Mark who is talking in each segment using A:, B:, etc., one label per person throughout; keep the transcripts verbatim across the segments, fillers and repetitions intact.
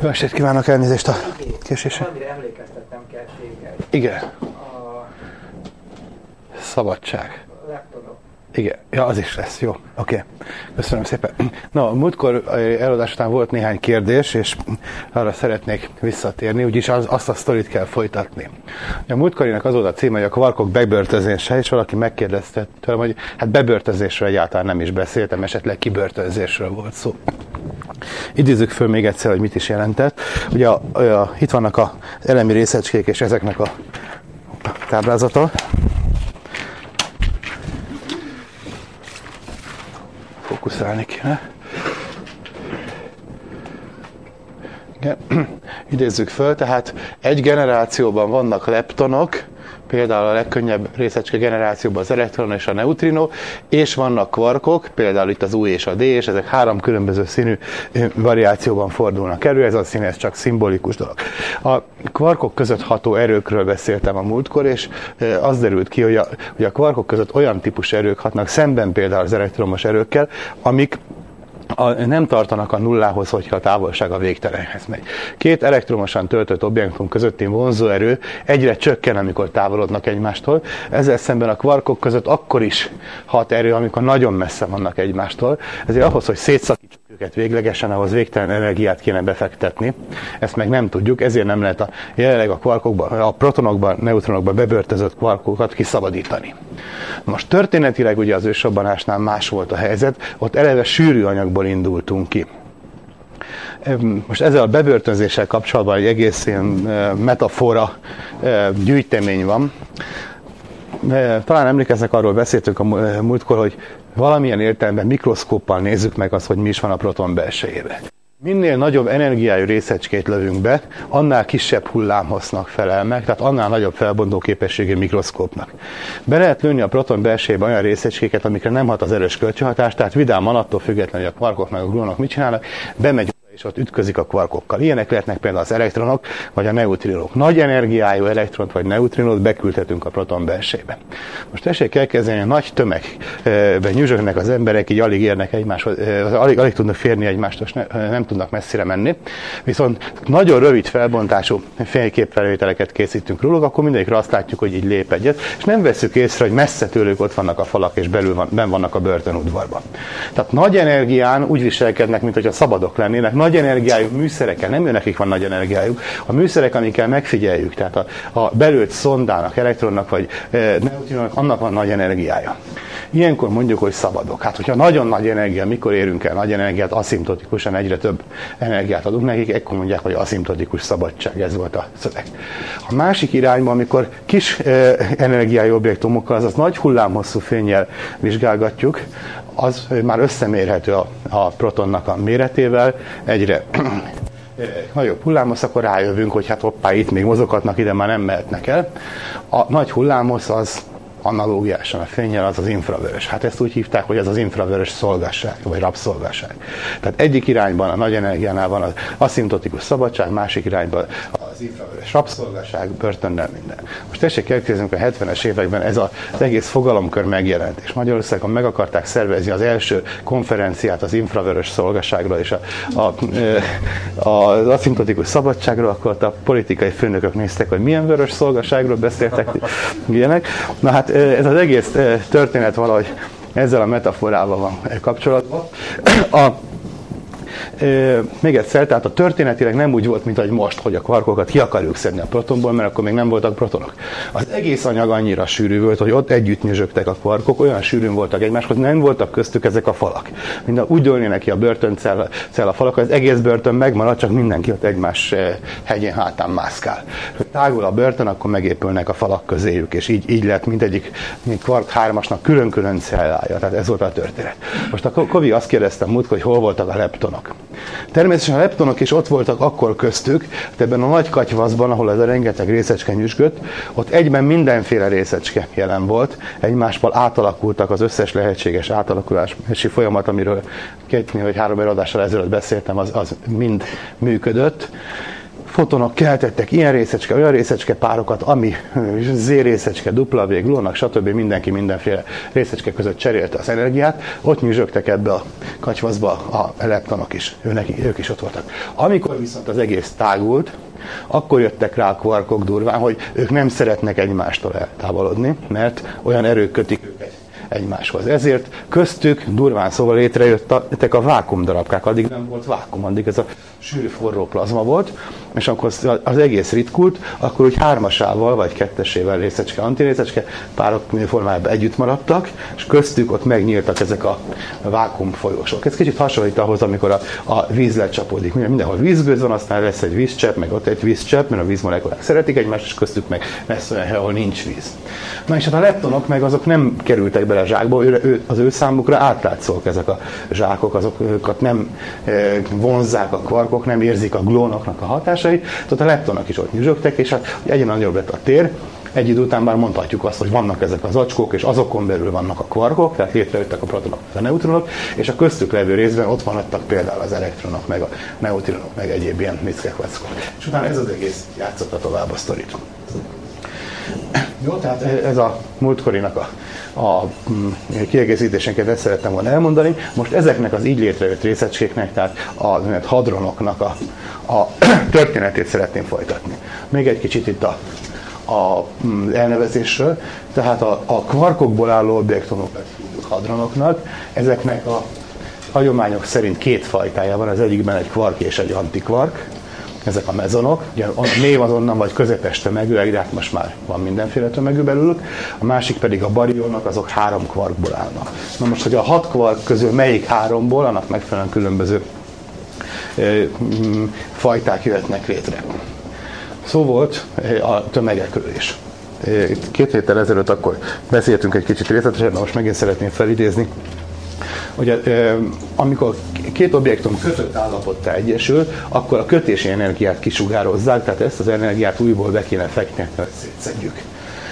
A: Jó estét kívánok, elnézést a késésre.
B: Valamire emlékeztetnem kell téged.
A: Igen.
B: A
A: Szabadság.
B: laptopok.
A: Igen, ja, az is lesz, jó, oké. Okay. Köszönöm szépen. Na, a múltkor előadás után volt néhány kérdés, és arra szeretnék visszatérni, úgyis az, azt a sztorit kell folytatni. A múltkorinak az volt a címe, hogy a kvarkok bebörtözése, és valaki megkérdezte tőlem, hogy hát bebörtözésről egyáltalán nem is beszéltem, esetleg kibörtözésről volt szó. Idézzük föl még egyszer, hogy mit is jelentett. Ugye a, a, itt vannak az elemi részecskék, és ezeknek a táblázata. Fókuszálni kéne. Igen. Idézzük föl, tehát egy generációban vannak leptonok, például a legkönnyebb részecske generációban az elektron és a neutrinó, és vannak kvarkok, például itt az U és a D, és ezek három különböző színű variációban fordulnak elő, ez a szín, ez csak szimbolikus dolog. A kvarkok között ható erőkről beszéltem a múltkor, és az derült ki, hogy a, hogy a kvarkok között olyan típusú erők hatnak szemben például az elektromos erőkkel, amik A, nem tartanak a nullához, hogyha a távolság a végtelenhez megy. Két elektromosan töltött objektum közötti vonzóerő egyre csökken, amikor távolodnak egymástól. Ezzel szemben a kvarkok között akkor is hat erő, amikor nagyon messze vannak egymástól. Ezért ahhoz, hogy szétszakítsuk őket véglegesen, ahhoz végtelen energiát kéne befektetni. Ezt meg nem tudjuk, ezért nem lehet a, jelenleg a kvarkokban, a protonokban, neutronokban bebörtözött kvarkokat kiszabadítani. Most történetileg ugye az ősrobbanásnál más volt a helyzet, ott eleve sűrű anyagból indultunk ki. Most ezzel a bebörtönzéssel kapcsolatban egy egész ilyen metafora gyűjtemény van. Talán emlékeznek, arról beszéltünk a múltkor, hogy valamilyen értelemben mikroszkóppal nézzük meg azt, hogy mi is van a proton belsejében. Minél nagyobb energiájú részecskét lövünk be, annál kisebb hullámhossznak felel meg, tehát annál nagyobb felbontó képességű mikroszkópnak. Be lehet lőni a proton belsejében olyan részecskéket, amikre nem hat az erős kölcsönhatás, tehát vidáman attól függetlenül, hogy a kvarkok meg a gluonok mit csinálnak, bemegy és ott ütközik a kvarkokkal. Ilyenek lehetnek például az elektronok, vagy a neutrinok. Nagy energiájú elektront vagy neutrinót beküldhetünk a proton belsejébe. Most tessék elkezdeni, a nagy tömegben nyüzsögnek az emberek, így alig érnek egymáshoz, alig, alig tudnak férni egymástól, ne, nem tudnak messzire menni. Viszont nagyon rövid felbontású fényképfelvételeket készítünk róluk, akkor mindegyikre azt látjuk, hogy így lép egyet, és nem veszük észre, hogy messze tőlük ott vannak a falak, és belül van, benn vannak a börtönudvarban. Tehát nagy energián úgy viselkednek, mint hogyha szabadok lennének. Nagy energiájú műszerekkel, nem ő nekik van nagy energiájuk, a műszerek, amikkel megfigyeljük, tehát a, a belőtt szondának, elektronnak vagy e, neutrinónak, annak van nagy energiája. Ilyenkor mondjuk, hogy szabadok. Hát, hogyha nagyon nagy energia, mikor érünk el nagy energiát, aszimптotikusan egyre több energiát adunk nekik, ekkor mondják, hogy aszimptotikus szabadság, ez volt a szöveg. A másik irányban, amikor kis e, energiájú objektumokkal, azaz nagy hullámhosszú fénnyel vizsgálgatjuk, az már összemérhető a, a protonnak a méretével, egyre nagyobb hullámhossz, akkor rájövünk, hogy hát hoppá, itt még mozoghatnak, ide már nem mehetnek el. A nagy hullámhossz az analógiásan a fénnyel, az az infravörös. Hát ezt úgy hívták, hogy ez az infravörös szolgasság, vagy rabszolgasság. Tehát egyik irányban a nagy energiánál van az aszimtotikus szabadság, másik irányban az infravörös rabszolgasság, börtönnel minden. Most tessék elképzelni, a hetvenes években ez az egész fogalomkör megjelent, és Magyarországon meg akarták szervezni az első konferenciát az infravörös szolgaságról és a, a, a, az aszimtotikus szabadságról, akkor a politikai főnökök néztek, hogy milyen vörös szolgaságról beszéltek ilyenek. Na hát ez az egész történet valahogy ezzel a metaforával van kapcsolatban. A, e, még egyszer, tehát a történetileg nem úgy volt, mint ahogy most, hogy a kvarkokat ki akarjuk szedni a protonból, mert akkor még nem voltak protonok. Az egész anyag annyira sűrű volt, hogy ott együtt nyüzsögtek a kvarkok, olyan sűrűn voltak egymáshoz, nem voltak köztük ezek a falak. Minden úgy dőlnének ki a börtöncell a falak, az egész börtön megmarad, csak mindenki ott egymás hegyén hátán mászkál. Ha tágul a börtön, akkor megépülnek a falak közéjük, és így, így lett mindegyik mint kvark hármasnak külön-külön cellája. Tehát ez volt a történet. Most a Kovi azt kérdeztem múlt, hogy hol voltak a leptonok. Természetesen a leptonok is ott voltak akkor köztük, de ebben a nagy katyvaszban, ahol ez a rengeteg részecske nyüzsgött, ott egyben mindenféle részecske jelen volt, egymással átalakultak az összes lehetséges átalakulási folyamat, amiről két vagy három előadással ezelőtt beszéltem, az, az mind működött. fotonok keltettek ilyen részecske, olyan részecske párokat, ami Z részecske, W, gluonak, stb. Mindenki mindenféle részecske között cserélte az energiát, ott nyüzsögtek ebbe a katyvaszba a elektronok is, őnek, ők is ott voltak. Amikor viszont az egész tágult, akkor jöttek rá a kvarkok durván, hogy ők nem szeretnek egymástól eltávolodni, mert olyan erők kötik őket egymáshoz. Ezért köztük durván szóval létrejöttek a vákumdarabkák. Addig nem volt vákum, addig ez a sűrű forró plazma volt, és akkor az egész ritkult, akkor úgy hármasával vagy kettesével részecske, antirészecske párok formájában együtt maradtak, és köztük ott megnyíltak ezek a vákum folyosók. Ez kicsit hasonlít ahhoz, amikor a, a víz lecsapódik. Mindenhol vízgőz van, aztán lesz egy vízcsepp, meg ott egy vízcsepp, mert a vízmolekulák szeretik egymást, és köztük meg lesz olyan hely, ahol nincs víz. Na és hát a leptonok meg azok nem kerültek bele a zsákba, ő, az ő számukra átlátszók ezek a zsákok, azokat nem vonzzák a kvarkok, nem érzik a glónoknak a hatásait, tehát a leptonok is ott nyüzsögtek, és hát egyre nagyobb lett a tér. Egy idő után már mondhatjuk azt, hogy vannak ezek az acskók, és azokon belül vannak a kvarkok, tehát létrejöttek a protonok, a neutronok, és a köztük levő részben ott vannak például az elektronok, meg a neutronok, meg egyéb ilyen nickekvackok. És utána ez az egész játszotta tovább a sztorit. Jó, tehát ez a múltkorinak a, a kiegészítésenket ezt szerettem volna elmondani. Most ezeknek az így létrejött részecskéknek, tehát a hadronoknak a, a történetét szeretném folytatni. Még egy kicsit itt a, a elnevezésről. Tehát a, a kvarkokból álló objektumokat hívjuk hadronoknak. Ezeknek a hagyományok szerint két fajtája van, az egyikben egy kvark és egy antikvark. Ezek a mezonok, ugye a név az onnan vagy közepes tömegűek, de hát most már van mindenféle tömegű belőlük. A másik pedig a barionok, azok három kvarkból állnak. Na most, hogy a hat kvark közül melyik háromból, annak megfelelően különböző e, fajták jöhetnek létre. Szó volt a tömegekről is. Két héttel ezelőtt akkor beszéltünk egy kicsit részletesebben, most megint szeretném felidézni. Ugye, amikor két objektum kötött állapottá egyesül, akkor a kötési energiát kisugározzák, tehát ezt az energiát újból be kéne fektetni, hogy szétszedjük.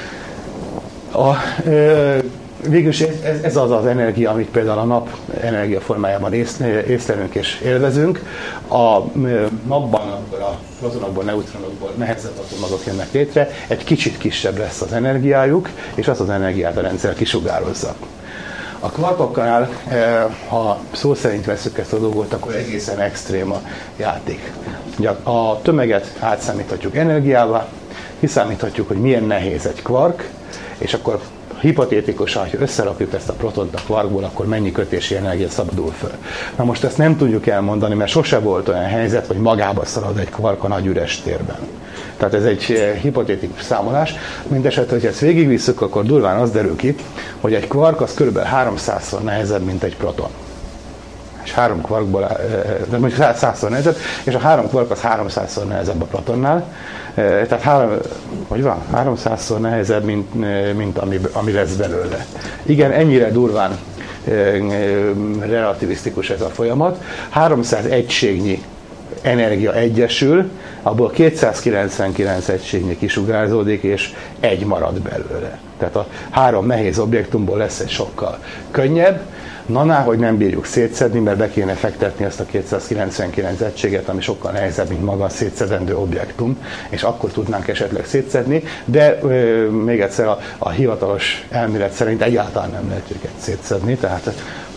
A: A, e, végülis ez, ez az az energia, amit például a nap energia formájában ész, észlelünk és élvezünk. A napban, amikor a protonokból, neutronokból nehezebb atomagok jönnek létre, egy kicsit kisebb lesz az energiájuk, és azt az energiát a rendszer kisugározza. A kvarkoknál, ha szó szerint veszük ezt a dolgot, akkor egészen extrém a játék. Ugye a tömeget átszámíthatjuk energiává, kiszámíthatjuk, hogy milyen nehéz egy kvark, és akkor hipotétikusan, ha összerakjuk ezt a protont a kvarkból, akkor mennyi kötési energia szabadul föl. Na most ezt nem tudjuk elmondani, mert sose volt olyan helyzet, hogy magába szalad egy kvark a nagy üres térben. Tehát ez egy hipotetikus számolás. Mindesetre, hogy ezt végigvisszük, akkor durván az derül ki, hogy egy kvark az kb. háromszázszor nehezebb, mint egy proton. És három kvarkból, de mondjuk százszor nehezebb, és a három kvark az háromszázszor nehezebb a protonnál. Tehát három, hogy van? háromszázszor nehezebb, mint, mint ami, ami lesz belőle. Igen, ennyire durván relativisztikus ez a folyamat. háromszáz egységnyi energia egyesül, abból kétszázkilencvenkilenc egységnyi kisugárzódik, és egy marad belőle. Tehát a három nehéz objektumból lesz egy sokkal könnyebb. Na, hogy nem bírjuk szétszedni, mert be kéne fektetni ezt a kétszázkilencvenkilenc egységet, ami sokkal nehezebb, mint maga a szétszedendő objektum, és akkor tudnánk esetleg szétszedni, de ö, még egyszer a, a hivatalos elmélet szerint egyáltalán nem lehet őket szétszedni, tehát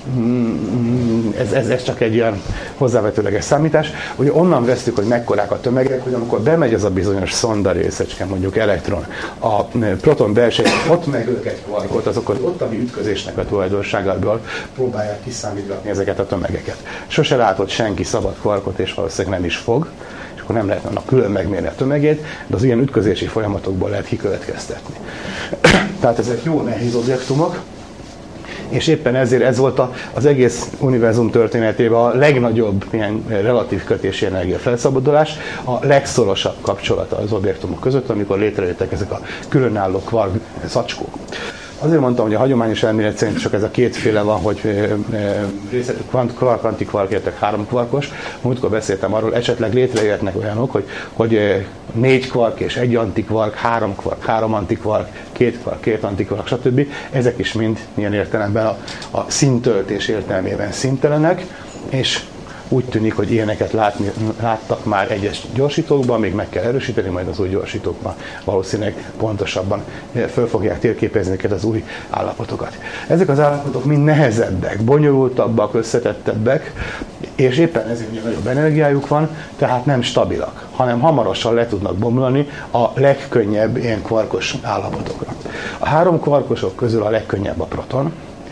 A: Ez, ez, ez csak egy ilyen hozzávetőleges számítás. Ugye onnan vesztük, hogy mekkorák a tömegek, hogy amikor bemegy az a bizonyos szonda részecske, mondjuk elektron, a proton belsejében, ott megölök egy kvarkot, azok az ottani ütközésnek a tulajdonságából próbálják kiszámítani ezeket a tömegeket. Sose látott senki szabad kvarkot, és valószínűleg nem is fog, és akkor nem lehet annak külön megmérni a tömegét, de az ilyen ütközési folyamatokból lehet kikövetkeztetni. Tehát ezek jó nehéz objektumok, és éppen ezért ez volt az egész univerzum történetében a legnagyobb ilyen relatív kötési energia felszabadulás, a legszorosabb kapcsolata az objektumok között, amikor létrejöttek ezek a különálló kvark zacskók. Azért mondtam, hogy a hagyományos elmélet szerint csak ez a kétféle van, hogy részletű kvark, antikvark, értek három kvarkos. Múltkor beszéltem arról, esetleg létrejöhetnek olyanok, hogy, hogy négy kvark és egy antikvark, három kvark, három antikvark, két kvark, két antikvark, stb. Ezek is mind ilyen értelemben a, a színtöltés értelmében színtelenek, és Úgy tűnik, hogy ilyeneket látni, láttak már egyes gyorsítókban, még meg kell erősíteni, majd az új gyorsítókban valószínűleg pontosabban föl fogják térképezni ezeket az új állapotokat. Ezek az állapotok mind nehezebbek, bonyolultabbak, összetettebbek, és éppen ezért ugye nagyobb energiájuk van, tehát nem stabilak, hanem hamarosan le tudnak bomlani a legkönnyebb ilyen kvarkos állapotokra. A három kvarkosok közül a legkönnyebb a proton,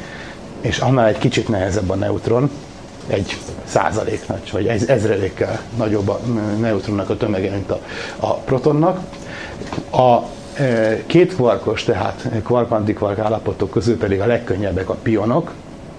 A: és annál egy kicsit nehezebb a neutron, egy százalék nagy, vagy egy ezredékkel nagyobb a neutronnak a tömege, mint a, a protonnak. A e, két kvarkos, tehát kvark-antikvark állapotok közül pedig a legkönnyebbek a pionok,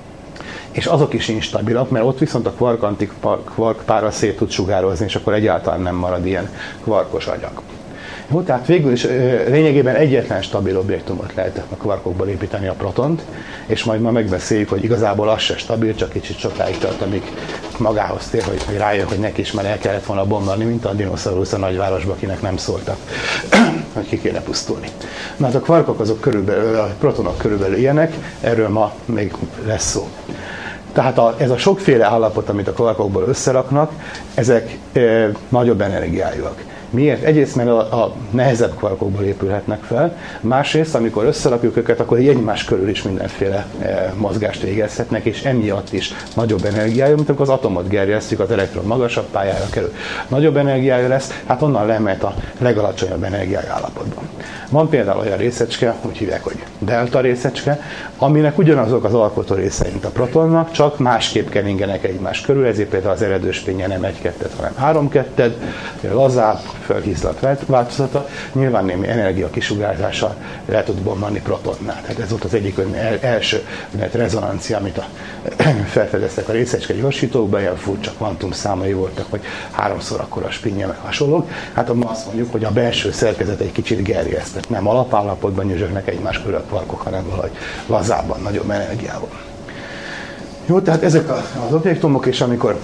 A: és azok is instabilak, mert ott viszont a kvark-antikvark pára szét tud sugározni, és akkor egyáltalán nem marad ilyen kvarkos anyag. Jó, tehát végül is lényegében egyetlen stabil objektumot lehet a kvarkokból építeni, a protont, és majd ma megbeszéljük, hogy igazából az se stabil, csak kicsit sokáig tart, amíg magához tér, hogy, hogy rájön, hogy neki is már el kellett volna bomlani, mint a dinoszaurusz a nagyvárosban, akinek nem szóltak, hogy ki kéne pusztulni. Na hát a kvarkok azok körülbelül, a protonok körülbelül ilyenek, erről ma még lesz szó. Tehát a, ez a sokféle állapot, amit a kvarkokból összeraknak, ezek e, nagyobb energiájúak. Miért? Egyrészt, mert a, a nehezebb kvarkokból épülhetnek fel, másrészt, amikor összerakjuk őket, akkor egymás körül is mindenféle e, mozgást végezhetnek, és emiatt is nagyobb energiájú, mint amikor az atomot gerjesztjük, az elektron magasabb pályára kerül. Nagyobb energiája lesz, hát onnan lemehet a legalacsonyabb energiájú állapotban. Van például olyan részecske, úgy hívják, hogy delta részecske, aminek ugyanazok az alkotó részei, mint a protonnak, csak másképp keringenek egymás körül, ezért például az eredőspénye nem egy ketted, hanem három ketted, lazább, felhízlat változata, nyilván némi energia kisugárzással le tud bomlani protonnál. Tehát ez volt az egyik első rezonancia, amit a, felfedeztek a részecske gyorsítókban, ilyen furcsa kvantum számai voltak, hogy háromszor akkora spinje, meg hasonlók. Hát ma azt mondjuk, hogy a belső szerkezet egy kicsit gerjesztett, nem alapállapotban nyüzsögnek egymás körül a kvarkok, hanem valahogy lazábban, nagyobb energiával. Jó, tehát ezek az objektumok, és amikor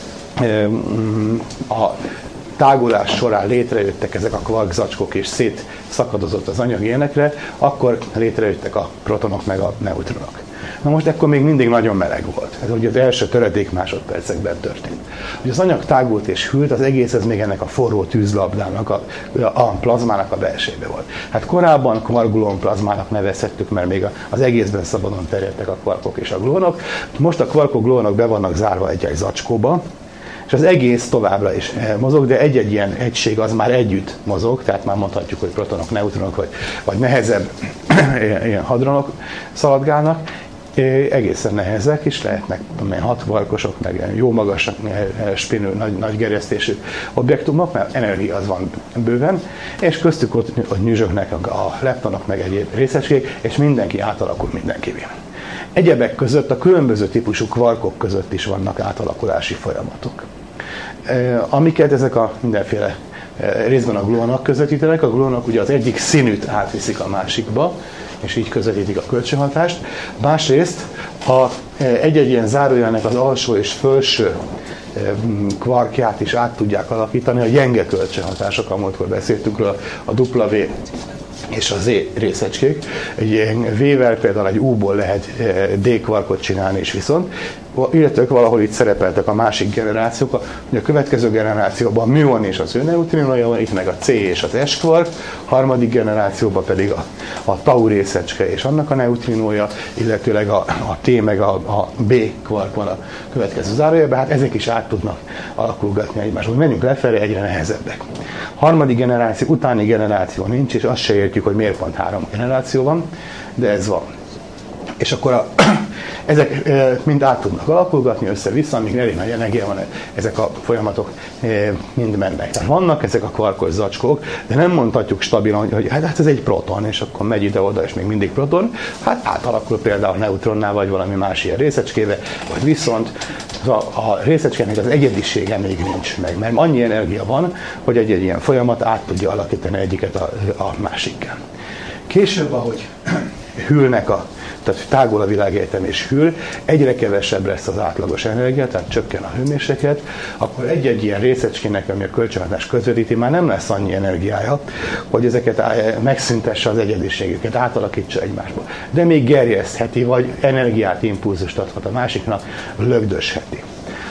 A: a tágulás során létrejöttek ezek a kvarkzacskók, és szétszakadozott az anyag ilyenekre, akkor létrejöttek a protonok meg a neutronok. Na most ekkor még mindig nagyon meleg volt. Ez ugye az első töredék másodpercekben történt. Ugye az anyag tágult és hűlt, az egész ez még ennek a forró tűzlabdának, a, a plazmának a belsejébe volt. Hát korábban kvark-gluon plazmának nevezhettük, mert még az egészben szabadon terjedtek a kvarkok és a gluonok. Most a kvarkok-gluonok be vannak zárva egy-egy zacskóba, és az egész továbbra is mozog, de egy-egy ilyen egység az már együtt mozog, tehát már mondhatjuk, hogy protonok, neutronok, vagy, vagy nehezebb ilyen hadronok szaladgálnak, egészen nehezek is lehetnek, amilyen hat kvarkosok, meg jó magasak, spinő, nagy, nagy gerjesztésű objektumok, mert energia az van bőven, és köztük ott, ott nyüzsögnek a leptonok, meg egyéb részecskék, és mindenki átalakul mindenkivé. Egyebek között a különböző típusú kvarkok között is vannak átalakulási folyamatok, amiket ezek a mindenféle részben a gluonok közvetítenek. A gluonok ugye az egyik színűt átviszik a másikba, és így közvetítik a kölcsönhatást. Másrészt a, egy-egy ilyen zárójelnek az alsó és felső kvarkját is át tudják alakítani a gyenge kölcsönhatások, amúgykor beszéltünk róla, a W és a Z részecskék. Egy V-vel például egy U-ból lehet D kvarkot csinálni is viszont, illetve valahol itt szerepeltek a másik generációk, a következő generációban a műon és az ő neutrinója van, itt meg a C és az S kvark, harmadik generációban pedig a, a tau részecske és annak a neutrinója, illetőleg a, a T meg a, a B kvark van a következő zárójelben, hát ezek is át tudnak alakulgatni egymáshoz. Menjünk lefelé, egyre nehezebbek. Harmadik generáció, utáni generáció nincs, és azt se értjük, hogy miért pont három generáció van, de ez van. És akkor a, ezek e, mind át tudnak alakulgatni össze-vissza, amíg elég nagy energia van, ezek a folyamatok e, mind mennek. Tehát vannak ezek a kvarkos zacskók, de nem mondhatjuk stabilan, hogy hát ez egy proton, és akkor megy ide-oda, és még mindig proton. Hát átalakul például neutronnál, vagy valami más ilyen részecskébe, vagy viszont a, a részecskének az egyedisége még nincs meg, mert annyi energia van, hogy egy-egy ilyen folyamat át tudja alakítani egyiket a, a másikkel. Később, ahogy hűlnek a tehát tágul a világegyetem és hűl, egyre kevesebb lesz az átlagos energia, tehát csökken a hőmérséklet, akkor egy-egy ilyen részecskének, ami a kölcsönhatás közvetíti, már nem lesz annyi energiája, hogy ezeket megszüntesse az egyediségüket, átalakítsa egymásba. De még gerjesztheti, vagy energiát, impulzust adhat a másiknak, lögdösheti.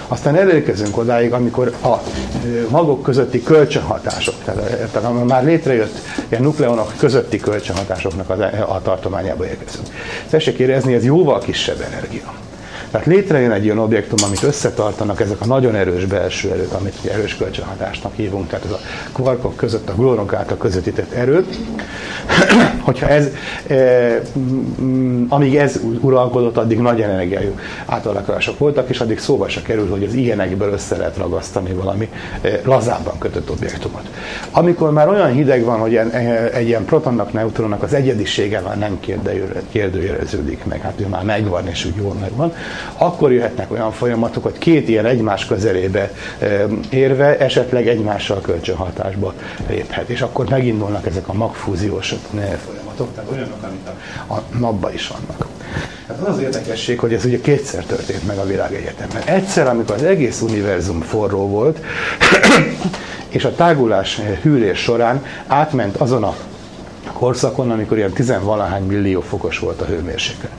A: Aztán elérkezünk odáig, amikor a magok közötti kölcsönhatások, tehát már létrejött ilyen nukleonok közötti kölcsönhatásoknak a, a tartományába érkezünk. Tessék érezni, ez jóval kisebb energia. Tehát létrejön egy ilyen objektum, amit összetartanak ezek a nagyon erős belső erők, amit erős kölcsönhatásnak hívunk, tehát ez a kvarkok között, a gluonok által közvetített erőt. Hogyha ez, e, amíg ez uralkodott, addig nagy energiájú átalakulások voltak, és addig szóba se kerül, hogy az ilyenekből össze lehet ragasztani valami e, lazábban kötött objektumot. Amikor már olyan hideg van, hogy en, e, egy ilyen protonnak, neutronnak az egyedisége már nem kérdőjeleződik meg, hát ő már megvan, és úgy jól megvan, akkor jöhetnek olyan folyamatok, hogy két ilyen egymás közelébe érve esetleg egymással kölcsönhatásba léphet. És akkor megindulnak ezek a magfúziós folyamatok, tehát olyanok, amit a, a napban is vannak. Tehát az az érdekesség, hogy ez ugye kétszer történt meg a világegyetemben. Egyszer, amikor az egész univerzum forró volt, és a tágulás hűlés során átment azon a korszakon, amikor ilyen tizenvalahány millió fokos volt a hőmérséklet.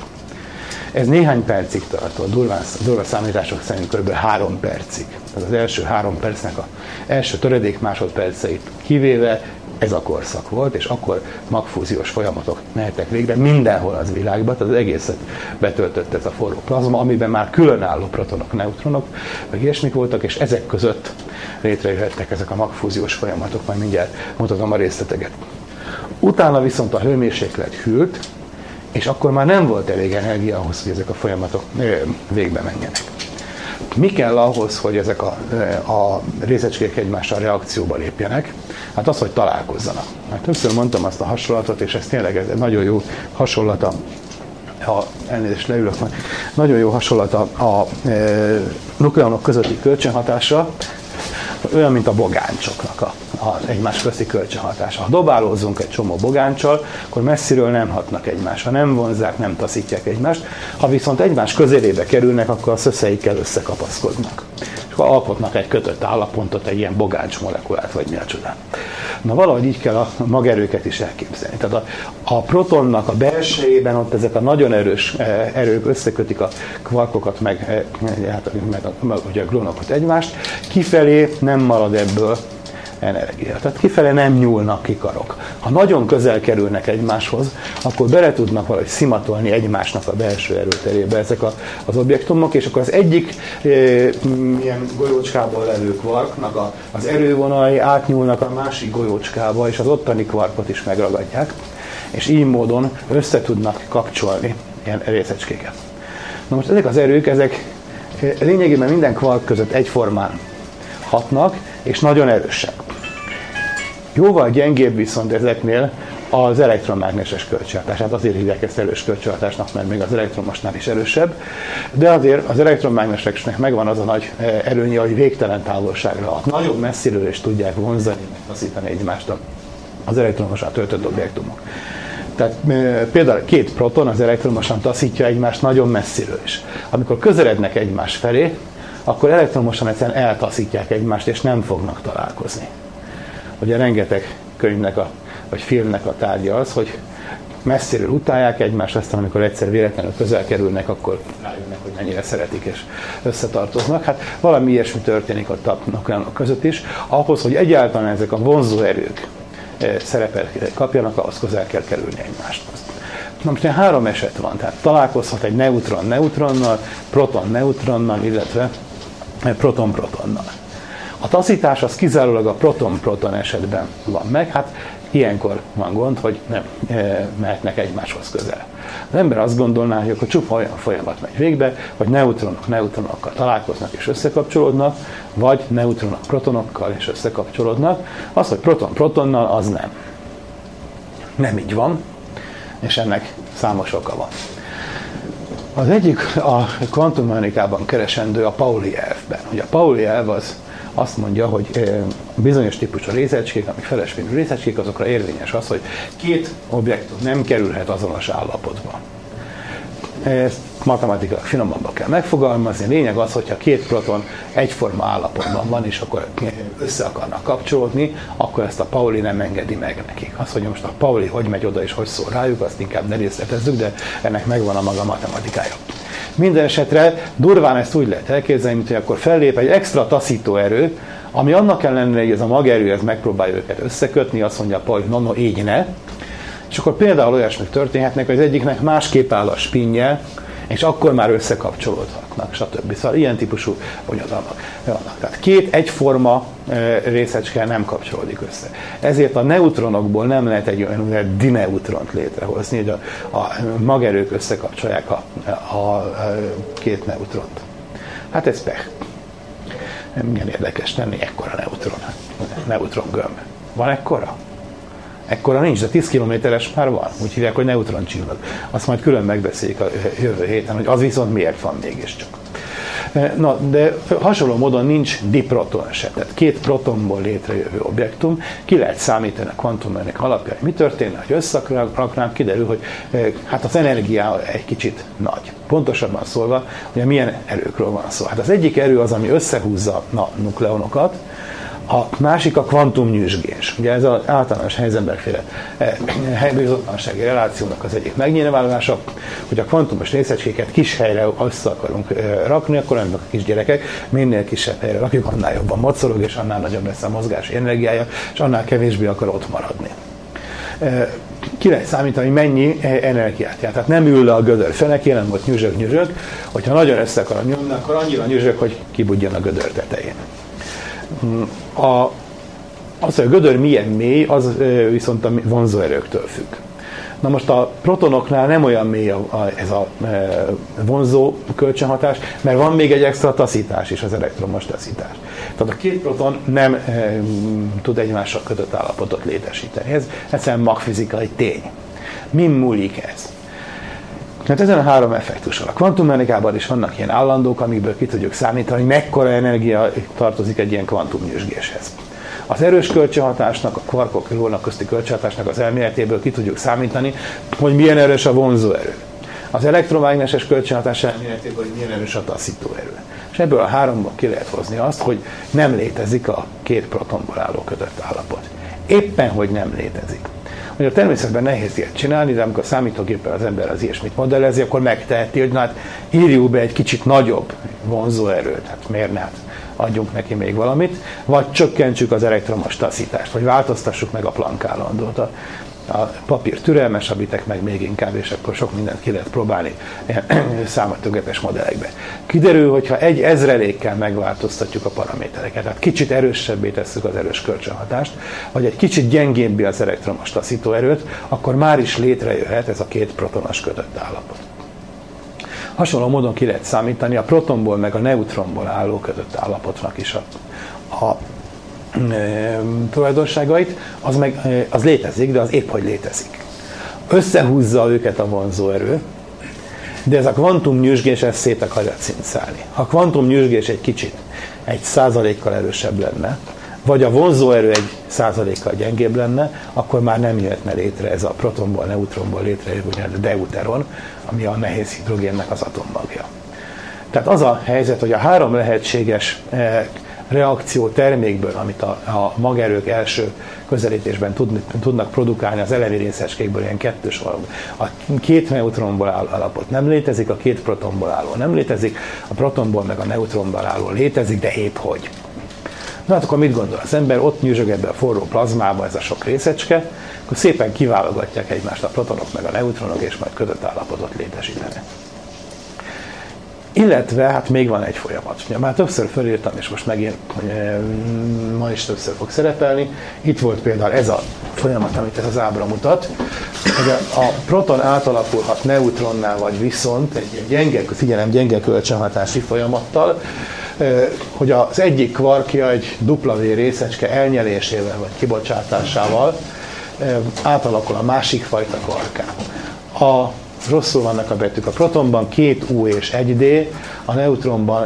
A: Ez néhány percig tartott, durván, durva számítások szerint kb. három percig. Tehát az első három percnek az első töredék másodperceit kivéve ez a korszak volt, és akkor magfúziós folyamatok mehettek végbe mindenhol az világban, tehát az egészet betöltött ez a forró plazma, amiben már különálló protonok, neutronok, meg ilyesmik voltak, és ezek között létrejöhettek ezek a magfúziós folyamatok, majd mindjárt mutatom a részleteket. Utána viszont a hőmérséklet hűlt, és akkor már nem volt elég energia ahhoz, hogy ezek a folyamatok végbe menjenek. Mi kell ahhoz, hogy ezek a, a részecskék egymással reakcióba lépjenek? Hát az, hogy találkozzanak. Hát többször mondtam azt a hasonlatot, és ez tényleg ez egy nagyon jó hasonlata, ha elnézést leülök, nagyon jó hasonlata a e, nukleonok közötti kölcsönhatásra, olyan, mint a bogáncsoknak a, a egymás közti kölcsönhatása. Ha dobálózzunk egy csomó bogáncsal, akkor messziről nem hatnak egymásra, nem vonzzák, nem taszítják egymást. Ha viszont egymás közelébe kerülnek, akkor a szösszeikkel összekapaszkodnak. És akkor alkotnak egy kötött állappontot, egy ilyen bogáncs molekulát, vagy mi a csodán. Na valahogy így kell a magerőket is elképzelni. Tehát a, a protonnak a belsejében ott ezek a nagyon erős erők összekötik a kvarkokat, meg, hát, meg, a, meg ugye a gluonokat egymást. Kifelé nem marad ebből energia. Tehát kifelé nem nyúlnak ki karok. Ha nagyon közel kerülnek egymáshoz, akkor bele tudnak valahogy szimatolni egymásnak a belső erőterébe ezek a, az objektumok, és akkor az egyik e, ilyen golyócskából levő kvarknak a, az erővonalai átnyúlnak a másik golyócskába, és az ottani kvarkot is megragadják, és így módon össze tudnak kapcsolni ilyen részecskéket. Na most ezek az erők, ezek lényegében minden kvark között egyformán hatnak, és nagyon erősek. Jóval gyengébb viszont ezeknél az elektromágneses kölcsönhatás. Hát azért hívják ezt erős kölcsönhatásnak, mert még az elektromosnál is erősebb. De azért az elektromágneseknek megvan az a nagy erőnye, hogy végtelen távolságra hat. Nagyobb messziről is tudják vonzani, megtaszítani egymást az elektromosan töltött objektumok. Tehát például két proton az elektromosan taszítja egymást nagyon messziről is. Amikor közelednek egymás felé, akkor elektromosan egyszerűen eltaszítják egymást, és nem fognak találkozni. Ugye rengeteg könyvnek, a, vagy filmnek a tárgya az, hogy messziről utálják egymást, aztán amikor egyszer véletlenül közel kerülnek, akkor rájönnek, hogy mennyire szeretik és összetartoznak. Hát valami ilyesmi történik ott a nukleonok között is. Ahhoz, hogy egyáltalán ezek a vonzó erők szerepet kapjanak, ahhoz közel kell kerülni egymáshoz. Na most ilyen három eset van, tehát találkozhat egy neutron neutronnal, proton neutronnal, illetve proton-protonnal. A taszítás az kizárólag a proton-proton esetben van meg, hát ilyenkor van gond, hogy nem e, mehetnek egymáshoz közel. Az ember azt gondolná, hogy akkor csupa olyan folyamat megy végbe, hogy neutronok neutronokkal találkoznak és összekapcsolódnak, vagy neutronok protonokkal és összekapcsolódnak. Az, hogy proton-protonnal, az nem. Nem így van, és ennek számos oka van. Az egyik a kvantummechanikában keresendő a Pauli elvben. Ugye a Pauli elv az azt mondja, hogy bizonyos típusú részecskék, amik felesvényű részecskék, azokra érvényes az, hogy két objektum nem kerülhet azonos állapotba. Ezt matematikailag finomabban kell megfogalmazni. Lényeg az, hogyha két proton egyforma állapotban van, és akkor össze akarnak kapcsolódni, akkor ezt a Pauli nem engedi meg nekik. Az, hogy most a Pauli hogy megy oda és hogy szól rájuk, azt inkább ne részletezzük, de ennek megvan a maga matematikája. Minden esetre durván ezt úgy lehet elképzelni, mint hogy akkor fellép egy extra taszító erő, ami annak ellenére, hogy ez a magerő ez megpróbálja őket összekötni, azt mondja, hogy no, no, így ne. És akkor például olyasmik történhetnek, hogy az egyiknek másképp áll a spinje, és akkor már összekapcsolódhatnak, stb. Szóval ilyen típusú bonyodalmak vannak. Tehát két egyforma részecske nem kapcsolódik össze. Ezért a neutronokból nem lehet egy olyan dineutront létrehozni, hogy a, a magerők összekapcsolják a, a, a két neutront. Hát ez pech. Nem ilyen érdekes tenni ekkora neutron. Neutron gömb. Van ekkora? Ekkora nincs, de tíz kilométeres már van. Úgy hívják, hogy neutroncsillag. Azt majd külön megbeszéljük a jövő héten, hogy az viszont miért van mégiscsak. Na, de hasonló módon nincs diproton se. Tehát két protonból létrejövő objektum. Ki lehet számítani a kvantummechanikai alapján. Mi történne, hogy összeraknám, kiderül, hogy hát az energia egy kicsit nagy. Pontosabban szólva, hogy milyen erőkről van szó. Hát az egyik erő az, ami összehúzza a nukleonokat, a másik a kvantumnyüzsgés. Ugye ez az általános Heisenberg-féle bizonytalansági relációnak az egyik megnyilvánulása, hogy a kvantumos részecskéket kis helyre össze akarunk rakni, akkor ennek a kisgyerekek minél kisebb helyre rakjuk, annál jobban mocorog, és annál nagyobb lesz a mozgási energiája, és annál kevésbé akar ott maradni. Ki lehet számítani, hogy mennyi energiát jár. Tehát nem ül le a gödör fenekén, hanem ott nyüzsög, nyüzsög. Hogyha nagyon össze akar nyomni, akkor annyira nyüzsög, hogy kibudjon a gödör tetején. A, az, hogy a gödör milyen mély, az viszont a vonzóerőktől függ. Na most a protonoknál nem olyan mély a, a, ez a e, vonzó kölcsönhatás, mert van még egy extra taszítás is, az elektromos taszítás. Tehát a két proton nem e, tud egymással kötött állapotot létesíteni. Ez egyszerűen magfizikai tény. Min múlik ez? Mert ezen a három effektuson. A kvantummechanikában is vannak ilyen állandók, amikből ki tudjuk számítani, hogy mekkora energia tartozik egy ilyen kvantumnyüzsgéshez. Az erős kölcsönhatásnak, a kvarkok gluónok közti kölcsönhatásnak az elméletéből ki tudjuk számítani, hogy milyen erős a vonzóerő. Az elektromágneses kölcsönhatás elméletéből, hogy milyen erős a taszítóerő. És ebből a háromból ki lehet hozni azt, hogy nem létezik a két protonból álló kötött állapot. Éppen, hogy nem létezik. Hogy a természetben nehéz ilyet csinálni, de amikor a számítógéppel az ember az ilyesmit modellezi, akkor megteheti, hogy na, hát írjuk be egy kicsit nagyobb vonzóerőt, hát miért ne, hát adjunk neki még valamit, vagy csökkentsük az elektromos taszítást, vagy változtassuk meg a Planck állandót. A, a papír türelmes, a bitek meg még inkább, és akkor sok mindent ki lehet próbálni számítógépes modellekbe. Kiderül, hogyha egy ezrelékkel megváltoztatjuk a paramétereket, tehát kicsit erősebbé tesszük az erős kölcsönhatást, vagy egy kicsit gyengébbé az elektromos taszítóerőt, akkor már is létrejöhet ez a két protonos kötött állapot. Hasonló módon ki lehet számítani a protonból meg a neutronból álló kötött állapotnak is a, a e, tulajdonságait, az, meg, e, az létezik, de az épp hogy létezik. Összehúzza őket a vonzóerő, de ez a kvantumnyüzsgés ezt szét akarja cincálni. Ha a kvantumnyüzsgés egy kicsit, egy százalékkal erősebb lenne, vagy a vonzóerő egy százalékkal gyengébb lenne, akkor már nem jöhetne létre ez a protonból, neutronból létrejövő deuteron, ami a nehéz hidrogénnek az atommagja. Tehát az a helyzet, hogy a három lehetséges reakció termékből, amit a, a magerők első közelítésben tud, tudnak produkálni az elemi részecskékből, ilyen kettős alapú. A két neutronból álló alapot nem létezik, a két protonból álló nem létezik, a protonból meg a neutronból álló létezik, de épp hogy. Na hát akkor mit gondol az ember? Ott nyüzsög ebbe a forró plazmába ez a sok részecske, akkor szépen kiválogatják egymást a protonok meg a neutronok, és majd kötött állapotot létesítenek. Illetve, hát még van egy folyamat. Már többször felírtam, és most megint ma is többször fog szerepelni. Itt volt például ez a folyamat, amit ez az ábra mutat, hogy a proton átalakulhat neutronnál, vagy viszont egy gyenge, figyelem, gyenge kölcsönhatási folyamattal, hogy az egyik kvarkja egy dupla V részecske elnyelésével, vagy kibocsátásával átalakul a másik fajta kvarká. A rosszul vannak a betűk. A protonban két U és egy D, a neutronban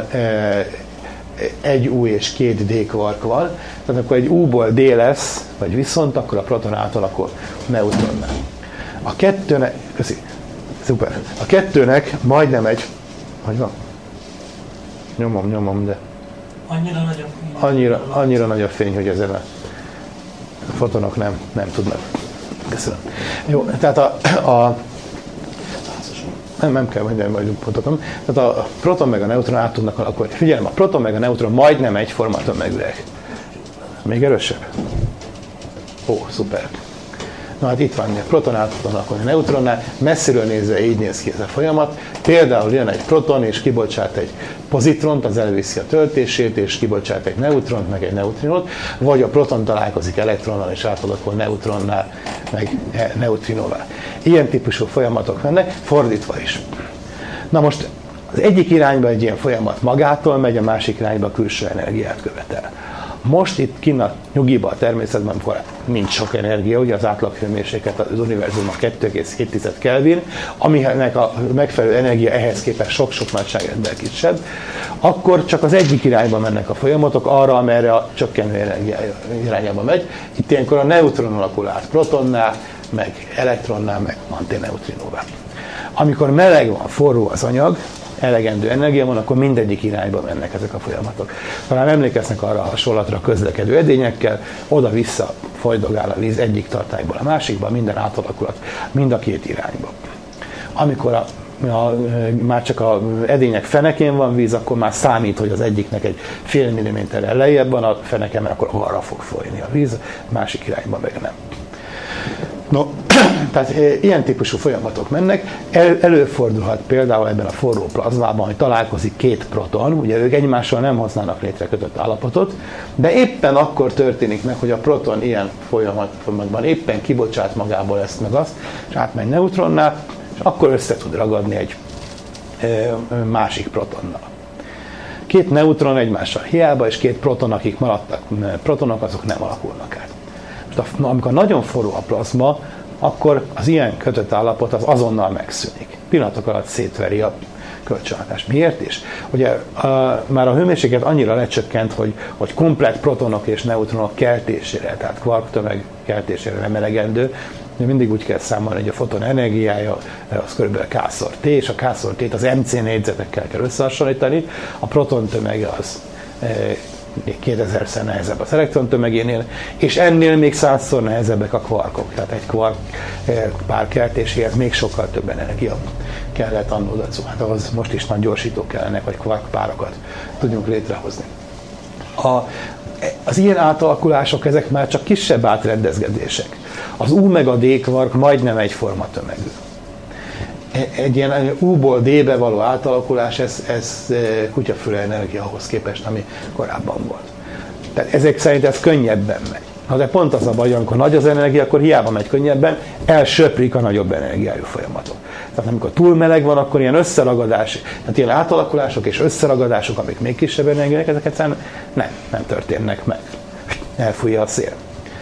A: egy U és két D kvark van. Tehát akkor egy U-ból D lesz, vagy viszont, akkor a proton átalakul neutronnál. A kettőnek, köszi, szuper. A kettőnek majdnem egy, hogy van? Nyomom, nyomom, de
C: annyira nagy a fény,
A: annyira, annyira nagy a fény, hogy ezen a fotonok nem, nem tudnak. Köszönöm. Jó, tehát a, a Nem, nem kell mondani, majd pontosan. Tehát a proton meg a neutron át tudnak alakulni. Figyelem, a proton meg a neutron majdnem egyforma tömegűek. Még erősebb? Ó, szuper. Na hát itt van, a proton át tud alakulni a neutronnál, messziről nézve így néz ki ez a folyamat. Például jön egy proton, és kibocsát egy pozitront, az elviszi a töltését, és kibocsát egy neutront, meg egy neutrinót, vagy a proton találkozik elektronnal, és átalakul neutronnál, meg neutrinóvá. Ilyen típusú folyamatok mennek, fordítva is. Na most az egyik irányba egy ilyen folyamat magától megy, a másik irányba külső energiát követel. Most itt kinn a nyugiba, a természetben, amikor nincs sok energia, ugye az átlaghőmérséklet az univerzumban kettő egész hét Kelvin, aminek a megfelelő energia ehhez képest sok-sok nagyságrendel kisebb, akkor csak az egyik irányba mennek a folyamatok, arra, amerre a csökkenő energia irányába megy. Itt ilyenkor a neutron alakul át protonnál, meg elektronnál, meg antineutrinóvá. Amikor meleg van, forró az anyag, elegendő energia van, akkor mindegyik irányba mennek ezek a folyamatok. Talán emlékeznek arra a hasonlatra a közlekedő edényekkel, oda-vissza folydogál a víz egyik tartályból a másikba, minden átalakulat, mind a két irányba. Amikor a, a, már csak az edények fenekén van víz, akkor már számít, hogy az egyiknek egy fél milliméterrel lejjebb van a feneken, mert akkor arra fog folyni a víz, másik irányba meg nem. No, tehát ilyen típusú folyamatok mennek. El, előfordulhat például ebben a forró plazmában, hogy találkozik két proton, ugye ők egymással nem hoznának létre kötött állapotot, de éppen akkor történik meg, hogy a proton ilyen folyamatban éppen kibocsát magából ezt meg azt, és átmegy neutronnál, és akkor össze tud ragadni egy e, másik protonnal. Két neutron egymással hiába, és két proton, akik maradtak protonok, azok nem alakulnak át. Amikor nagyon forró a plazma, akkor az ilyen kötött állapot az azonnal megszűnik. Pillanatok alatt szétveri a kölcsönhatást. Miért is? Ugye a, már a hőmérséklet annyira lecsökkent, hogy, hogy komplett protonok és neutronok keltésére, tehát kvark tömeg keltésére nem elegendő. Mindig úgy kell számolni, hogy a foton energiája az kb. K-szor T, és a K-szor T-t az em cé négyzetekkel kell összehasonlítani. A proton tömege az kétezerszer nehezebb az elektron tömegénél, és ennél még százszor nehezebbek a kvarkok. Tehát egy kvark pár keltéséhez még sokkal több energia kellett annó dacó. Hát ahhoz most is nagy gyorsítók kellenek, hogy kvark párokat tudjunk létrehozni. A, az ilyen átalakulások, ezek már csak kisebb átrendezkedések. Az U meg a D kvark majdnem egyforma tömegű. Egy ilyen U-ból D-be való átalakulás, ez, ez kutyafüle energia ahhoz képest, ami korábban volt. Tehát ezek szerint ez könnyebben megy. Na de pont az a baj, amikor nagy az energia, akkor hiába megy könnyebben, elsöprik a nagyobb energiájú folyamatok. Tehát amikor túl meleg van, akkor ilyen összeragadás, tehát ilyen átalakulások és összeragadások, amik még kisebb energiák, ezek egyszerűen nem, nem történnek meg. Elfújja a szél.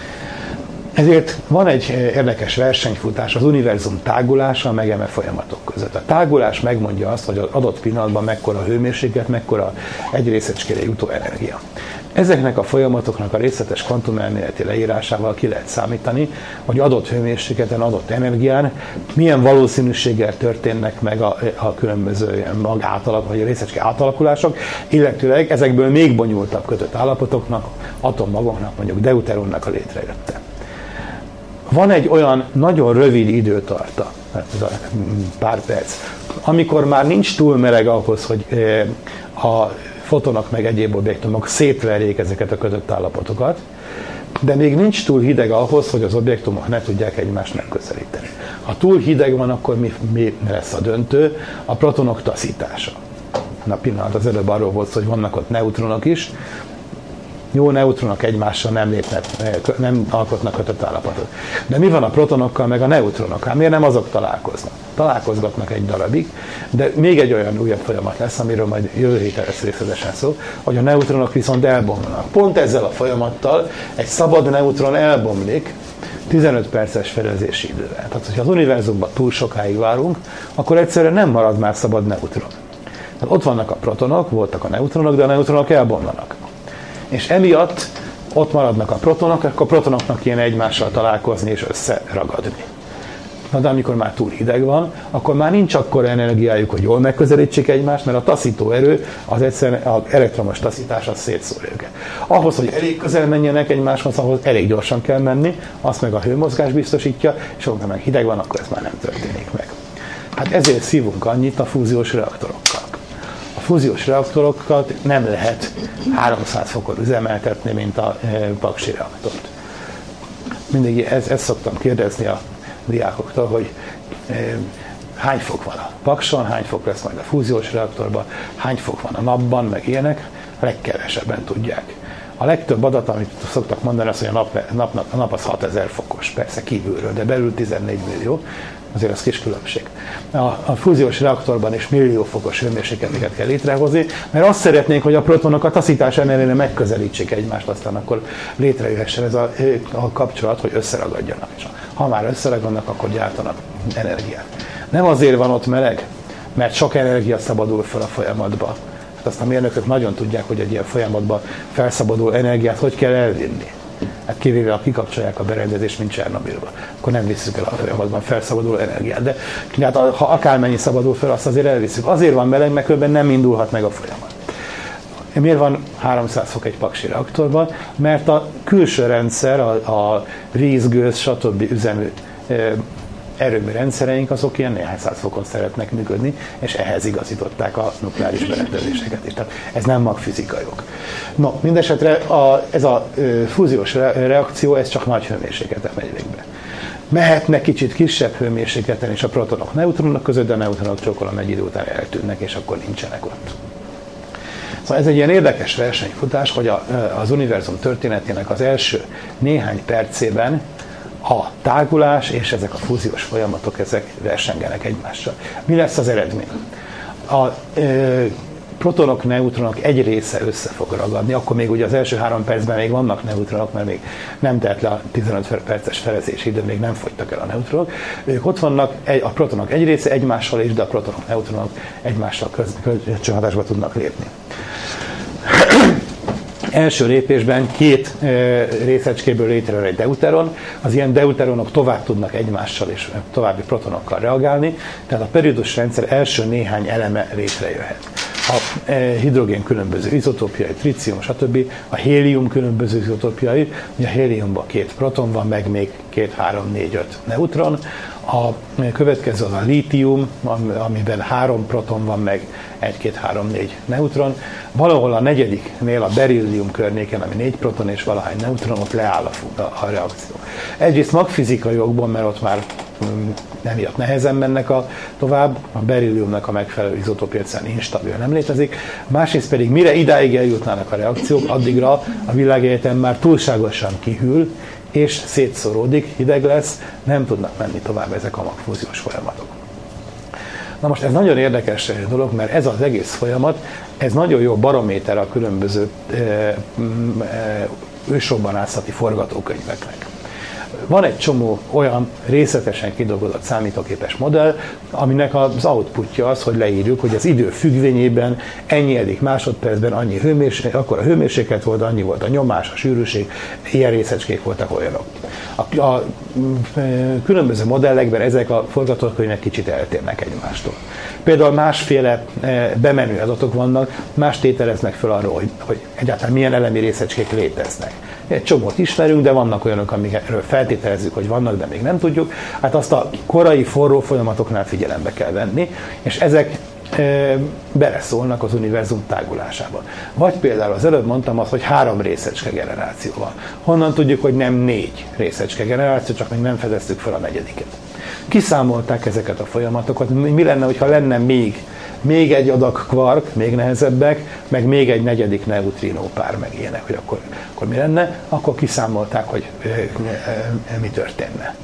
A: Ezért van egy érdekes versenyfutás az univerzum tágulása, meg eme folyamatok között. A tágulás megmondja azt, hogy az adott pillanatban mekkora a hőmérséklet, mekkora egy részecskére jutó energia. Ezeknek a folyamatoknak a részletes kvantumelméleti leírásával ki lehet számítani, hogy adott hőmérsékleten, adott energián milyen valószínűséggel történnek meg a, a különböző mag átalak, vagy a részecske átalakulások, illetőleg ezekből még bonyolultabb kötött állapotoknak, atommagoknak, mondjuk deuteronnak a létrejötte. Van egy olyan nagyon rövid időtarta, ez a pár perc, amikor már nincs túl meleg ahhoz, hogy a fotonok meg egyéb objektumok szétverjék ezeket a kötött állapotokat, de még nincs túl hideg ahhoz, hogy az objektumok ne tudják egymást megközelíteni. Ha túl hideg van, akkor mi, mi lesz a döntő? A protonok taszítása. Na pillanat, az előbb arról volt, hogy vannak ott neutronok is. Jó neutronok egymással nem lépnek, nem alkotnak kötött állapotot. De mi van a protonokkal, meg a neutronokkal? Miért nem azok találkoznak? Találkozgatnak egy darabig, de még egy olyan újabb folyamat lesz, amiről majd jövő héten lesz részletesen szó, hogy a neutronok viszont elbomlanak. Pont ezzel a folyamattal egy szabad neutron elbomlik tizenöt perces felezési idővel. Tehát, hogyha az univerzumban túl sokáig várunk, akkor egyszerűen nem marad már szabad neutron. Tehát ott vannak a protonok, voltak a neutronok, de a neutronok elbomlanak. És emiatt ott maradnak a protonok, akkor a protonoknak kéne egymással találkozni és összeragadni. Na de amikor már túl hideg van, akkor már nincs akkora energiájuk, hogy jól megközelítsék egymást, mert a taszító erő, az egyszerűen az elektromos taszítás, az szétszórja őket. Ahhoz, hogy elég közel menjenek egymáshoz, ahhoz elég gyorsan kell menni, azt meg a hőmozgás biztosítja, és amikor meg hideg van, akkor ez már nem történik meg. Hát Hát ezért szívunk annyit a fúziós reaktorokkal. A fúziós reaktorokat nem lehet háromszáz fokon üzemeltetni, mint a paksi reaktort. Mindig ezt, ezt szoktam kérdezni a diákoktól, hogy hány fok van a pakson, hány fok lesz majd a fúziós reaktorban, hány fok van a napban, meg ilyenek, a legkevesebben tudják. A legtöbb adat, amit szoktak mondani, az, hogy a nap, napnak, a nap az hatezer fokos, persze kívülről, de belül tizennégy millió, azért az kis különbség. A, a fúziós reaktorban is millió fokos hőmérsékleteket kell létrehozni, mert azt szeretnénk, hogy a protonok a taszítás ellenére megközelítsék egymást, aztán akkor létrejöhessen ez a, a kapcsolat, hogy összeragadjanak. És ha már összeragadnak, akkor gyártanak energiát. Nem azért van ott meleg, mert sok energia szabadul fel a folyamatba. Hát azt a mérnökök nagyon tudják, hogy egy ilyen folyamatban felszabaduló energiát hogy kell elvinni. Hát kivéve, ha kikapcsolják a berendezést, mint Csernobilban, akkor nem visszük el a folyamatban felszabaduló energiát. De hát, ha akármennyi szabadul fel, azt azért elviszük. Azért van meleg, mert különben nem indulhat meg a folyamat. Miért van háromszáz fok egy paksi reaktorban? Mert a külső rendszer, a, a víz, gőz, stb. Üzemű erőmű rendszereink azok ilyen néhány száz fokon szeretnek működni, és ehhez igazították a nukleáris berendezéseket is. Tehát ez nem magfizikai ok. No, mindesetre a, ez a ö, fúziós re- reakció, ez csak nagy hőmérsékleten megy végbe. Mehetnek kicsit kisebb hőmérsékleten is a protonok, neutronok között, de a neutronok csókolom egy idő után eltűnnek, és akkor nincsenek ott. Szóval ez egy ilyen érdekes versenyfutás, hogy a, az univerzum történetének az első néhány percében a tágulás és ezek a fúziós folyamatok, ezek versengenek egymással. Mi lesz az eredmény? A e, protonok, neutronok egy része össze fog ragadni, akkor még ugye az első három percben még vannak neutronok, mert még nem telt le a tizenöt perces felezési idő, még nem fogytak el a neutronok. Ők ott vannak, a protonok egy része egymással is, de a protonok, neutronok egymással kölcsönhatásba tudnak lépni. Első lépésben két e, részecskéből létrejön egy deuteron, az ilyen deuteronok tovább tudnak egymással és további protonokkal reagálni, tehát a periódus rendszer első néhány eleme létrejöhet. A e, hidrogén különböző izotópjai, tritium, stb. A hélium különböző izotópjai, ugye a héliumban két proton van, meg még két, három, négy, öt neutron. A következő az a lítium, amiben három proton van, meg egy, két, három, négy neutron. Valahol a negyediknél, a berillium környéken, ami négy proton és valahány neutron, ott leáll a, a reakció. Egyrészt magfizikai okból, mert ott már nem jött nehezen mennek a, tovább, a berilliumnak a megfelelő izotópja egyszerűen instabil, nem létezik. Másrészt pedig mire idáig eljutnának a reakciók, addigra a világegyetem már túlságosan kihűl, és szétszóródik, hideg lesz, nem tudnak menni tovább ezek a magfúziós folyamatok. Na most ez nagyon érdekes dolog, mert ez az egész folyamat, ez nagyon jó barométer a különböző e, e, ősrobbanászati forgatókönyveknek. Van egy csomó olyan részletesen kidolgozott számítógépes modell, aminek az outputja az, hogy leírjuk, hogy az idő függvényében ennyi másodpercben annyi hőmérséklet, akkor a hőmérséklet volt, annyi volt a nyomás, a sűrűség, ilyen részecskék voltak olyanok. A, a, a különböző modellekben ezek a forgatókönyvek kicsit eltérnek egymástól. Például másféle bemenő adatok vannak, más tételeznek fel arról, hogy, hogy egyáltalán milyen elemi részecskék léteznek. Egy csomót ismerünk, de vannak olyanok, amikről feltételezzük, hogy vannak, de még nem tudjuk. Hát azt a korai forró folyamatoknál figyelembe kell venni, és ezek e, beleszólnak az univerzum tágulásába. Vagy például az előbb mondtam azt, hogy három részecske generáció van. Honnan tudjuk, hogy nem négy részecske generáció, csak még nem fedeztük fel a negyediket. Kiszámolták ezeket a folyamatokat. Mi lenne, hogyha lenne még még egy adag kvark, még nehezebbek, meg még egy negyedik neutrínó pár, meg ilyenek, hogy akkor, akkor mi lenne, akkor kiszámolták, hogy e, e, e, mi történne.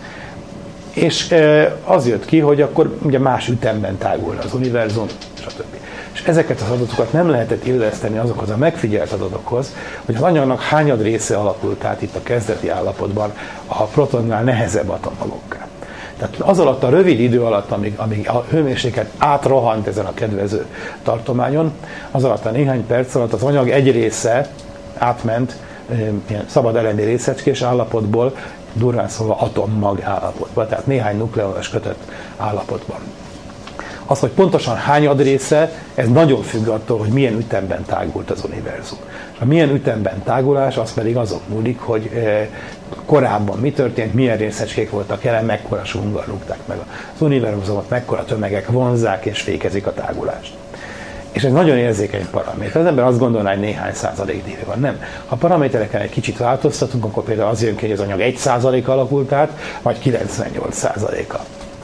A: És e, az jött ki, hogy akkor ugye más ütemben tágulna az univerzum, stb. És ezeket az adatokat nem lehetett illeszteni azokhoz a megfigyelt adatokhoz, hogy az anyagnak hányad része alakult át itt a kezdeti állapotban a protonnál nehezebb atommagokká. Tehát az alatt a rövid idő alatt, amíg, amíg a hőmérséklet átrohant ezen a kedvező tartományon, az alatt a néhány perc alatt az anyag egy része átment e, ilyen szabad elemi részecskés állapotból, durván szólva atommag állapotba, tehát néhány nukleonos kötött állapotban.
D: Az, hogy pontosan hányad része, ez nagyon függ attól, hogy milyen ütemben tágult az univerzum. A milyen ütemben tágulás, az pedig azon múlik, hogy korábban mi történt, milyen részecskék voltak jelen, mekkora súnggal rúgták meg az univerzumot, mekkora tömegek vonzzák és fékezik a tágulást. És ez nagyon érzékeny paraméter. Az ember azt gondolná, hogy néhány százalék díj van. Nem. Ha a paramétereken egy kicsit változtatunk, akkor például az jön ki, hogy az anyag egy százalék alakult át, vagy kilencvennyolc százaléka.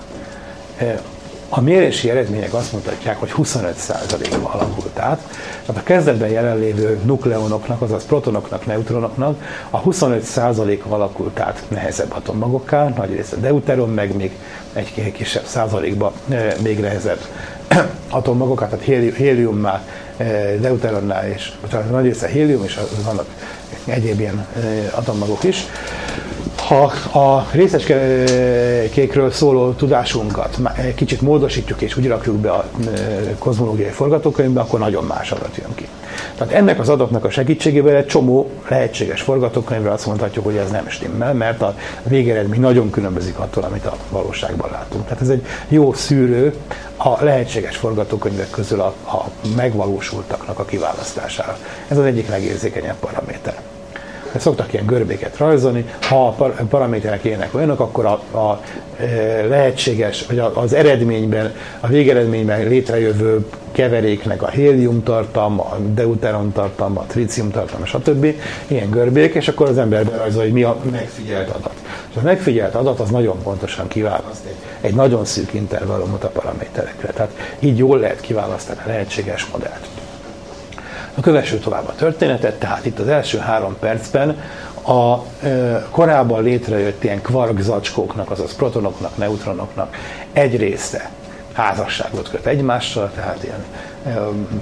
D: A mérési eredmények azt mutatják, hogy huszonöt százalékban alakult át. Tehát a kezdetben jelenlévő nukleonoknak, azaz protonoknak, neutronoknak a huszonöt százaléka alakult át nehezebb atommagokká, nagy része deuteron, meg még egy kisebb százalékban még nehezebb atommagokat, tehát héliummá, deuteronnál és nagy része hélium, és vannak egyéb ilyen atommagok is. Ha a részecskékről szóló tudásunkat kicsit módosítjuk és úgy rakjuk be a kozmológiai forgatókönyvbe, akkor nagyon más adat jön ki. Tehát ennek az adatnak a segítségével egy csomó lehetséges forgatókönyvre azt mondhatjuk, hogy ez nem stimmel, mert a végeredmény nagyon különbözik attól, amit a valóságban látunk. Tehát ez egy jó szűrő a lehetséges forgatókönyvek közül a, a megvalósultaknak a kiválasztására. Ez az egyik legérzékenyebb paraméter. Szoktak ilyen görbéket rajzolni, ha a paraméterek ilyenek olyanok, akkor a, a lehetséges, vagy az eredményben, a végeredményben létrejövő keveréknek a hélium tartalma, a deuteron tartalma, a trícium tartalma, stb. Ilyen görbék, és akkor az ember berajzol, hogy mi a megfigyelt adat. És a megfigyelt adat az nagyon pontosan kiválaszt egy, egy nagyon szűk intervallumot a paraméterekre. Tehát így jól lehet kiválasztani a lehetséges modellt. A kövessük tovább a történetet, tehát itt az első három percben a e, korábban létrejött ilyen kvark zacskóknak, azaz protonoknak, neutronoknak egy része házasságot köt egymással, tehát ilyen e,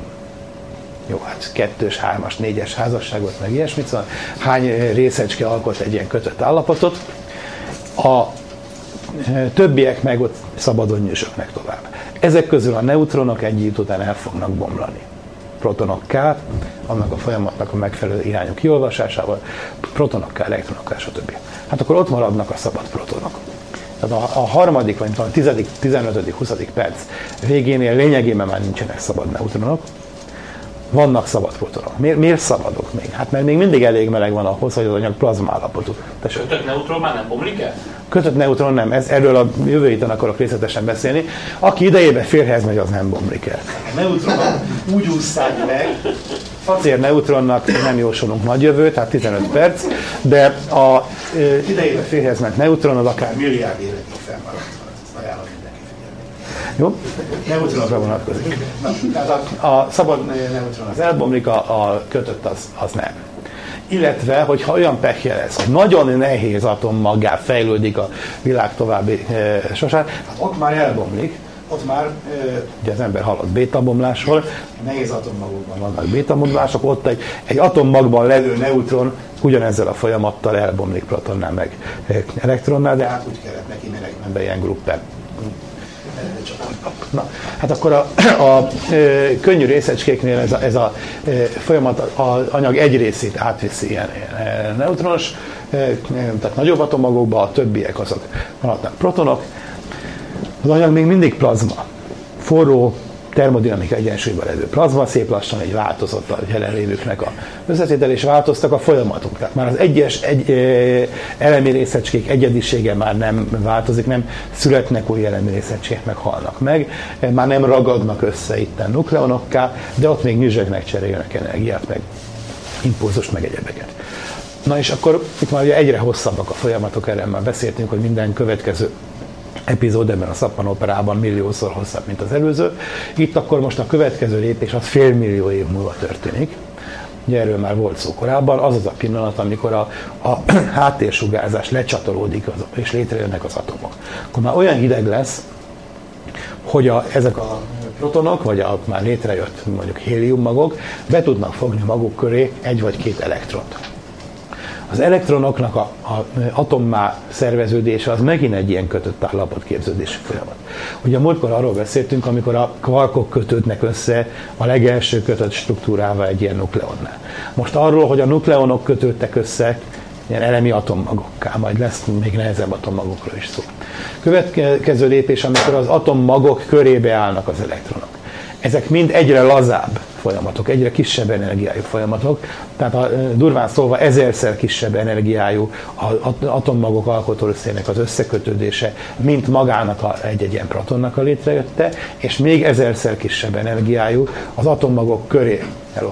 D: jó, hát kettős, hármas, négyes házasságot, meg ilyesmit, szóval hány részecske alkot egy ilyen kötött állapotot, a e, többiek meg ott szabadon nyüzsögnek tovább. Ezek közül a neutronok egy idő után el fognak bomlani protonokká, annak a folyamatnak a megfelelő irányú kiolvasásával, protonokká, elektronokká, stb. Hát akkor ott maradnak a szabad protonok. Tehát a, a harmadik, vagy a tizedik, tizenötödik, huszadik perc végénél lényegében már nincsenek szabad neutronok, vannak szabad protonok. Miért, miért szabadok még? Hát mert még mindig elég meleg van ahhoz, hogy az anyag plazma állapotú.
C: Kötött neutron már nem bomlik el?
D: Kötött neutron nem, ez, erről a jövő héten akarok részletesen beszélni. Aki idejébe félhez megy, az nem bomlik el. A neutronok úgy ússzák meg, facér neutronnak nem jósolunk nagy jövő, tehát tizenöt perc, de a e, idejébe félhez ment neutron az akár milliárd évekig fennmaradt. Ezt ajánlom mindenki figyelni. Jó? Neutronokra vonatkozik. Tehát a, a szabad neutron az elbomlik, a, a kötött az, az nem. Illetve, hogyha olyan pekje lesz, hogy nagyon nehéz atommaggá fejlődik a világ további e, során, hát ott már elbomlik, ott már e, ugye az ember hallott bétabomlásról, nehéz atommagokban vannak bétabomlások, ott egy, egy atommagban levő neutron ugyanezzel a folyamattal elbomlik protonnál meg elektronnál, de hát úgy kellett neki menekben ilyen gruppen. Na, hát akkor a, a, a könnyű részecskéknél ez a, ez a folyamat az anyag egy részét átviszi ilyen, ilyen neutronos, tehát nagyobb atommagokba, a többiek azok maradnak protonok. Az anyag még mindig plazma, forró, termodinamika egyensúlyban levő plazma, szép lassan egy változott a jelenlévőknek a összetétel, és változtak a folyamatok. Tehát már az egyes egy, elemi részecskék egyedisége már nem változik, nem születnek új elemi részecskék, meg halnak meg, már nem ragadnak össze itten nukleonokká, de ott még nyüzsögnek, cserélnek energiát, meg impulzust, meg egyebeket. Na és akkor itt már ugye egyre hosszabbak a folyamatok, erről már beszéltünk, hogy minden következő epizód ebben a szappanoperában milliószor hosszabb, mint az előző. Itt akkor most a következő lépés az félmillió év múlva történik. Ugye erről már volt szó korábban, az az a pillanat, amikor a, a háttérsugárzás lecsatolódik az, és létrejönnek az atomok. Akkor már olyan hideg lesz, hogy a, ezek a protonok, vagy a már létrejött mondjuk héliummagok be tudnak fogni maguk köré egy vagy két elektront. Az elektronoknak a, a atommá szerveződése az megint egy ilyen kötött állapotképződési folyamat. Ugye múltkor arról beszéltünk, amikor a kvarkok kötődnek össze a legelső kötött struktúrával egy ilyen nukleonnál. Most arról, hogy a nukleonok kötődtek össze ilyen elemi atommagokká, majd lesz még nehezebb atommagokról is szó. Következő lépés, amikor az atommagok körébe állnak az elektronok. Ezek mind egyre lazább folyamatok, egyre kisebb energiájú folyamatok, tehát a, durván szólva ezerszer kisebb energiájú az atommagok alkotórészeinek az összekötődése, mint magának a, egy-egy ilyen protonnak a létrejötte, és még ezerszer kisebb energiájú az atommagok köré. Hello.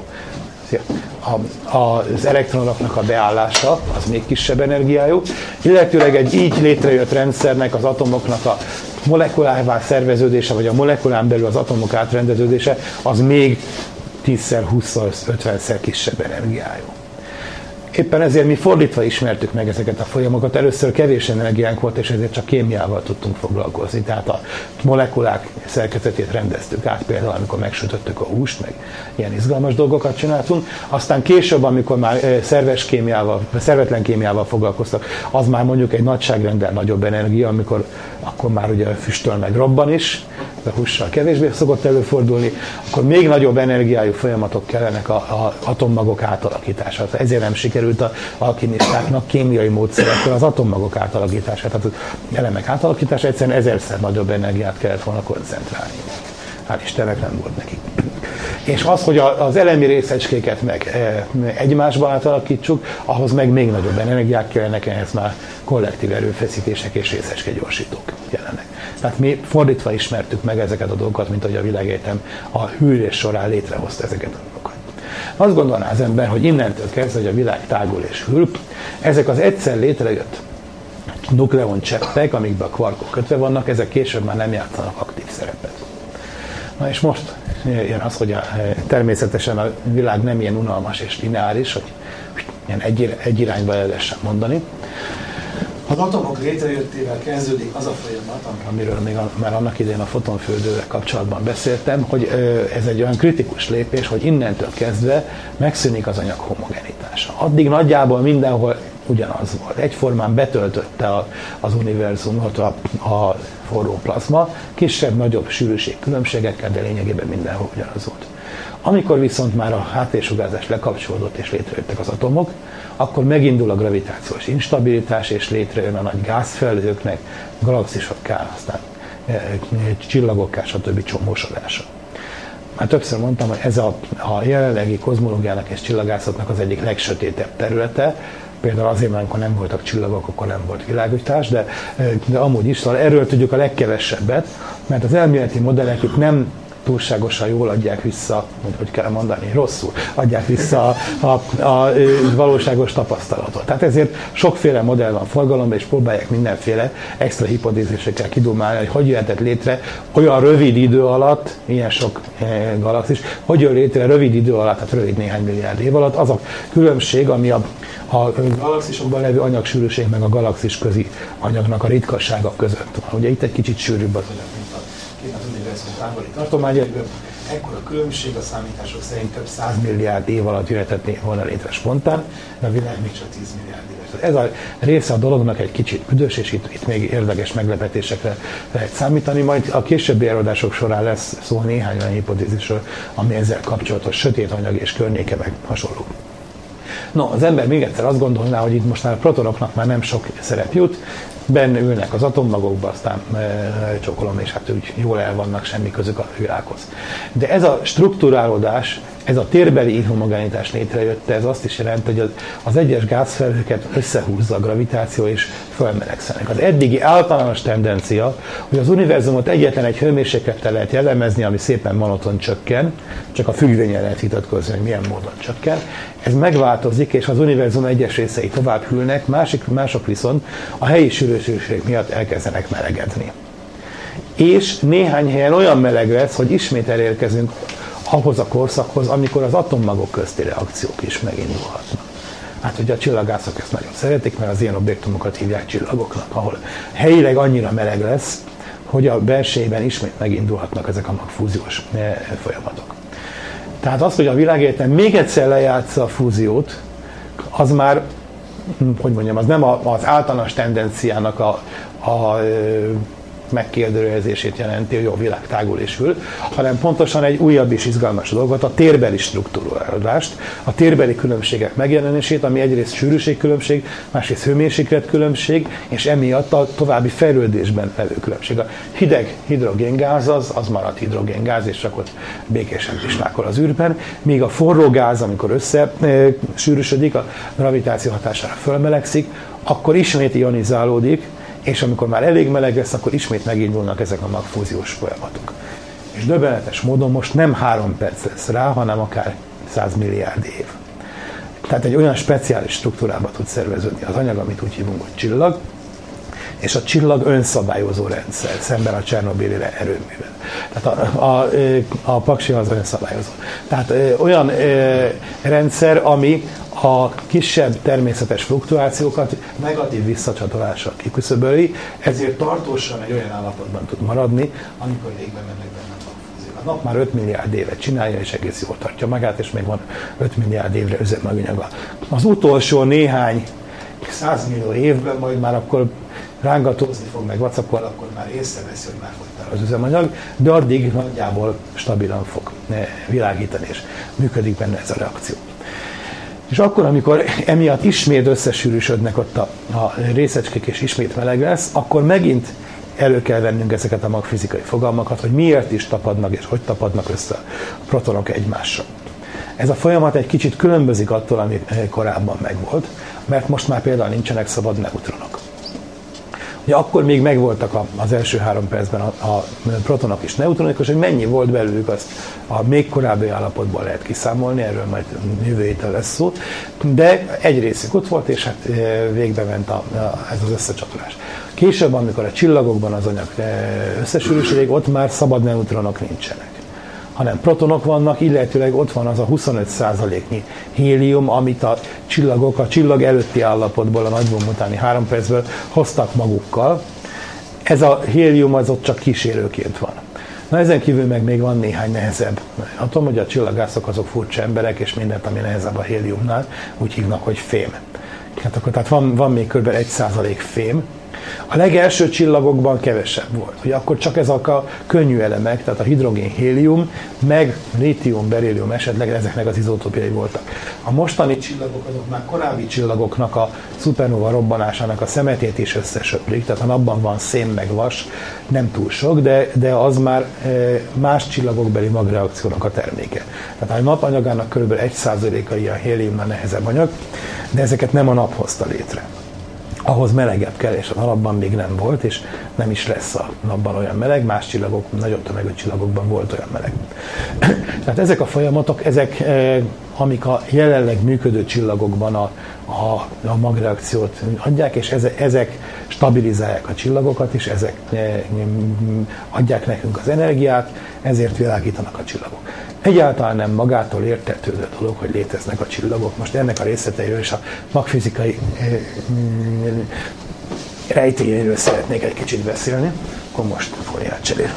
D: A, az elektronoknak a beállása, az még kisebb energiájú, illetőleg egy így létrejött rendszernek az atomoknak a molekulává szerveződése, vagy a molekulán belül az atomok átrendeződése, az még tízszer, húszszer, ötvenszer kisebb energiájú. Éppen ezért mi fordítva ismertük meg ezeket a folyamokat. Először kevés energiánk volt, és ezért csak kémiával tudtunk foglalkozni. Tehát a molekulák szerkezetét rendeztük át, például amikor megsütöttük a húst, meg ilyen izgalmas dolgokat csináltunk. Aztán később, amikor már szerves kémiával, szervetlen kémiával foglalkoztak, az már mondjuk egy nagyságrenddel nagyobb energia, amikor akkor már ugye füstöl meg robban is, a hússal kevésbé szokott előfordulni, akkor még nagyobb energiájú folyamatok kellenek az atommagok átalakítására. Ezért nem sikerült az alkimistáknak kémiai módszerekkel az atommagok átalakítását, tehát az elemek átalakítása egyszerűen ezerszer nagyobb energiát kellett volna koncentrálni. Hál' Istennek nem volt neki. És az, hogy az elemi részecskéket meg egymásba átalakítsuk, ahhoz meg még nagyobb energiák kellenek, ehhez már kollektív erőfeszítések és részecskegyorsítók kellenek. Tehát mi fordítva ismertük meg ezeket a dolgokat, mint ahogy a világegyetem a hűlés során létrehozta ezeket a dolgokat. Azt gondolná az ember, hogy innentől kezdve, hogy a világ tágul és hűl, ezek az egyszer létrejött nukleoncseppek, amikben a kvarkok kötve vannak, ezek később már nem játszanak aktív szerepet. Na és most jön az, hogy a, természetesen a világ nem ilyen unalmas és lineáris, hogy ilyen egy, egy irányba el lehessen mondani. Az atomok létrejöttével kezdődik az a folyamat, amiről még a, már annak idején a fotonfürdővel kapcsolatban beszéltem, hogy ez egy olyan kritikus lépés, hogy innentől kezdve megszűnik az anyag homogenitása. Addig nagyjából mindenhol ugyanaz volt. Egyformán betöltötte a, az univerzumot a, a forró plazma, kisebb-nagyobb sűrűség különbségekkel, de lényegében mindenhol ugyanaz volt. Amikor viszont már a háttérsugárzás lekapcsolódott és létrejöttek az atomok, akkor megindul a gravitációs instabilitás, és létrejön a nagy gázfelhőknek, galaxisokká, aztán e, csillagokká, stb. Csomósodása. Már többször mondtam, hogy ez a, a jelenlegi kozmológiának és csillagászatnak az egyik legsötétebb területe. Például azért, mert amikor nem voltak csillagok, akkor nem volt világítás, de, de amúgy is, szóval erről tudjuk a legkevesebbet, mert az elméleti modellek nem túlságosan jól adják vissza, hogy kell mondani, rosszul adják vissza a, a, a valóságos tapasztalatot. Tehát ezért sokféle modell van forgalomban, és próbálják mindenféle extra hipotézisekkel kidumálni, hogy hogy jöhetett létre olyan rövid idő alatt, ilyen sok galaxis, hogy jön létre rövid idő alatt, tehát rövid néhány milliárd év alatt. Az a különbség, ami a, a galaxisokban levő anyagsűrűség meg a galaxis közi anyagnak a ritkasága között van. Ugye itt egy kicsit sűrűbb az anyag, mint a az univerzum távoli tartományaiból. Ekkor a különbség a számítások szerint több száz milliárd év alatt jöhetett volna létre spontán, de a világ még csak tíz milliárd éves. Ez a része a dolognak egy kicsit büdös, és itt, itt még érdekes meglepetésekre lehet számítani. Majd a későbbi előadások során lesz szó néhány olyan hipotézisről, ami ezzel kapcsolatos sötét anyag és környéke meg hasonló. No, az ember még egyszer azt gondolná, hogy itt most már a protonoknak már nem sok szerep jut, benne ülnek az atommagokba, aztán e, csokolom, és hát úgy jól el vannak, semmi közük a világhoz. De ez a strukturálódás, ez a térbeli inhomogenitás létrejötte, ez azt is jelenti, hogy az, az egyes gázfelhőket összehúzza a gravitáció, és fölmelegszenek. Az eddigi általános tendencia, hogy az univerzumot egyetlen egy hőmérséklettel lehet jellemezni, ami szépen monoton csökken, csak a függvényen lehet vitatkozni, hogy milyen módon csökken. Ez megváltozik, és az univerzum egyes részei tovább hűlnek, másik, mások viszont a helyi sűrűség miatt elkezdenek melegedni. És néhány helyen olyan meleg lesz, hogy ismét elérkezünk ahhoz a korszakhoz, amikor az atommagok közti reakciók is megindulhatnak. Hát ugye a csillagászok ezt nagyon szeretik, mert az ilyen objektumokat hívják csillagoknak, ahol helyileg annyira meleg lesz, hogy a belsejében ismét megindulhatnak ezek a magfúziós folyamatok. Tehát az, hogy a világegyetem még egyszer lejátsza a fúziót, az már, hogy mondjam, az nem az általános tendenciának a, a megkérdőjelezését jelenti, hogy a világ tágul és hűl, hanem pontosan egy újabb és izgalmas dolgot, a térbeli struktúrálást, a térbeli különbségek megjelenését, ami egyrészt sűrűségkülönbség, másrészt hőmérsékletkülönbség, és emiatt a további fejlődésben levő különbség. A hideg hidrogéngáz az, az marad hidrogéngáz, és csak ott békésen pislákol az űrben, míg a forró gáz, amikor összesűrűsödik, a gravitáció hatására fölmelegszik, akkor ismét ionizálódik, és amikor már elég meleg lesz, akkor ismét megindulnak ezek a magfúziós folyamatok. És döbbenetes módon most nem három perc lesz rá, hanem akár száz milliárd év. Tehát egy olyan speciális struktúrába tud szerveződni az anyag, amit úgy hívunk, hogy csillag, és a csillag önszabályozó rendszer szemben a Csernobili erőművel. Tehát a, a, a paksi az önszabályozó. Tehát ö, olyan ö, rendszer, ami a kisebb természetes fluktuációkat negatív visszacsatolással kiküszöböli, ezért tartósan egy olyan állapotban tud maradni, amikor végbe mennek benne a magfúziók. A nap már öt milliárd évet csinálja, és egész jól tartja magát, és még van öt milliárd évre üzemanyaga. Az utolsó néhány százmillió évben majd már akkor rángatózni fog, meg vacakol, akkor már észreveszi, hogy már fogytál az üzemanyag, de addig nagyjából stabilan fog világítani, és működik benne ez a reakció. És akkor, amikor emiatt ismét összesűrűsödnek ott a, a részecskék, és ismét meleg lesz, akkor megint elő kell vennünk ezeket a magfizikai fogalmakat, hogy miért is tapadnak, és hogy tapadnak össze a protonok egymással. Ez a folyamat egy kicsit különbözik attól, ami korábban megvolt, mert most már például nincsenek szabad neutronok. Ugye akkor még megvoltak az első három percben a, a protonok és neutronok, és hogy mennyi volt belőlük, azt a még korábbi állapotban lehet kiszámolni, erről majd jövő héten lesz szó, de egy részük ott volt, és hát végbe ment a, a, ez az összecsatolás. Később, amikor a csillagokban az anyag összesűrűsödik, ott már szabad neutronok nincsenek, hanem protonok vannak, illetőleg ott van az a huszonöt százaléknyi hélium, amit a csillagok a csillag előtti állapotból, a nagybomb utáni három percből hoztak magukkal. Ez a hélium az ott csak kísérőként van. Na ezen kívül meg még van néhány nehezebb atom, hogy a csillagászok azok furcsa emberek, és mindent, ami nehezebb a héliumnál, úgy hívnak, hogy fém. Hát akkor, tehát van, van még kb. egy százalék fém. A legelső csillagokban kevesebb volt. Ugye akkor csak ezek a könnyű elemek, tehát a hidrogén, hélium, meg lítium, berillium esetleg ezeknek az izotópiai voltak. A mostani csillagok azok már korábbi csillagoknak a szupernova robbanásának a szemetét is összesöprik, tehát a napban van szén meg vas, nem túl sok, de, de az már más csillagokbeli magreakciónak a terméke. Tehát a nap anyagának kb. egy százaléka ilyen héliumnál nehezebb anyag, de ezeket nem a nap hozta létre. Ahhoz melegebb kell, és a napban még nem volt, és nem is lesz a napban olyan meleg, más csillagok, nagyobb tömegű csillagokban volt olyan meleg. Tehát ezek a folyamatok, ezek, amik a jelenleg működő csillagokban a, a, a magreakciót adják, és ezek stabilizálják a csillagokat, és ezek adják nekünk az energiát, ezért világítanak a csillagok. Egyáltalán nem magától értetődő dolog, hogy léteznek a csillagok. Most ennek a részleteiről és a magfizikai rejtélyeiről szeretnék egy kicsit beszélni. Akkor most fóliát cserélünk.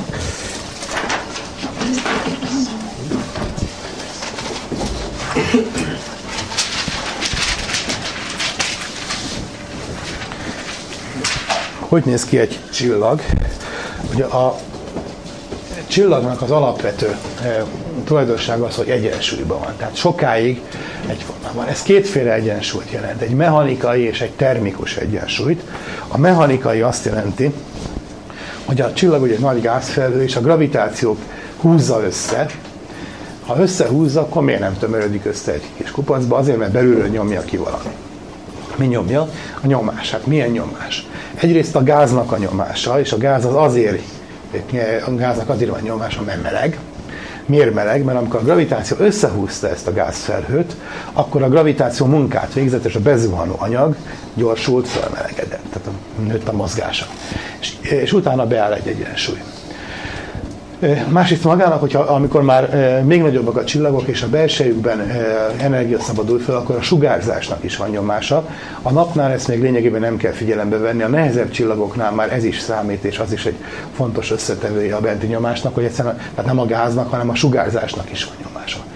D: Hogy néz ki egy csillag? Ugye a csillagnak az alapvető e, tulajdonsága az, hogy egyensúlyban van. Tehát sokáig egyformán van. Ez kétféle egyensúlyt jelent. Egy mechanikai és egy termikus egyensúlyt. A mechanikai azt jelenti, hogy a csillag ugye egy nagy gázfelhő, és a gravitáció húzza össze. Ha összehúzza, akkor miért nem tömörödik össze egy kis kupacba? Azért, mert belülről nyomja ki valami. Mi nyomja? A nyomás. Hát milyen nyomás? Egyrészt a gáznak a nyomása, és a gáz az azért a gáznak azért van nyomása, mert meleg. Miért meleg? Mert amikor a gravitáció összehúzta ezt a gázfelhőt, akkor a gravitáció munkát végzett, és a bezuhanó anyag gyorsult, felmelegedett. Tehát nőtt a mozgása. És, és utána beáll egy egyensúly. Másrészt magának, hogyha amikor már még nagyobbak a csillagok, és a belsejükben energia szabadul fel, akkor a sugárzásnak is van nyomása. A napnál ezt még lényegében nem kell figyelembe venni, a nehezebb csillagoknál már ez is számít, és az is egy fontos összetevője a benti nyomásnak, hogy egyszerűen tehát nem a gáznak, hanem a sugárzásnak is van nyomása.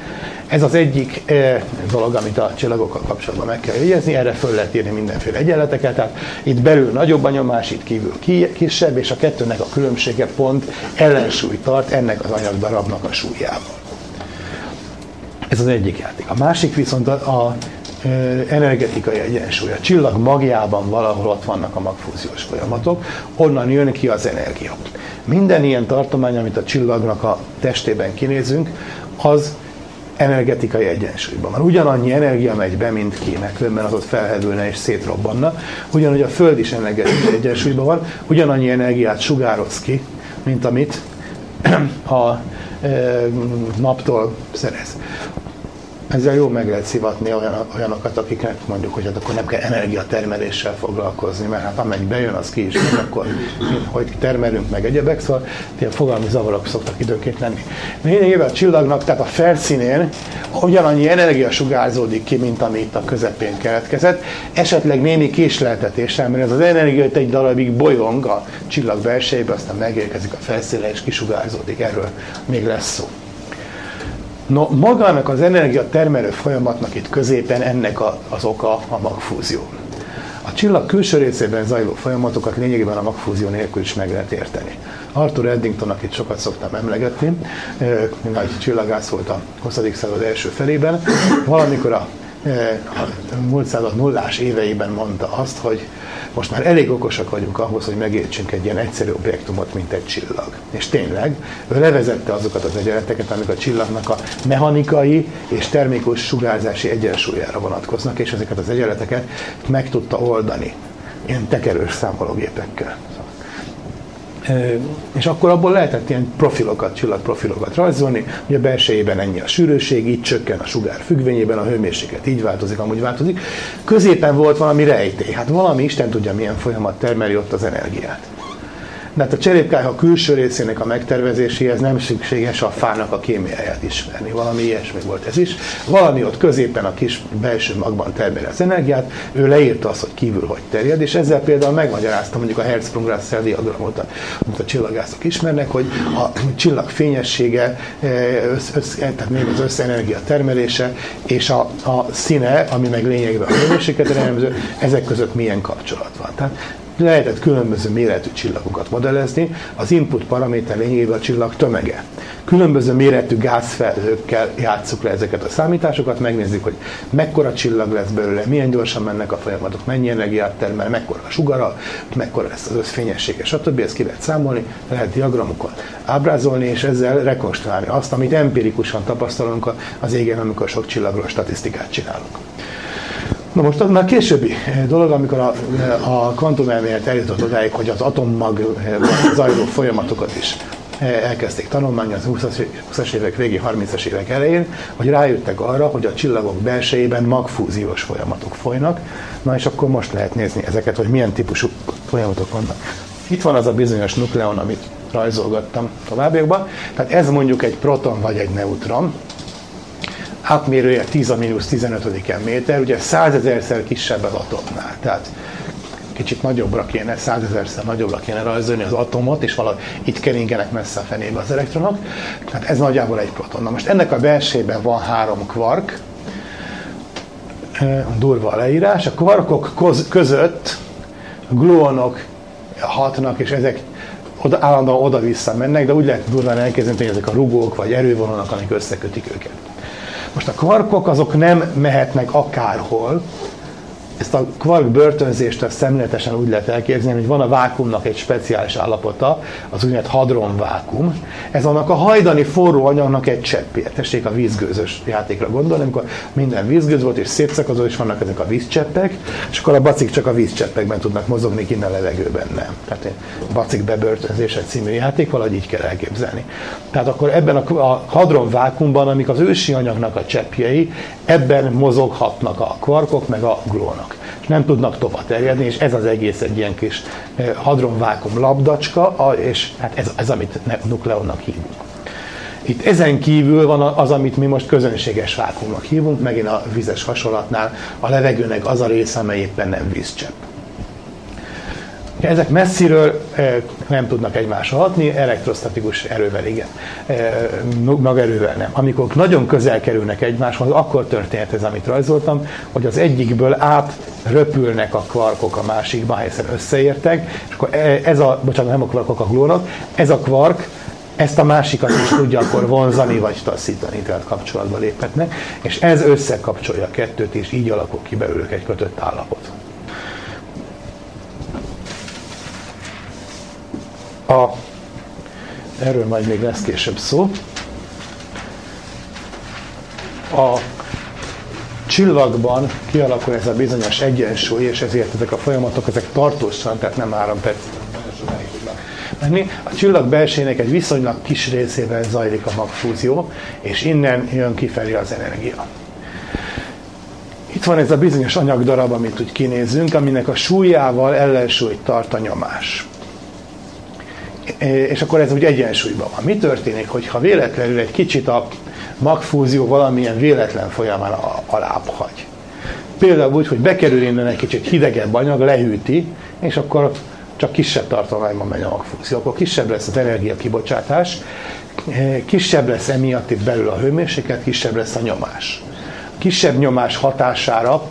D: Ez az egyik eh, dolog, amit a csillagokkal kapcsolatban meg kell jegyezni, erre föl lehet írni mindenféle egyenleteket, tehát itt belül nagyobb a nyomás, itt kívül ki, kisebb, és a kettőnek a különbsége pont ellensúlyt tart ennek az anyagdarabnak a súlyával. Ez az egyik játék. A másik viszont a, a energetikai egyensúly. A csillag magjában valahol ott vannak a magfúziós folyamatok, onnan jön ki az energia. Minden ilyen tartomány, amit a csillagnak a testében kinézünk, az energetikai egyensúlyban van. Ugyanannyi energia megy be, mint ki, mert különben az ott felhevülne és szétrobbanna. Ugyanúgy a Föld is energetikai egyensúlyban van, ugyanannyi energiát sugároz ki, mint amit a e, naptól szerez. Ezzel jól meg lehet szivatni olyan, olyanokat, akiknek mondjuk, hogy hát akkor nem kell energiatermeléssel foglalkozni, mert hát amennyi bejön, az ki is jön, akkor hogy termelünk meg egyebek, szóval ilyen fogalmi zavarok szoktak időnként lenni. Lényegében a csillagnak, tehát a felszínén ugyanannyi energia sugárzódik ki, mint ami itt a közepén keletkezett, esetleg némi késleltetéssel, mert ez az energia itt egy darabig bolyong a csillag belsejébe, aztán megérkezik a felszínre és kisugárzódik, erről még lesz szó. No, magának az energiatermelő folyamatnak itt középen ennek a, az oka a magfúzió. A csillag külső részében zajló folyamatokat lényegében a magfúzió nélkül is meg lehet érteni. Arthur Eddington, akit sokat szoktam emlegetni, nagy csillagász volt a huszadik század első felében, valamikor a, a múlt század nullás éveiben mondta azt, hogy most már elég okosak vagyunk ahhoz, hogy megértsünk egy ilyen egyszerű objektumot, mint egy csillag. És tényleg, ő levezette azokat az egyenleteket, amik a csillagnak a mechanikai és termikus sugárzási egyensúlyára vonatkoznak, és ezeket az egyenleteket meg tudta oldani ilyen tekerős számológépekkel. És akkor abból lehetett ilyen profilokat, csillagprofilokat rajzolni, hogy a belsejében ennyi a sűrűség, így csökken a sugár függvényében, a hőmérséklet így változik, amúgy változik. Középen volt valami rejtély, hát valami Isten tudja milyen folyamat termeli ott az energiát. De hát a cserépkályha külső részének a megtervezéséhez nem szükséges a fának a kémiáját ismerni. Valami ilyesmi volt ez is. Valami ott középen a kis belső magban termeli az energiát, ő leírta azt, hogy kívül hogy terjed, és ezzel például megmagyarázta mondjuk a Hertzsprung-Russell diagramot, amit a csillagászok ismernek, hogy a csillag fényessége, össz, össz, tehát még az összenergia termelése, és a, a színe, ami meg lényegében a hőmérsékletre jellemző, ezek között milyen kapcsolat van. Tehát lehetett különböző méretű csillagokat modellezni, az input paraméter lényegében a csillag tömege. Különböző méretű gázfelhőkkel játsszuk le ezeket a számításokat, megnézzük, hogy mekkora csillag lesz belőle, milyen gyorsan mennek a folyamatok, mennyi energiát termel, mekkora a sugara, mekkora lesz az összfényessége, stb. Ezt ki lehet számolni, lehet diagramokon ábrázolni, és ezzel rekonstruálni azt, amit empirikusan tapasztalunk az égen, amikor sok csillagról statisztikát csinálunk. Na most az már későbbi dolog, amikor a, a kvantumelmélet eljutott odáig, hogy az atommag zajló folyamatokat is elkezdték tanulmányozni az húszas évek végi, harmincas évek elején, hogy rájöttek arra, hogy a csillagok belsejében magfúziós folyamatok folynak. Na és akkor most lehet nézni ezeket, hogy milyen típusú folyamatok vannak. Itt van az a bizonyos nukleon, amit rajzolgattam továbbiakban. Tehát ez mondjuk egy proton vagy egy neutron. Átmérője tíz a mínusz tizenötödiken méter, ugye százezerszer kisebb az atomnál. Tehát kicsit nagyobbra kéne, százezerszer nagyobbra kéne rajzolni az atomot, és valahogy itt keringenek messze a fenébe az elektronok. Tehát ez nagyjából egy proton. Na most ennek a belsejében van három kvark, durva a leírás. A kvarkok között gluonok hatnak, és ezek oda, állandóan oda-vissza mennek, de úgy lehet durván elképzelni, hogy ezek a rugók vagy erővonalak, amik összekötik őket. Most a kvarkok azok nem mehetnek akárhol. Ezt a kvark börtönzést szemléletesen úgy lehet elképzelni, hogy van a vákuumnak egy speciális állapota, az úgynevezett hadronvákuum. Ez annak a hajdani forró anyagnak egy cseppje. Tessék a vízgőzös játékra gondolni, amikor minden vízgőz volt és szétszakazó, és vannak ezek a vízcseppek, és akkor a bacik csak a vízcseppekben tudnak mozogni, kinn a levegőben nem. Tehát a bacik bebörtönzése című játék, valahogy így kell elképzelni. Tehát akkor ebben a hadronvákuumban, amik az ősi anyagnak a cseppjei, ebben mozoghatnak a kvarkok meg a gluonok. És nem tudnak tovább terjedni, és ez az egész egy ilyen kis hadronvákuum labdacska, és hát ez, ez amit nukleonnak hívunk. Itt ezen kívül van az, amit mi most közönséges vákuumnak hívunk, megint a vizes hasonlatnál a levegőnek az a része, amely éppen nem vízcsepp. Ezek messziről nem tudnak egymásra hatni, elektrostatikus erővel igen, magerővel nem. Amikor nagyon közel kerülnek egymáshoz, akkor történt ez, amit rajzoltam, hogy az egyikből átröpülnek a kvarkok a másikba, hiszen összeértek, és akkor ez a, bocsánat, nem a kvarkok, a gluonok, ez a kvark ezt a másikat is tudja akkor vonzani vagy taszítani, tehát kapcsolatba léphetnek, és ez összekapcsolja a kettőt, és így alakul ki belőlük egy kötött állapot. A, erről majd még lesz később szó. A csillagban kialakul ez a bizonyos egyensúly, és ezért ezek a folyamatok ezek tartósan, tehát nem három perc menni. A csillag belsének egy viszonylag kis részével zajlik a magfúzió, és innen jön kifelé az energia. Itt van ez a bizonyos anyagdarab, amit úgy kinézünk, aminek a súlyával ellensúlyt tart a nyomás. És akkor ez úgy egyensúlyban van. Mi történik, hogyha véletlenül egy kicsit a magfúzió valamilyen véletlen folyamán alább hagy? Például úgy, hogy bekerül innen egy kicsit hidegebb anyag, lehűti, és akkor csak kisebb tartományban megy a magfúzió. Akkor kisebb lesz az energia kibocsátás, kisebb lesz emiatt itt belül a hőmérséklet, kisebb lesz a nyomás. Kisebb nyomás hatására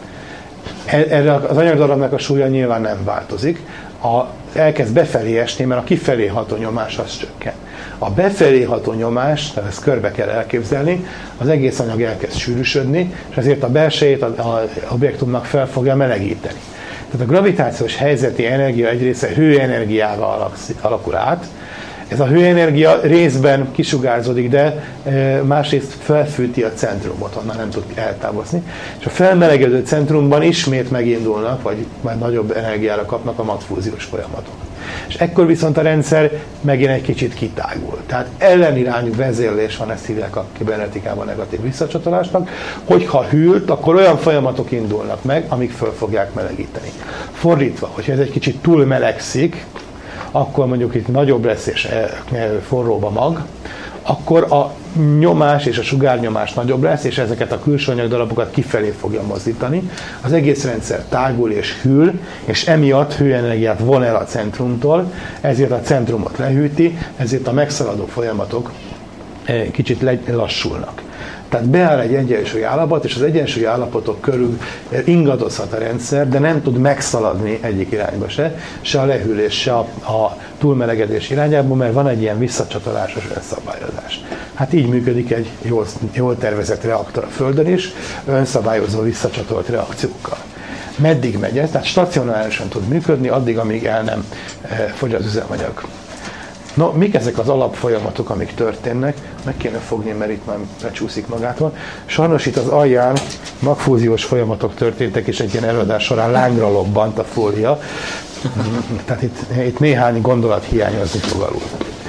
D: erre az anyagdarabnak a súlya nyilván nem változik, a, elkezd befelé esni, mert a kifelé ható nyomás az csökken. A befelé ható nyomás, tehát ezt körbe kell elképzelni, az egész anyag elkezd sűrűsödni, és ezért a belsejét az objektumnak fel fogja melegíteni. Tehát a gravitációs helyzeti energia egy része hőenergiával alakul át. Ez a hőenergia részben kisugárzódik, de másrészt felfűti a centrumot, onnan nem tud eltávozni. És a felmelegedő centrumban ismét megindulnak, vagy majd nagyobb energiára kapnak a magfúziós folyamatok. És ekkor viszont a rendszer megint egy kicsit kitágul. Tehát ellenirányú vezérlés van, ezt hívják a kibernetikában negatív visszacsatolásnak, hogyha hűlt, akkor olyan folyamatok indulnak meg, amik föl fogják melegíteni. Fordítva, hogyha ez egy kicsit túl melegszik, akkor mondjuk itt nagyobb lesz és forróbb a mag, akkor a nyomás és a sugárnyomás nagyobb lesz, és ezeket a külső anyagdarabokat kifelé fogja mozdítani. Az egész rendszer tágul és hűl, és emiatt hőenergiát von el a centrumtól, ezért a centrumot lehűti, ezért a megszaladó folyamatok kicsit lassulnak. Tehát beáll egy egyensúlyi állapot, és az egyensúlyi állapotok körül ingadozhat a rendszer, de nem tud megszaladni egyik irányba se, se a lehűlés, se a, a túlmelegedés irányába, mert van egy ilyen visszacsatolásos önszabályozás. Hát így működik egy jól, jól tervezett reaktor a Földön is, önszabályozó visszacsatolt reakciókkal. Meddig megy ez? Tehát stacionárisan tud működni, addig, amíg el nem fogy az üzemanyag. No, mik ezek az alapfolyamatok, amik történnek? Meg kéne fogni, mert itt már becsúszik magától. Sajnos itt az alján magfúziós folyamatok történtek, és egy ilyen előadás során lángra lobbant a fólia. Tehát itt, itt néhány gondolat hiányozni fog alul.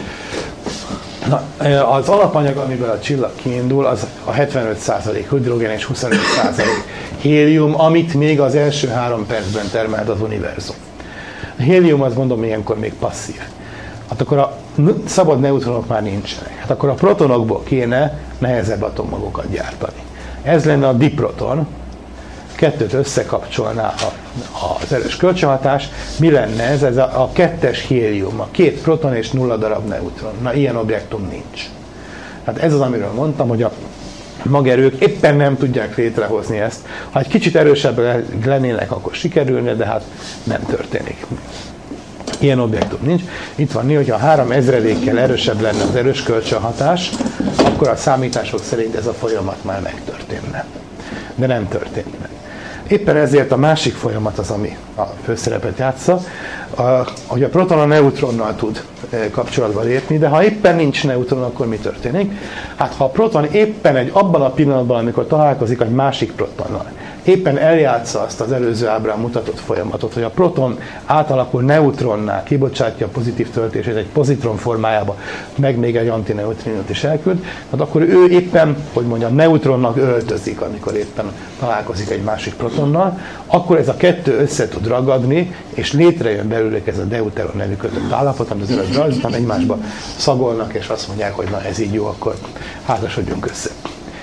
D: Na, az alapanyag, amiből a csillag kiindul, az a hetvenöt százalék hidrogén és huszonöt százalék hélium, amit még az első három percben termelt az univerzum. A hélium, azt mondom, ilyenkor még passzív. Hát akkor a szabad neutronok már nincsenek. Hát akkor a protonokból kéne nehezebb atommagokat gyártani. Ez lenne a diproton, kettőt összekapcsolná a, az erős kölcsönhatás. Mi lenne ez? Ez a, a kettes hélium, a két proton és nulla darab neutron. Na, ilyen objektum nincs. Hát ez az, amiről mondtam, hogy a magerők éppen nem tudják létrehozni ezt. Ha egy kicsit erősebb lennének, akkor sikerülne, de hát nem történik. Ilyen objektum nincs. Itt van, hogyha három ezredékkel erősebb lenne az erős kölcsönhatás, akkor a számítások szerint ez a folyamat már megtörténne. De nem történik meg. Éppen ezért a másik folyamat az, ami a főszerepet játsza, hogy a proton a neutronnal tud kapcsolatba lépni, de ha éppen nincs neutron, akkor mi történik? Hát ha a proton éppen egy abban a pillanatban, amikor találkozik egy másik protonnal, éppen eljátsza azt az előző ábrán mutatott folyamatot, hogy a proton átalakul neutronná, kibocsátja a pozitív töltését egy pozitron formájába, meg még egy antineutrinót is elküld, hát akkor ő éppen, hogy mondjam, neutronnak öltözik, amikor éppen találkozik egy másik protonnal, akkor ez a kettő össze tud ragadni, és létrejön belőlük ez a deuteron nevű kötött állapot, amit az előbb rajzoltam, egymásba szagolnak, és azt mondják, hogy na ez így jó, akkor házasodjunk össze.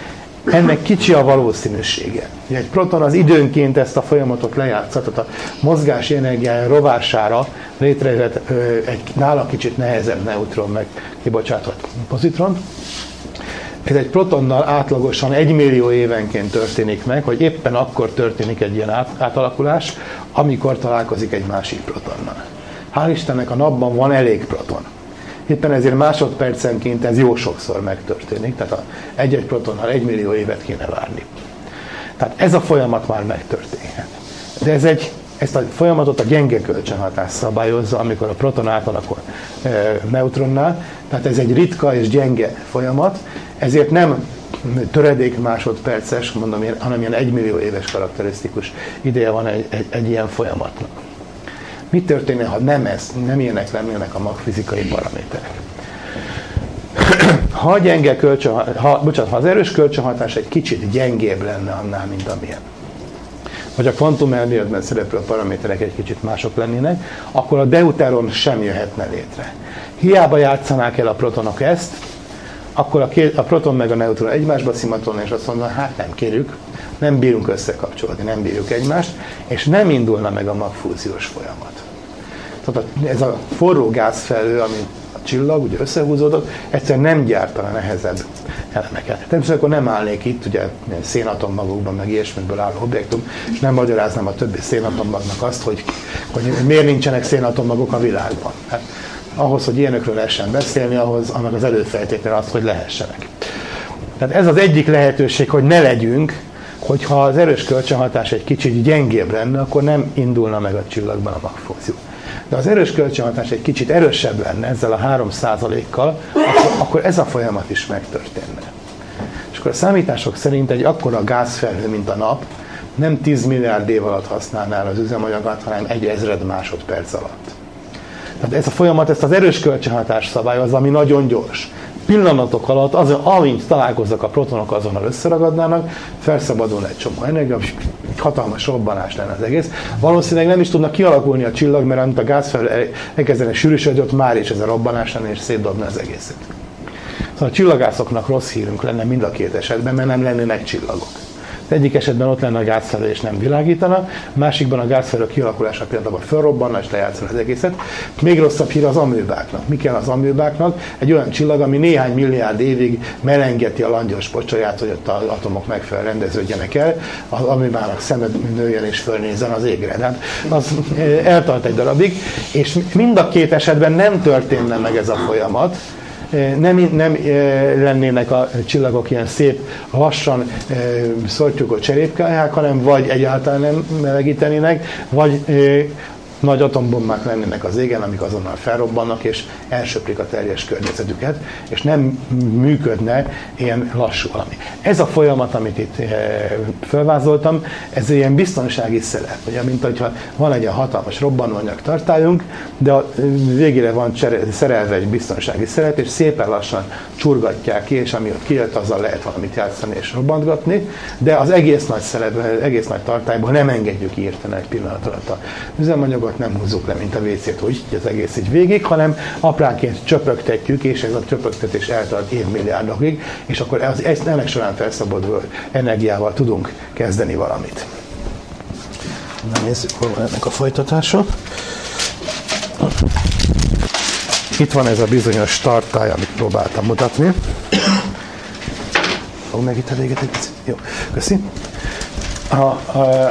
D: ennek kicsi a valószínűsége. Egy proton az időnként ezt a folyamatot lejátsza, tehát a mozgási energiája rovására létrejött egy nála kicsit nehezebb neutron meg kibocsátott pozitron. Ez egy protonnal átlagosan egymillió évenként történik meg, hogy éppen akkor történik egy ilyen átalakulás, amikor találkozik egy másik protonnal. Hál' Istennek a napban van elég proton. Éppen ezért másodpercenként ez jó sokszor megtörténik, tehát egy-egy protonnal egymillió évet kéne várni. Tehát ez a folyamat már megtörténhet. De ez egy, ezt a folyamatot a gyenge kölcsönhatás szabályozza, amikor a proton átalakul e, neutronnál, tehát ez egy ritka és gyenge folyamat, ezért nem töredék másodperces, mondom én, hanem ilyen egymillió éves karakterisztikus ideje van egy, egy, egy ilyen folyamatnak. Mi történne, ha nem, ez, nem ilyenek lennének a magfizikai paraméterek? Ha, a gyenge kölcsön, ha, bocsánat, ha az erős kölcsönhatás egy kicsit gyengébb lenne annál, mint amilyen, vagy a kvantumelméletben szereplő paraméterek egy kicsit mások lennének, akkor a deuteron sem jöhetne létre. Hiába játszanák el a protonok ezt, akkor a, két, a proton meg a neutron egymásba szimatolna, és azt mondja, hát nem kérjük, nem bírunk összekapcsolni, nem bírjuk egymást, és nem indulna meg a magfúziós folyamat. Tehát ez a forró gázfelhő, ami a csillag ugye összehúzódott, egyszerűen nem gyártana nehezebb elemeket. Természetesen akkor nem állnék itt, ugye szénatommagokban, meg ilyesmiből álló objektum, és nem magyaráznám a többi szénatommagnak azt, hogy, hogy miért nincsenek szénatommagok a világban. Hát, ahhoz, hogy ilyenekről lehessen beszélni, ahhoz annak az előfeltétele az, hogy lehessenek. Tehát ez az egyik lehetőség, hogy ne legyünk, hogyha az erős kölcsönhatás egy kicsit gyengébb lenne, akkor nem indulna meg a csillagban a magfúzió. De az erős kölcsönhatás egy kicsit erősebb lenne ezzel a három százalékkal, akkor, akkor ez a folyamat is megtörténne. És akkor a számítások szerint egy akkora gázfelhő, mint a nap, nem tíz milliárd év alatt használná az üzemanyagot, hanem egy ezred másodperc alatt. Tehát ez a folyamat, ezt az erős kölcsönhatás szabályozza, ami nagyon gyors. Pillanatok alatt, az, amint találkoznak a protonok, azonnal összeragadnának, felszabadul egy csomó energia, egy hatalmas robbanás lenne az egész. Valószínűleg nem is tudnak kialakulni a csillag, mert amit a gázfelhő elkezdenek sűrűsödni, ott már is ez a robbanás lenne, és szétdobna az egészet. Szóval a csillagászoknak rossz hírünk lenne mind a két esetben, mert nem lennének csillagok. Az egyik esetben ott lenne a gázfelhő és nem világítana, a másikban a gázfelhő kialakulása pillanatban felrobbanna és lejátszana az egészet. Még rosszabb hír az amőbáknak. Mi kell az amőbáknak? Egy olyan csillag, ami néhány milliárd évig melengeti a langyos pocsolyát, hogy ott az atomok megfelelően rendeződjenek el, az amőbának szeme nőjön és fölnézzen az égre. Tehát az eltart egy darabig, és mind a két esetben nem történne meg ez a folyamat, Nem, nem lennének a csillagok ilyen szép, lassan szortyogó cserépkályák, hanem vagy egyáltalán nem melegítenének, vagy nagy atombombák lennének az égen, amik azonnal felrobbannak, és elsöprik a teljes környezetüket, és nem működne ilyen lassú valami. Ez a folyamat, amit itt felvázoltam, ez ilyen biztonsági szerep, ugye, mint hogyha van egy hatalmas robbanóanyag tartályunk, de a végére van szerelve egy biztonsági szerep, és szépen lassan csurgatják ki, és ami ott kijött, azzal lehet valamit játszani és robbantgatni, de az egész nagy szerep, egész nagy tartályból nem engedjük írtani egy pillanat alatt a üzemanyagot, nem húzzuk le, mint a vécét, hogy az egész így végig, hanem apránként csöpögtetjük, és ez a csöpögtetés eltart évmilliárdokig, és akkor ez, ezt ennek során felszabaduló energiával tudunk kezdeni valamit. Na, nézzük, hol van ennek a folytatása. Itt van ez a bizonyos tartály, amit próbáltam mutatni. Fog meg itt a véget egy picit? Jó, köszi. A, a,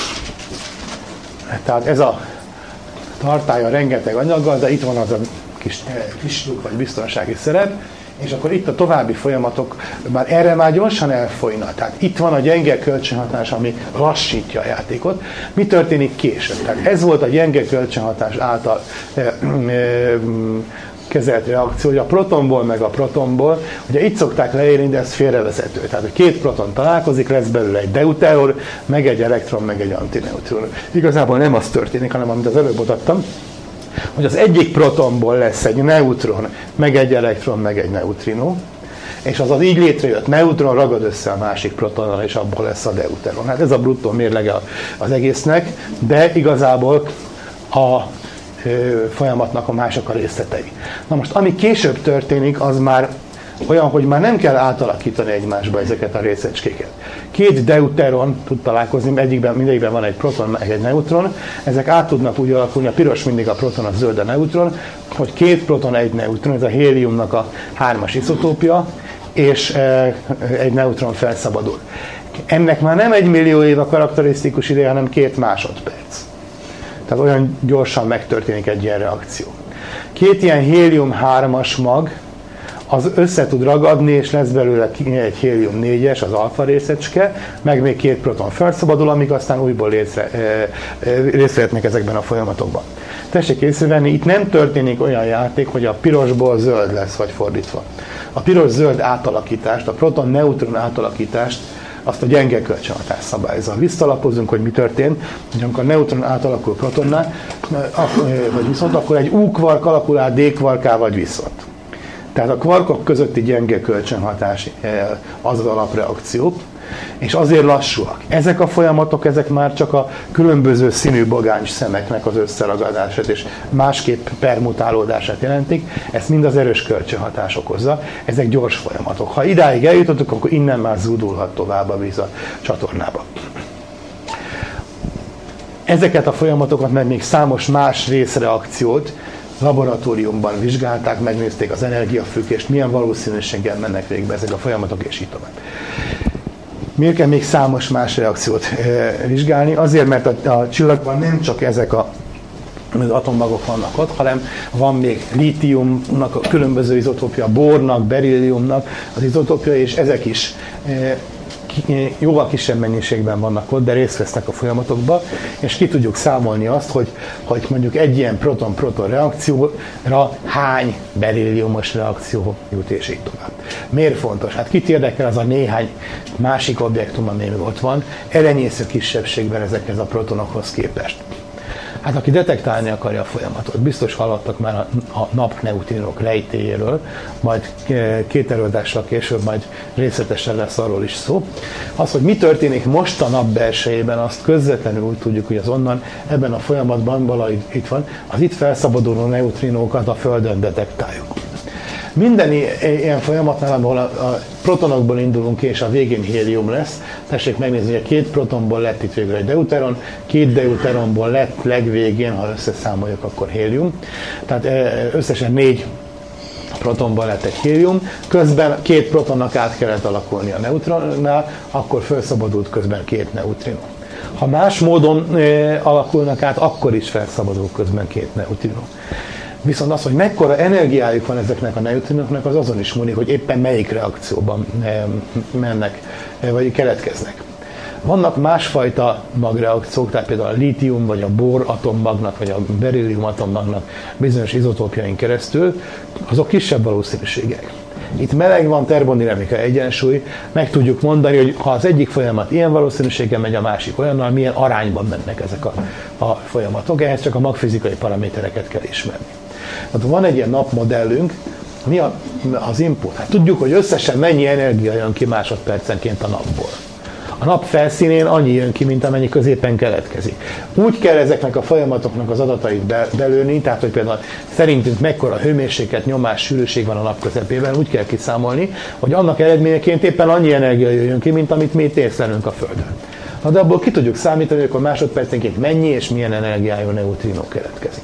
D: tehát ez a tartálya rengeteg anyaggal, de itt van az a kis, kis luk vagy biztonsági szerep, és akkor itt a további folyamatok, bár erre már gyorsan elfolyna. Tehát itt van a gyenge kölcsönhatás, ami lassítja a játékot. Mi történik később? Tehát ez volt a gyenge kölcsönhatás által e, e, kezelt reakció, hogy a protonból meg a protonból, ugye itt szokták leírni, de ez félrevezető. Tehát a két proton találkozik, lesz belőle egy deuteron, meg egy elektron, meg egy antineutron. Igazából nem az történik, hanem amit az előbb mutattam, hogy az egyik protonból lesz egy neutron, meg egy elektron, meg egy neutrino, és az az így létrejött neutron ragad össze a másik protonnal, és abból lesz a deuteron. Hát ez a bruttó mérlege az egésznek, de igazából a folyamatnak a mások a részletei. Na most, ami később történik, az már, olyan, hogy már nem kell átalakítani egymásba ezeket a részecskéket. Két deuteron tud találkozni, egyikben, mindegyikben van egy proton, meg egy neutron, ezek át tudnak úgy alakulni, a piros mindig a proton, a zöld a neutron, hogy két proton, egy neutron, ez a héliumnak a hármas izotópja, és egy neutron felszabadul. Ennek már nem egy millió év a karakterisztikus ideje, hanem két másodperc. Tehát olyan gyorsan megtörténik egy ilyen reakció. Két ilyen hélium hármas mag, az össze tud ragadni, és lesz belőle egy hélium négyes, az alfa részecske, meg még két proton felszabadul, amik aztán újból részt vehetnek ezekben a folyamatokban. Tessék észrevenni, itt nem történik olyan játék, hogy a pirosból zöld lesz, vagy fordítva. A piros-zöld átalakítást, a proton-neutron átalakítást, azt a gyenge kölcsönhatás szabályozza. Visszalapozunk, hogy mi történt, hogy amikor a neutron átalakul protonnál, vagy viszont, akkor egy U-kvark alakul át D-kvarká, vagy viszont. Tehát a kvarkok közötti gyenge kölcsönhatás az az alapreakció, és azért lassúak. Ezek a folyamatok, ezek már csak a különböző színű bagáncs szemeknek az összeragadását és másképp permutálódását jelentik, ezt mind az erős kölcsönhatás okozza. Ezek gyors folyamatok. Ha idáig eljutottuk, akkor innen már zúdulhat tovább a víz a csatornába. Ezeket a folyamatokat, meg még számos más részreakciót laboratóriumban vizsgálták, megnézték az energiafüggést, milyen valószínűséggel mennek végbe ezek a folyamatok, és így tovább. Miért kell még számos más reakciót e, vizsgálni? Azért, mert a, a csillagban nem csak ezek a, az atommagok vannak ott, hanem van még lítiumnak a különböző izotópja, bornak, berilliumnak az izotópja, és ezek is e, jóval kisebb mennyiségben vannak ott, de részt vesznek a folyamatokba, és ki tudjuk számolni azt, hogy, hogy mondjuk egy ilyen proton-proton reakcióra hány berilliumos reakció jut, és így tovább. Miért fontos? Hát kit érdekel az a néhány másik objektum, ami ott van, elenyésző kisebbségben ezekhez a protonokhoz képest. Hát aki detektálni akarja a folyamatot, biztos hallottak már a, a napneutrinok rejtélyéről, majd két előadással később majd részletesen lesz arról is szó. Az, hogy mi történik most a nap belsejében, azt közvetlenül úgy tudjuk, hogy az onnan ebben a folyamatban valahogy itt van, az itt felszabaduló neutrinókat a Földön detektáljuk. Minden ilyen folyamatnál, ahol a protonokból indulunk ki, és a végén hélium lesz, tessék megnézni, hogy a két protonból lett itt végül egy deuteron, két deuteronból lett legvégén, ha összeszámoljuk, akkor hélium. Tehát összesen négy protonból lett egy hélium, közben két protonnak át kellett alakulni a neutronnál, akkor felszabadult közben két neutrino. Ha más módon alakulnak át, akkor is felszabadul közben két neutrino. Viszont az, hogy mekkora energiájuk van ezeknek a neutrinoknak, az azon is múlik, hogy éppen melyik reakcióban mennek, vagy keletkeznek. Vannak másfajta magreakciók, tehát például a lítium, vagy a bor atommagnak, vagy a berillium atommagnak bizonyos izotópjain keresztül, azok kisebb valószínűségek. Itt meleg van, termodinamika egyensúly, meg tudjuk mondani, hogy ha az egyik folyamat ilyen valószínűséggel megy, a másik olyannal, milyen arányban mennek ezek a, a folyamatok, ehhez csak a magfizikai paramétereket kell ismerni. Tehát van egy ilyen napmodellünk, mi a, az input? Hát tudjuk, hogy összesen mennyi energia jön ki másodpercenként a napból. A nap felszínén annyi jön ki, mint amennyi középen keletkezik. Úgy kell ezeknek a folyamatoknak az adatait be, belőni, tehát hogy például szerintünk mekkora hőmérséklet, nyomás, sűrűség van a nap közepében, úgy kell kiszámolni, hogy annak eredményeként éppen annyi energia jön ki, mint amit mi itt észlelünk a Földön. Na, de abból ki tudjuk számítani, hogy akkor másodpercenként mennyi és milyen energiájú neutrinó keletkezik.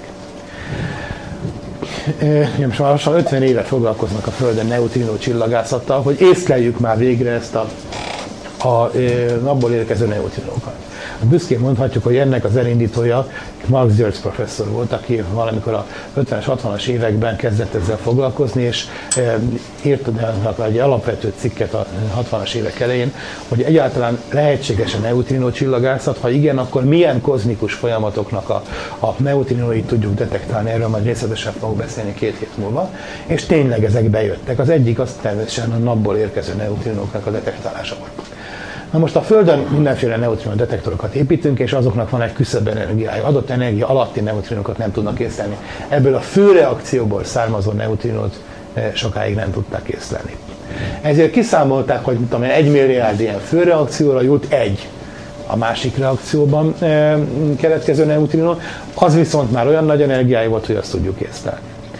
D: Most már lassan ötven éve foglalkoznak a Földön neutrinó csillagászattal, hogy észleljük már végre ezt a, a napból érkező neutrinókat. Büszkén mondhatjuk, hogy ennek az elindítója Marx György professzor volt, aki valamikor a ötvenes, hatvanas években kezdett ezzel foglalkozni, és írt egy alapvető cikket a hatvanas évek elején, hogy egyáltalán lehetséges a neutrinó csillagászat, ha igen, akkor milyen kozmikus folyamatoknak a, a neutrinóit tudjuk detektálni, erről majd részletesen fogok beszélni két hét múlva, és tényleg ezek bejöttek. Az egyik az természetesen a napból érkező neutrinóknak a detektálása volt. Na most a Földön mindenféle neutrinó detektorokat építünk, és azoknak van egy küszöbb energiája. Adott energia alatti neutrinokat nem tudnak észlelni. Ebből a főreakcióból származó neutrinót sokáig nem tudták észlelni. Ezért kiszámolták, hogy tudom, egy milliárd ilyen főreakcióra jut egy a másik reakcióban keletkező neutrinó, az viszont már olyan nagy energiája volt, hogy azt tudjuk észlelni.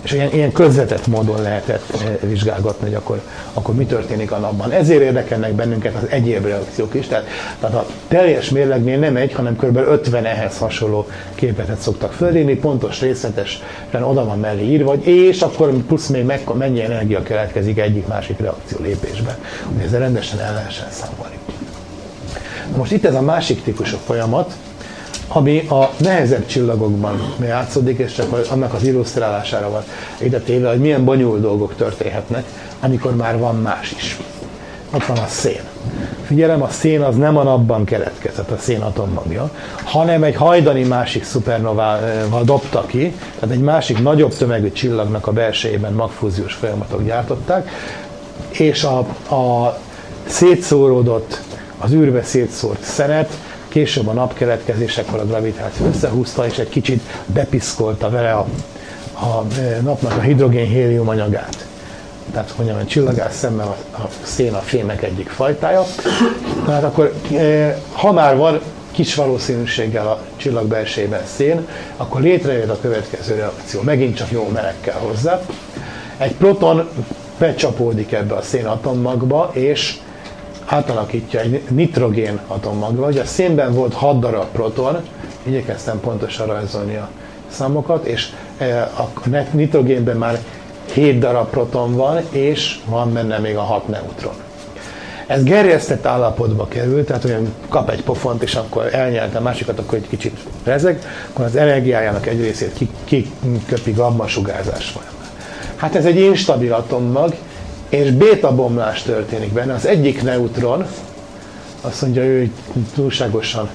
D: És ilyen, ilyen közvetett módon lehetett vizsgálgatni, hogy akkor, akkor mi történik a napban. Ezért érdekelnek bennünket az egyéb reakciók is. Tehát, tehát a teljes mérlegnél nem egy, hanem kb. ötven ehhez hasonló képletet szoktak fölírni, pontos, részletesen oda van mellé írva, vagy és akkor plusz még meg, mennyi energia keletkezik egyik-másik reakció lépésben, hogy ezzel rendesen el lehessen számolni. Most itt ez a másik típusú folyamat, ami a nehezebb csillagokban játszódik, és csak annak az illusztrálására van ide téve, hogy milyen bonyolult dolgok történhetnek, amikor már van más is. Ott van a szén. Figyelem, a szén az nem a napban keletkezett, a szén atommagja, hanem egy hajdani másik szupernovával dobta ki, tehát egy másik nagyobb tömegű csillagnak a belsejében magfúziós folyamatok gyártották, és a, a szétszóródott, az űrbe szétszórt szenet később a napkeletkezésekor a gravitáció összehúzta, és egy kicsit bepiszkolta vele a, a napnak a hidrogén-hélium anyagát. Tehát, hogy mondjam, a csillagás szemmel a, a szén a fémek egyik fajtája. Tehát akkor, ha már van kis valószínűséggel a csillag belsejében szén, akkor létrejön a következő reakció. Megint csak jó meleg kell hozzá. Egy proton becsapódik ebbe a szén atommagba, és átalakítja egy nitrogén atommagba. Ugye a szénben volt hat darab proton, igyekeztem pontosan rajzolni a számokat, és a nitrogénben már hét darab proton van, és van benne még a hat neutron. Ez gerjesztett állapotba kerül, tehát olyan kap egy pofont, és akkor elnyelte a másikat, akkor egy kicsit rezeg, akkor az energiájának egy részét kiköpi gamma-sugárzás folyamán. Hát ez egy instabil atommag, és béta-bomlás történik benne. Az egyik neutron, azt mondja ő, hogy túlságosan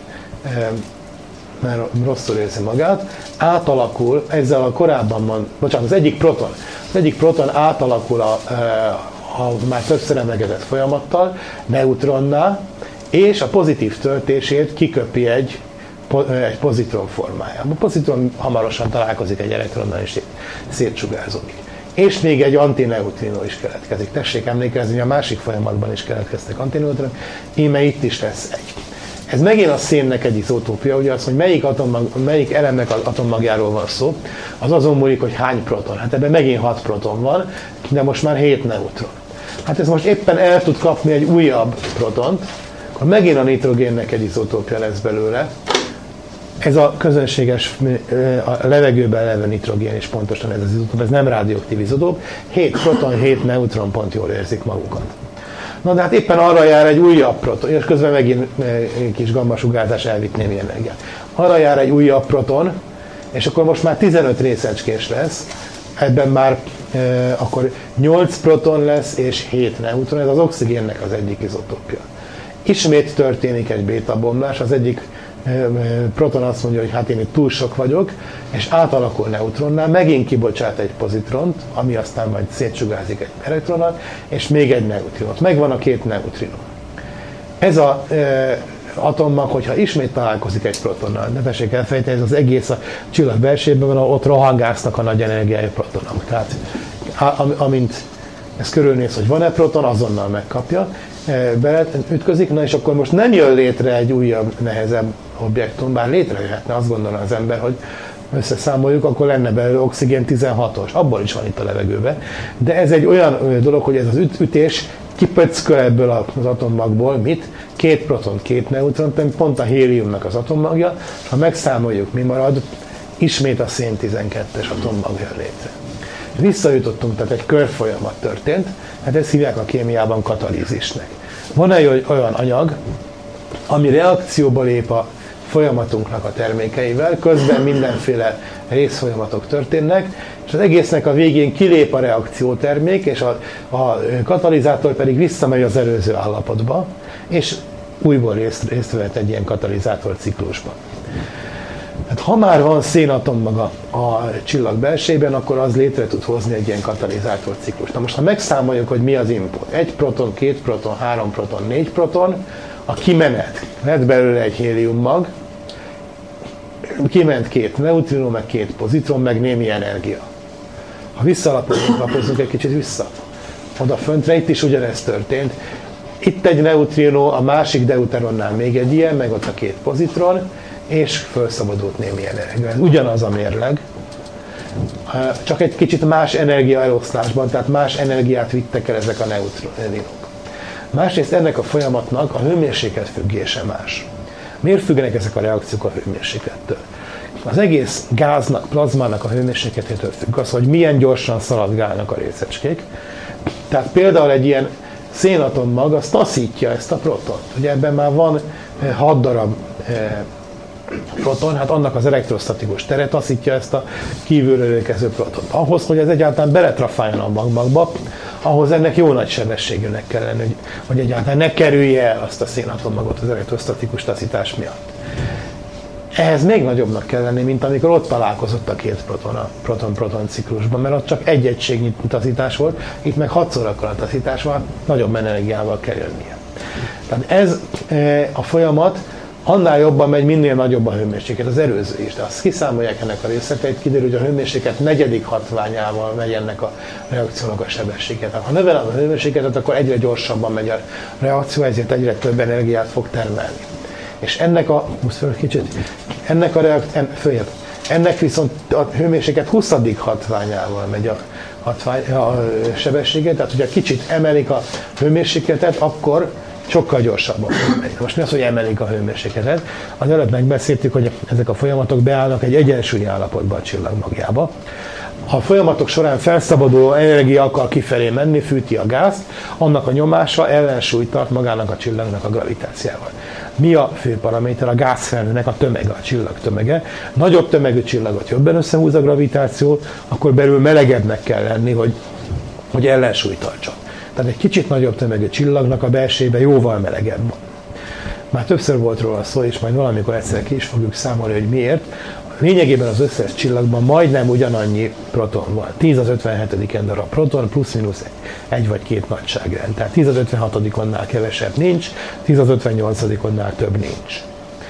D: mert rosszul érzi magát, átalakul, ezzel a korábban van, bocsánat, az egyik proton, az egyik proton átalakul a, a már többször emlegetett folyamattal, neutronná, és a pozitív töltését kiköpi egy, egy pozitron formájában. A pozitron hamarosan találkozik egy elektronnal, és szétsugárzódik. És még egy antineutrino is keletkezik. Tessék emlékezni, hogy a másik folyamatban is keletkeztek antineutrinok, íme itt is lesz egy. Ez megint a szénnek egy izotópia, ugye az, hogy melyik, atommag, melyik elemnek az atommagjáról van szó, az azon múlik, hogy hány proton. Hát ebben megint hat proton van, de most már hét neutron. Hát ez most éppen el tud kapni egy újabb protont, akkor megint a nitrogénnek egy izotópia lesz belőle. Ez a közönséges, a levegőben levő nitrogén is pontosan ez az izotóp, ez nem radioaktív izotóp. hét proton, hét neutron pont jól érzik magukat. Na de hát éppen arra jár egy újabb proton, és közben megint egy kis gamma-sugárzás elvitt némi energiát. Arra jár egy újabb proton, és akkor most már tizenöt részecskés lesz, ebben már e, akkor nyolc proton lesz, és hét neutron, ez az oxigénnek az egyik izotópja. Ismét történik egy béta-bomlás, az egyik proton azt mondja, hogy hát én itt túl sok vagyok, és átalakul neutronnál, megint kibocsát egy pozitront, ami aztán majd szétsugárzik egy elektronnal, és még egy neutrinot. Megvan a két neutrino. Ez a e, atommag, hogyha ismét találkozik egy protonnal, ne tessék elfejteni, ez az egész a csillag belsejében van, ott rohangáznak a nagy energiájú protonok. Tehát amint ez körülnéz, hogy van-e proton, azonnal megkapja, bele ütközik, na és akkor most nem jön létre egy újabb, nehezebb objektum, bár létrejöhetne, azt gondolna az ember, hogy összeszámoljuk, akkor lenne belőle oxigén tizenhatos, abból is van itt a levegőben, de ez egy olyan dolog, hogy ez az üt- ütés kipöcköl ebből az atommagból, mit? Két proton, két neutron, pont a héliumnak az atommagja, és ha megszámoljuk, mi marad, ismét a szén tizenkettes atommag jön létre. Visszajutottunk, tehát egy körfolyamat történt, hát ezt hívják a kémiában katalízisnek. Van egy olyan anyag, ami reakcióba lép a folyamatunknak a termékeivel, közben mindenféle részfolyamatok történnek, és az egésznek a végén kilép a reakciótermék, és a, a katalizátor pedig visszamegy az előző állapotba, és újból részt, részt vehet egy ilyen katalizátor ciklusban. Hát, ha már van szénatommag a, a csillag belsejében, akkor az létre tud hozni egy ilyen katalizátor ciklust. Na most, ha megszámoljuk, hogy mi az input, egy proton, két proton, három proton, négy proton, a kimenet, lett belőle egy héliummag, kiment két neutrino, meg két pozitron, meg némi energia. Ha visszalapozunk, lapozzunk egy kicsit vissza. Oda föntre, itt is ugyanezt történt. Itt egy neutrino, a másik deuteronnál még egy ilyen, meg ott a két pozitron, és felszabadult némi energia. Ez ugyanaz a mérleg. csak egy kicsit más energiaeloszlásban, tehát más energiát vittek el ezek a neutronok. Másrészt ennek a folyamatnak a hőmérséklet függése más. Miért függenek ezek a reakciók a hőmérséklettől? Az egész gáznak, plazmának a hőmérsékletétől függ az, hogy milyen gyorsan szaladgálnak a részecskék. Tehát például egy ilyen szénatommag, az taszítja ezt a protont. Ugye ebben már van hat darab proton, hát annak az elektrostatikus tere taszítja ezt a kívülről érkező protont. Ahhoz, hogy ez egyáltalán beletrafáljon a magba, ahhoz ennek jó nagy sebességűnek kell lenni, hogy, hogy egyáltalán ne kerülje el azt a szénatommagot az elektrostatikus taszítás miatt. Ehhez még nagyobbnak kell lenni, mint amikor ott találkozott a két proton a proton-proton ciklusban, mert ott csak egy egységnyi taszítás volt, itt meg hatszor akkora taszítás van, nagyobb energiával kell jönnie. Tehát ez a folyamat annál jobban megy, minél nagyobb a hőmérséklet, az előző is, de azt kiszámolják ennek a részleteit, kiderül, hogy a hőmérséklet negyedik hatványával megy ennek a reakciónak a sebessége. Tehát ha növelem a hőmérsékletet, akkor egyre gyorsabban megy a reakció, ezért egyre több energiát fog termelni. És ennek a, kicsit, ennek a reakció, en, ennek viszont a hőmérséklet huszadik hatványával megy a, hatvány, a sebessége, tehát hogyha kicsit emelik a hőmérsékletet, akkor sokkal gyorsabban megy. Most mi az, hogy emelik a hőmérsékletet? Az előbb megbeszéltük, hogy ezek a folyamatok beállnak egy egyensúlyi állapotba a csillag magjába. Ha a folyamatok során felszabaduló energia akar kifelé menni, fűti a gázt, annak a nyomása ellensúlyt tart magának a csillagnak a gravitációval. Mi a fő paraméter? A gázfelhőnek a tömege, a csillag tömege. Nagyobb tömegű csillagot jobban összehúz a gravitáció, akkor belül melegebbnek kell lenni, hogy, hogy ellensúlyt tartson. Tehát egy kicsit nagyobb tömegű csillagnak a belsejében jóval melegebb van. Már többször volt róla szó, és majd valamikor egyszer ki is fogjuk számolni, hogy miért. Lényegében az összes csillagban majdnem ugyanannyi proton van. tíz az ötvenhetediken darab proton, plusz-minusz egy vagy két nagyságrend. Tehát tíz az ötvenhatodikonnál kevesebb nincs, tíz az ötvennyolcadikonnál több nincs.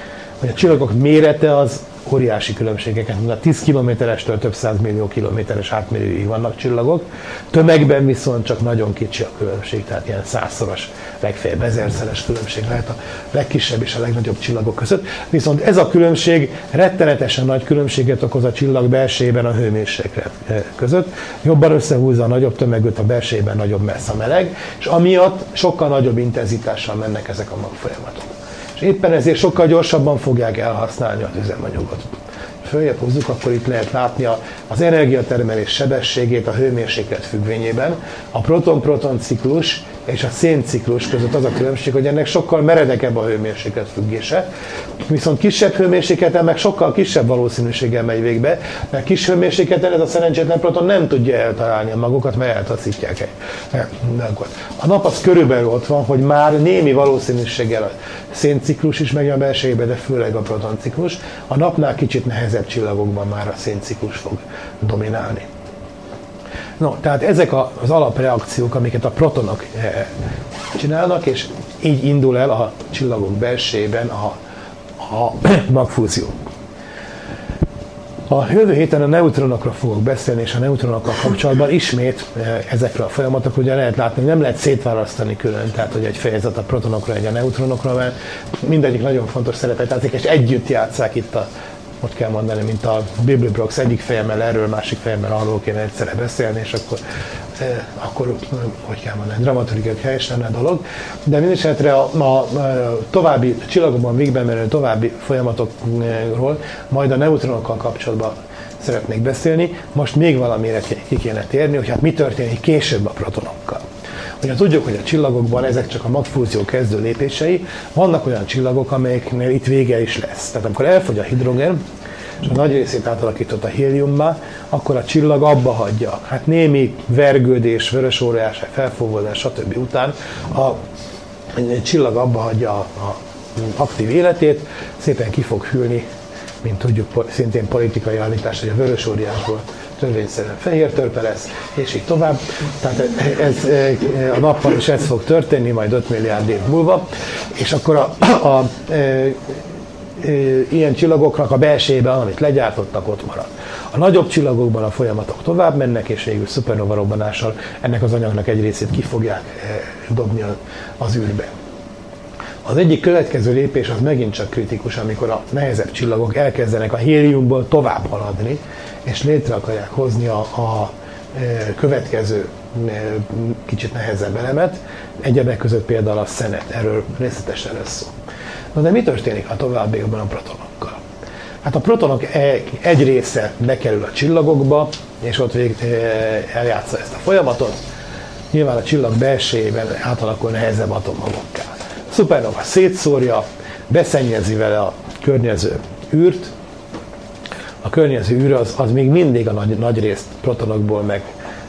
D: A csillagok mérete az óriási különbségeket mutat. tíz kilométerestől több százmillió kilométeres átmérőig vannak csillagok. Tömegben viszont csak nagyon kicsi a különbség, tehát ilyen százszoros, legfeljebb ezerszeres különbség lehet a legkisebb és a legnagyobb csillagok között. Viszont ez a különbség rettenetesen nagy különbséget okoz a csillag belsejében a hőmérséklet között. Jobban összehúzza a nagyobb tömegűt, a belsejében nagyobb messze a meleg, és amiatt sokkal nagyobb intenzitással mennek ezek a magfolyamatok. Éppen ezért sokkal gyorsabban fogják elhasználni az üzemanyagot. Följebb húzzuk, akkor itt lehet látni az energiatermelés sebességét a hőmérséklet függvényében. A proton-proton ciklus és a szénciklus között az a különbség, hogy ennek sokkal meredekebb a hőmérséklet függése, viszont kisebb hőmérsékleten meg sokkal kisebb valószínűséggel megy végbe, mert kis hőmérsékleten ez a szerencsétlen proton nem tudja eltalálni a magukat, mert eltaszítják el. A nap az körülbelül ott van, hogy már némi valószínűséggel a szénciklus is megy a belsejébe, de főleg a protonciklus. A napnál kicsit nehezebb csillagokban már a szénciklus fog dominálni. No, tehát ezek az alapreakciók, amiket a protonok csinálnak, és így indul el a csillagok belsejében a, a magfúzió. A jövő héten a neutronokról fogok beszélni, és a neutronokkal kapcsolatban ismét ezekről a folyamatokról ugye lehet látni, hogy nem lehet szétválasztani külön, tehát hogy egy fejezet a protonokra, egy a neutronokra, mert mindegyik nagyon fontos szerepet játszik, és együtt játsszák itt a ott kell mondani, mint a Bibliobrox egyik fejemmel erről, másik fejemmel arról kéne egyszerre beszélni, és akkor, eh, akkor hogy kell mondani, dramaturgiai helyes lenne a dolog. De mindesetre a, a, a további csillagokban végben menő további folyamatokról majd a neutronokkal kapcsolatban szeretnék beszélni. Most még valamire ki kéne térni, hogy hát mi történik később a protonokkal. Ugye tudjuk, hogy a csillagokban ezek csak a magfúzió kezdő lépései, vannak olyan csillagok, amelyeknél itt vége is lesz. Tehát amikor elfogy a hidrogén, és a nagy részét átalakított a héliummá, akkor a csillag abba hagyja. Hát némi vergődés, vörösóriás, felfúvódás, stb. Után a csillag abba hagyja a, a aktív életét, szépen ki fog hűlni, mint tudjuk, szintén politikai állítás, hogy a vörösóriásból törvényszerűen fehér törpe lesz, és így tovább. Tehát ez, a nappal is ez fog történni, majd öt milliárd év múlva, és akkor a, a, a, a, a ilyen csillagoknak a belsejében, amit legyártottak, ott marad. A nagyobb csillagokban a folyamatok tovább mennek, és végül szupernova robbanással ennek az anyagnak egy részét ki fogják dobni az űrbe. Az egyik következő lépés az megint csak kritikus, amikor a nehezebb csillagok elkezdenek a héliumból tovább haladni, és létre akarják hozni a, a következő kicsit nehezebb elemet, egyebek között például a szenet, erről részletesen lesz szó. Na de mi történik a továbbiakban a protonokkal? Hát a protonok egy része bekerül a csillagokba, és ott vég, eljátsza ezt a folyamatot. Nyilván a csillag belsejében átalakul nehezebb atommagokká. A szupernova szétszórja, beszennyezi vele a környező űrt. A környező űr az, az még mindig a nagy, nagy részt protonokból, meg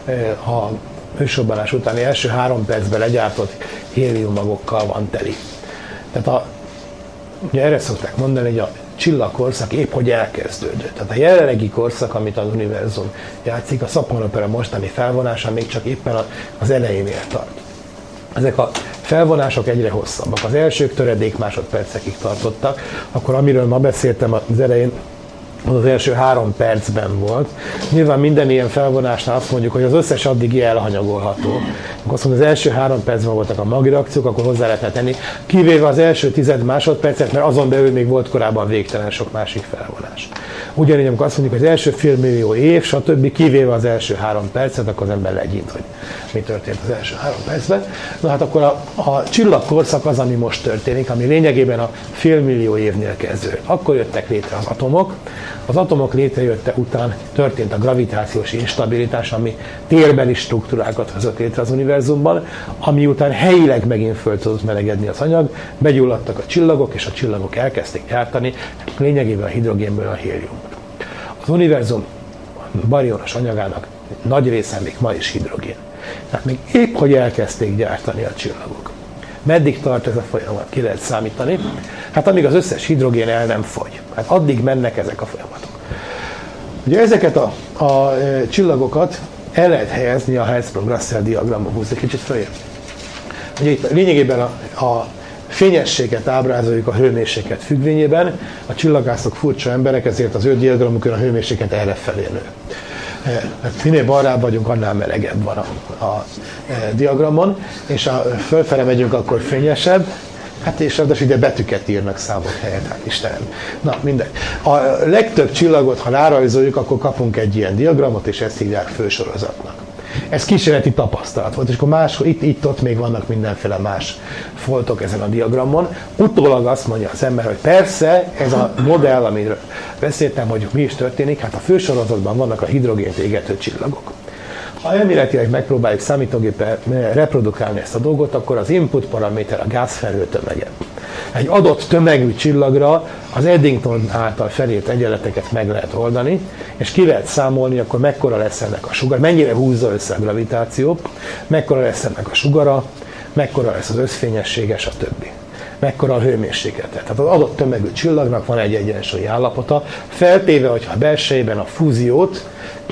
D: a hősrobbanás utáni első három percben legyártott héliummagokkal van teli. Tehát a, ugye erre szokták mondani, hogy a csillagkorszak épp hogy elkezdődött. Tehát a jelenlegi korszak, amit az univerzum játszik, a szaporopera mostani felvonása még csak éppen az elejénél tart. Ezek a felvonások egyre hosszabbak. Az elsők töredék másodpercekig tartottak, akkor amiről ma beszéltem az elején, az az első három percben volt. Nyilván minden ilyen felvonásnál azt mondjuk, hogy az összes addigi elhanyagolható. Akkor azt mondom, az első három percben voltak a magreakciók, akkor hozzá lehetne tenni, kivéve az első tized másodpercet, mert azon belül még volt korábban végtelen sok másik felvonás. Ugyanígy, amikor azt mondjuk, hogy az első félmillió év, stb. Kivéve az első három percet, akkor az ember legyint, hogy mi történt az első három percben. Na hát akkor a, a csillagkorszak az, ami most történik, ami lényegében a félmillió évnél kezdő. Akkor jöttek létre az atomok. Az atomok létrejötte után történt a gravitációs instabilitás, ami térbeli struktúrákat hozott létre az univerzumban, ami után helyileg megint föl tudott melegedni az anyag, begyulladtak a csillagok, és a csillagok elkezdték gyártani lényegében a hidrogénből a héliumot. Az univerzum barionos anyagának nagy része még ma is hidrogén. Tehát még épp, hogy elkezdték gyártani a csillagok. Meddig tart ez a folyamat? Ki lehet számítani? Hát amíg az összes hidrogén el nem fogy. Hát addig mennek ezek a folyamatok. Ugye ezeket a, a e, csillagokat el lehet helyezni a Hertzsprung-Russell diagramon. Húzz egy kicsit följebb. Ugye itt lényegében a, a fényességet ábrázoljuk a hőmérséklet függvényében. A csillagászok furcsa emberek, ezért az ő diagramukon a hőmérséklet errefelé nő. Hát minél balrább vagyunk, annál melegebb van a, a e, diagramon, és ha fölfele megyünk, akkor fényesebb, hát és ráadásul ide betűket írnak számok helyett, hát Istenem. Na, mindegy. A legtöbb csillagot, ha rárajzoljuk, akkor kapunk egy ilyen diagramot, és ezt hívják fősorozatnak. Ez kísérleti tapasztalat volt, és akkor más, itt, itt ott még vannak mindenféle más foltok ezen a diagramon. Utólag azt mondja az ember, hogy persze ez a modell, amiről beszéltem, hogy mi is történik, hát a fősorozatban vannak a hidrogént égető csillagok. Ha elméletileg megpróbáljuk számítógéppel reprodukálni ezt a dolgot, akkor az input paraméter a gázfelhő tömege. Egy adott tömegű csillagra az Eddington által felírt egyenleteket meg lehet oldani, és ki lehet számolni, akkor mekkora lesz ennek a sugar, mennyire húzza össze a gravitáció, mekkora lesz ennek a sugara, mekkora lesz az összfényessége, stb. Mekkora a hőmérséklete. Tehát az adott tömegű csillagnak van egy egyensúlyi állapota, feltéve, hogyha a belsejében a fúziót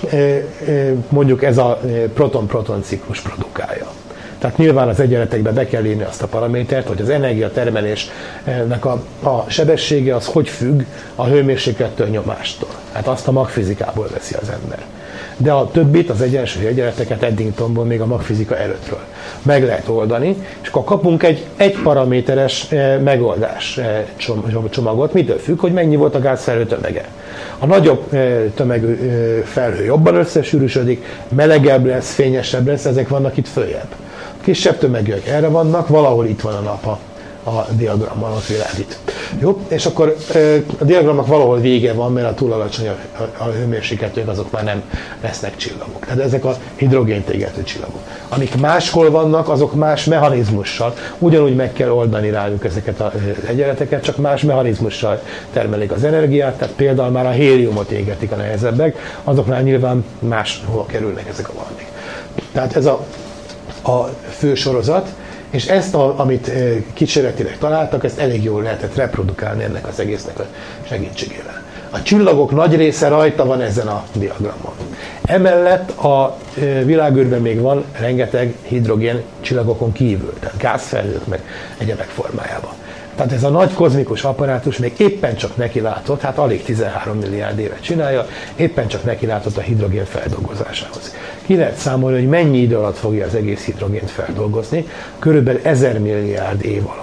D: mondjuk ez a proton-proton ciklus produkálja. Tehát nyilván az egyenletekbe be kell írni azt a paramétert, hogy az energiatermelésnek a, a sebessége az hogy függ a hőmérséklettől, nyomástól. Hát azt a magfizikából veszi az ember. De a többit, az egyensúlyi egyenleteket Eddingtonból, még a magfizika előttről meg lehet oldani, és akkor kapunk egy egyparaméteres megoldás csomagot. Mitől függ, hogy mennyi volt a gázfelhő tömege. A nagyobb tömegű felhő jobban összesűrűsödik, melegebb lesz, fényesebb lesz, ezek vannak itt följebb. Kisebb tömegűek erre vannak, valahol itt van a nap a, a diagramban, ott világít. Jó, és akkor a diagramnak valahol vége van, mert a túl alacsony a, a, a hőmérsékletűek, azok már nem lesznek csillagok. Tehát ezek a hidrogént égető csillagok. Amik máshol vannak, azok más mechanizmussal, ugyanúgy meg kell oldani rájuk ezeket az egyenleteket, csak más mechanizmussal termelik az energiát, tehát például már a héliumot égetik a nehezebbek, azoknál nyilván máshol kerülnek ezek a valamik. Tehát ez a, a fő sorozat, és ezt, a, amit kísérletileg találtak, ezt elég jól lehetett reprodukálni ennek az egésznek a segítségével. A csillagok nagy része rajta van ezen a diagramon. Emellett a világűrben még van rengeteg hidrogén csillagokon kívül, tehát gázfelhők meg egyebek formájában. Tehát ez a nagy kozmikus apparátus még éppen csak nekilátott, hát alig tizenhárom milliárd éve csinálja, éppen csak nekilátott a hidrogén feldolgozásához. Ki lehet számolni, hogy mennyi idő alatt fogja az egész hidrogént feldolgozni? Körülbelül ezer milliárd év alatt.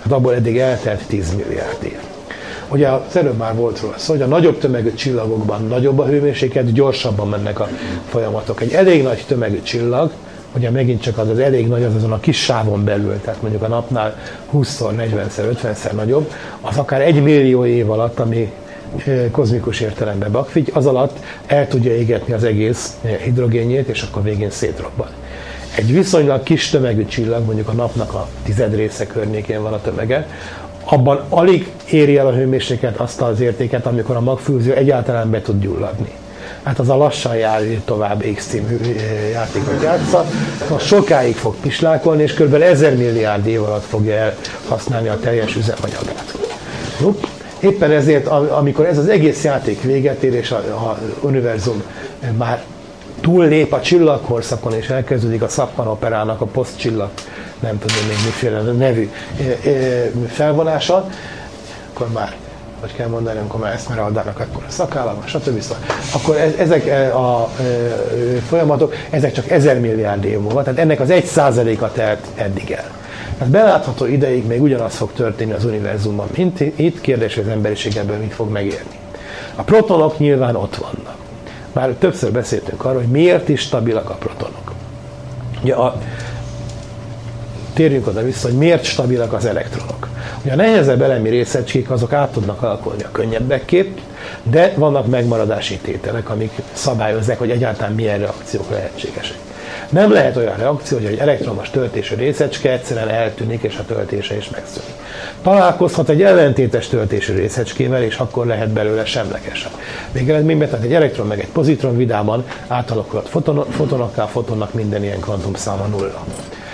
D: Hát abból eddig eltelt tíz milliárd év. Ugye az előbb már volt róla szó, hogy a nagyobb tömegű csillagokban nagyobb a hőmérséklet, gyorsabban mennek a folyamatok. Egy elég nagy tömegű csillag, ugye megint csak az, az elég nagy, az azon a kis sávon belül, tehát mondjuk a napnál húszszor, negyvenszer, ötvenszer nagyobb, az akár egy millió év alatt, ami kozmikus értelemben bakfigy, az alatt el tudja égetni az egész hidrogénjét, és akkor végén szétrobban. Egy viszonylag kis tömegű csillag, mondjuk a napnak a tized része környékén van a tömege, abban alig éri el a hőmérséklet azt az értéket, amikor a magfúzió egyáltalán be tud gyulladni. Hát az a lassan jár tovább X című játékot játsza, az sokáig fog pislákolni, és kb. ezer milliárd év alatt fogja elhasználni a teljes üzemanyagát. Éppen ezért, amikor ez az egész játék véget ér, és az univerzum már túllép a csillagkorszakon, és elkezdődik a szappanoperának a posztcsillag, nem tudom még miféle nevű felvonása, akkor már, vagy kell mondani, amikor már Esmeraldának akkor a szakálla van, stb. Szóval, akkor ezek a folyamatok, ezek csak ezer milliárd év múlva, tehát ennek az egy százaléka telt eddig el. Tehát belátható ideig még ugyanaz fog történni az univerzumban, mint itt, kérdés, hogy az emberiség ebből mit fog megérni. A protonok nyilván ott vannak. Már többször beszéltünk arról, hogy miért is stabilak a protonok. Ugye a, térjünk oda vissza, hogy miért stabilak az elektronok. Ugye a nehezebb elemi részecskék azok át tudnak alakulni a könnyebbekké, de vannak megmaradási tételek, amik szabályozzák, hogy egyáltalán milyen reakciók lehetségesek. Nem lehet olyan reakció, hogy egy elektromos töltésű részecske egyszerűen eltűnik, és a töltése is megszűnik. Találkozhat egy ellentétes töltésű részecskével, és akkor lehet belőle semlegesen. Végeredményben, tehát egy elektron meg egy pozitron vidáman átalakulhat fotonokká, fotonnak minden ilyen kvantumszáma nulla.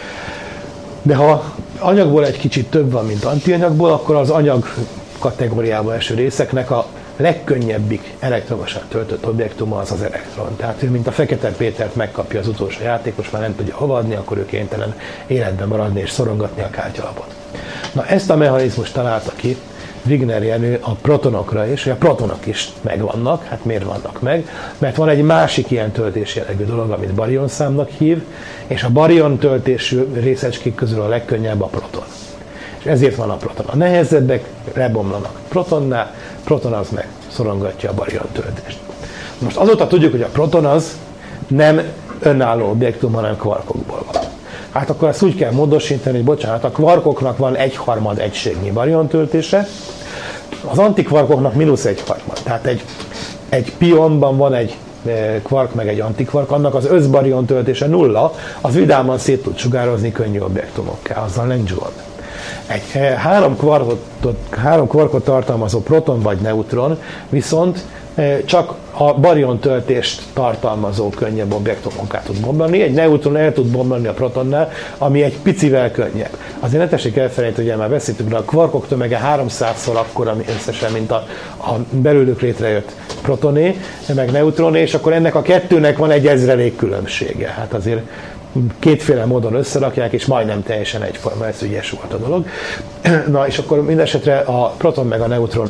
D: De ha anyagból egy kicsit több van, mint antianyagból, akkor az anyag kategóriába eső részeknek a legkönnyebbik elektromosan töltött objektuma az az elektron. Tehát ő, mint a Fekete Pétert megkapja az utolsó játékos, már nem tudja hova adni, akkor ő kénytelen életben maradni és szorongatni a kártyalapot. Na, ezt a mechanizmust találta ki Wigner Jenő a protonokra is, hogy a protonok is megvannak. Hát miért vannak meg? Mert van egy másik ilyen töltésjellegű dolog, amit barionszámnak hív, és a barion töltésű részecskék közül a legkönnyebb a proton. És ezért van a proton. A nehezebbek lebomlanak protonnál, proton az meg szorongatja a barion töltést. Most azóta tudjuk, hogy a proton az nem önálló objektum, hanem kvarkokból van. Hát akkor ezt úgy kell módosítani, hogy bocsánat, a kvarkoknak van egyharmad egységnyi barion töltése, az antikvarkoknak mínusz egyharmad. Tehát egy, egy pionban van egy kvark meg egy antikvark, annak az összbarion töltése nulla, az vidáman szét tud sugározni könnyű objektumokká, azzal nincs gond. Egy három kvarkot, három kvarkot tartalmazó proton vagy neutron viszont csak a barion töltést tartalmazó könnyebb objektumokká tud bomlani. Egy neutron el tud bomlani a protonnál, ami egy picivel könnyebb. Azért ne tessék elfelejteni, hogy már beszéltük, de a kvarkok tömege háromszázszor akkora összesen, mint a, a belőlük létrejött protoné, meg neutroné, és akkor ennek a kettőnek van egy ezrelék különbsége. Hát azért kétféle módon összerakják, és majdnem teljesen egyforma, ez ügyes volt a dolog. Na, és akkor mindesetre a proton meg a neutron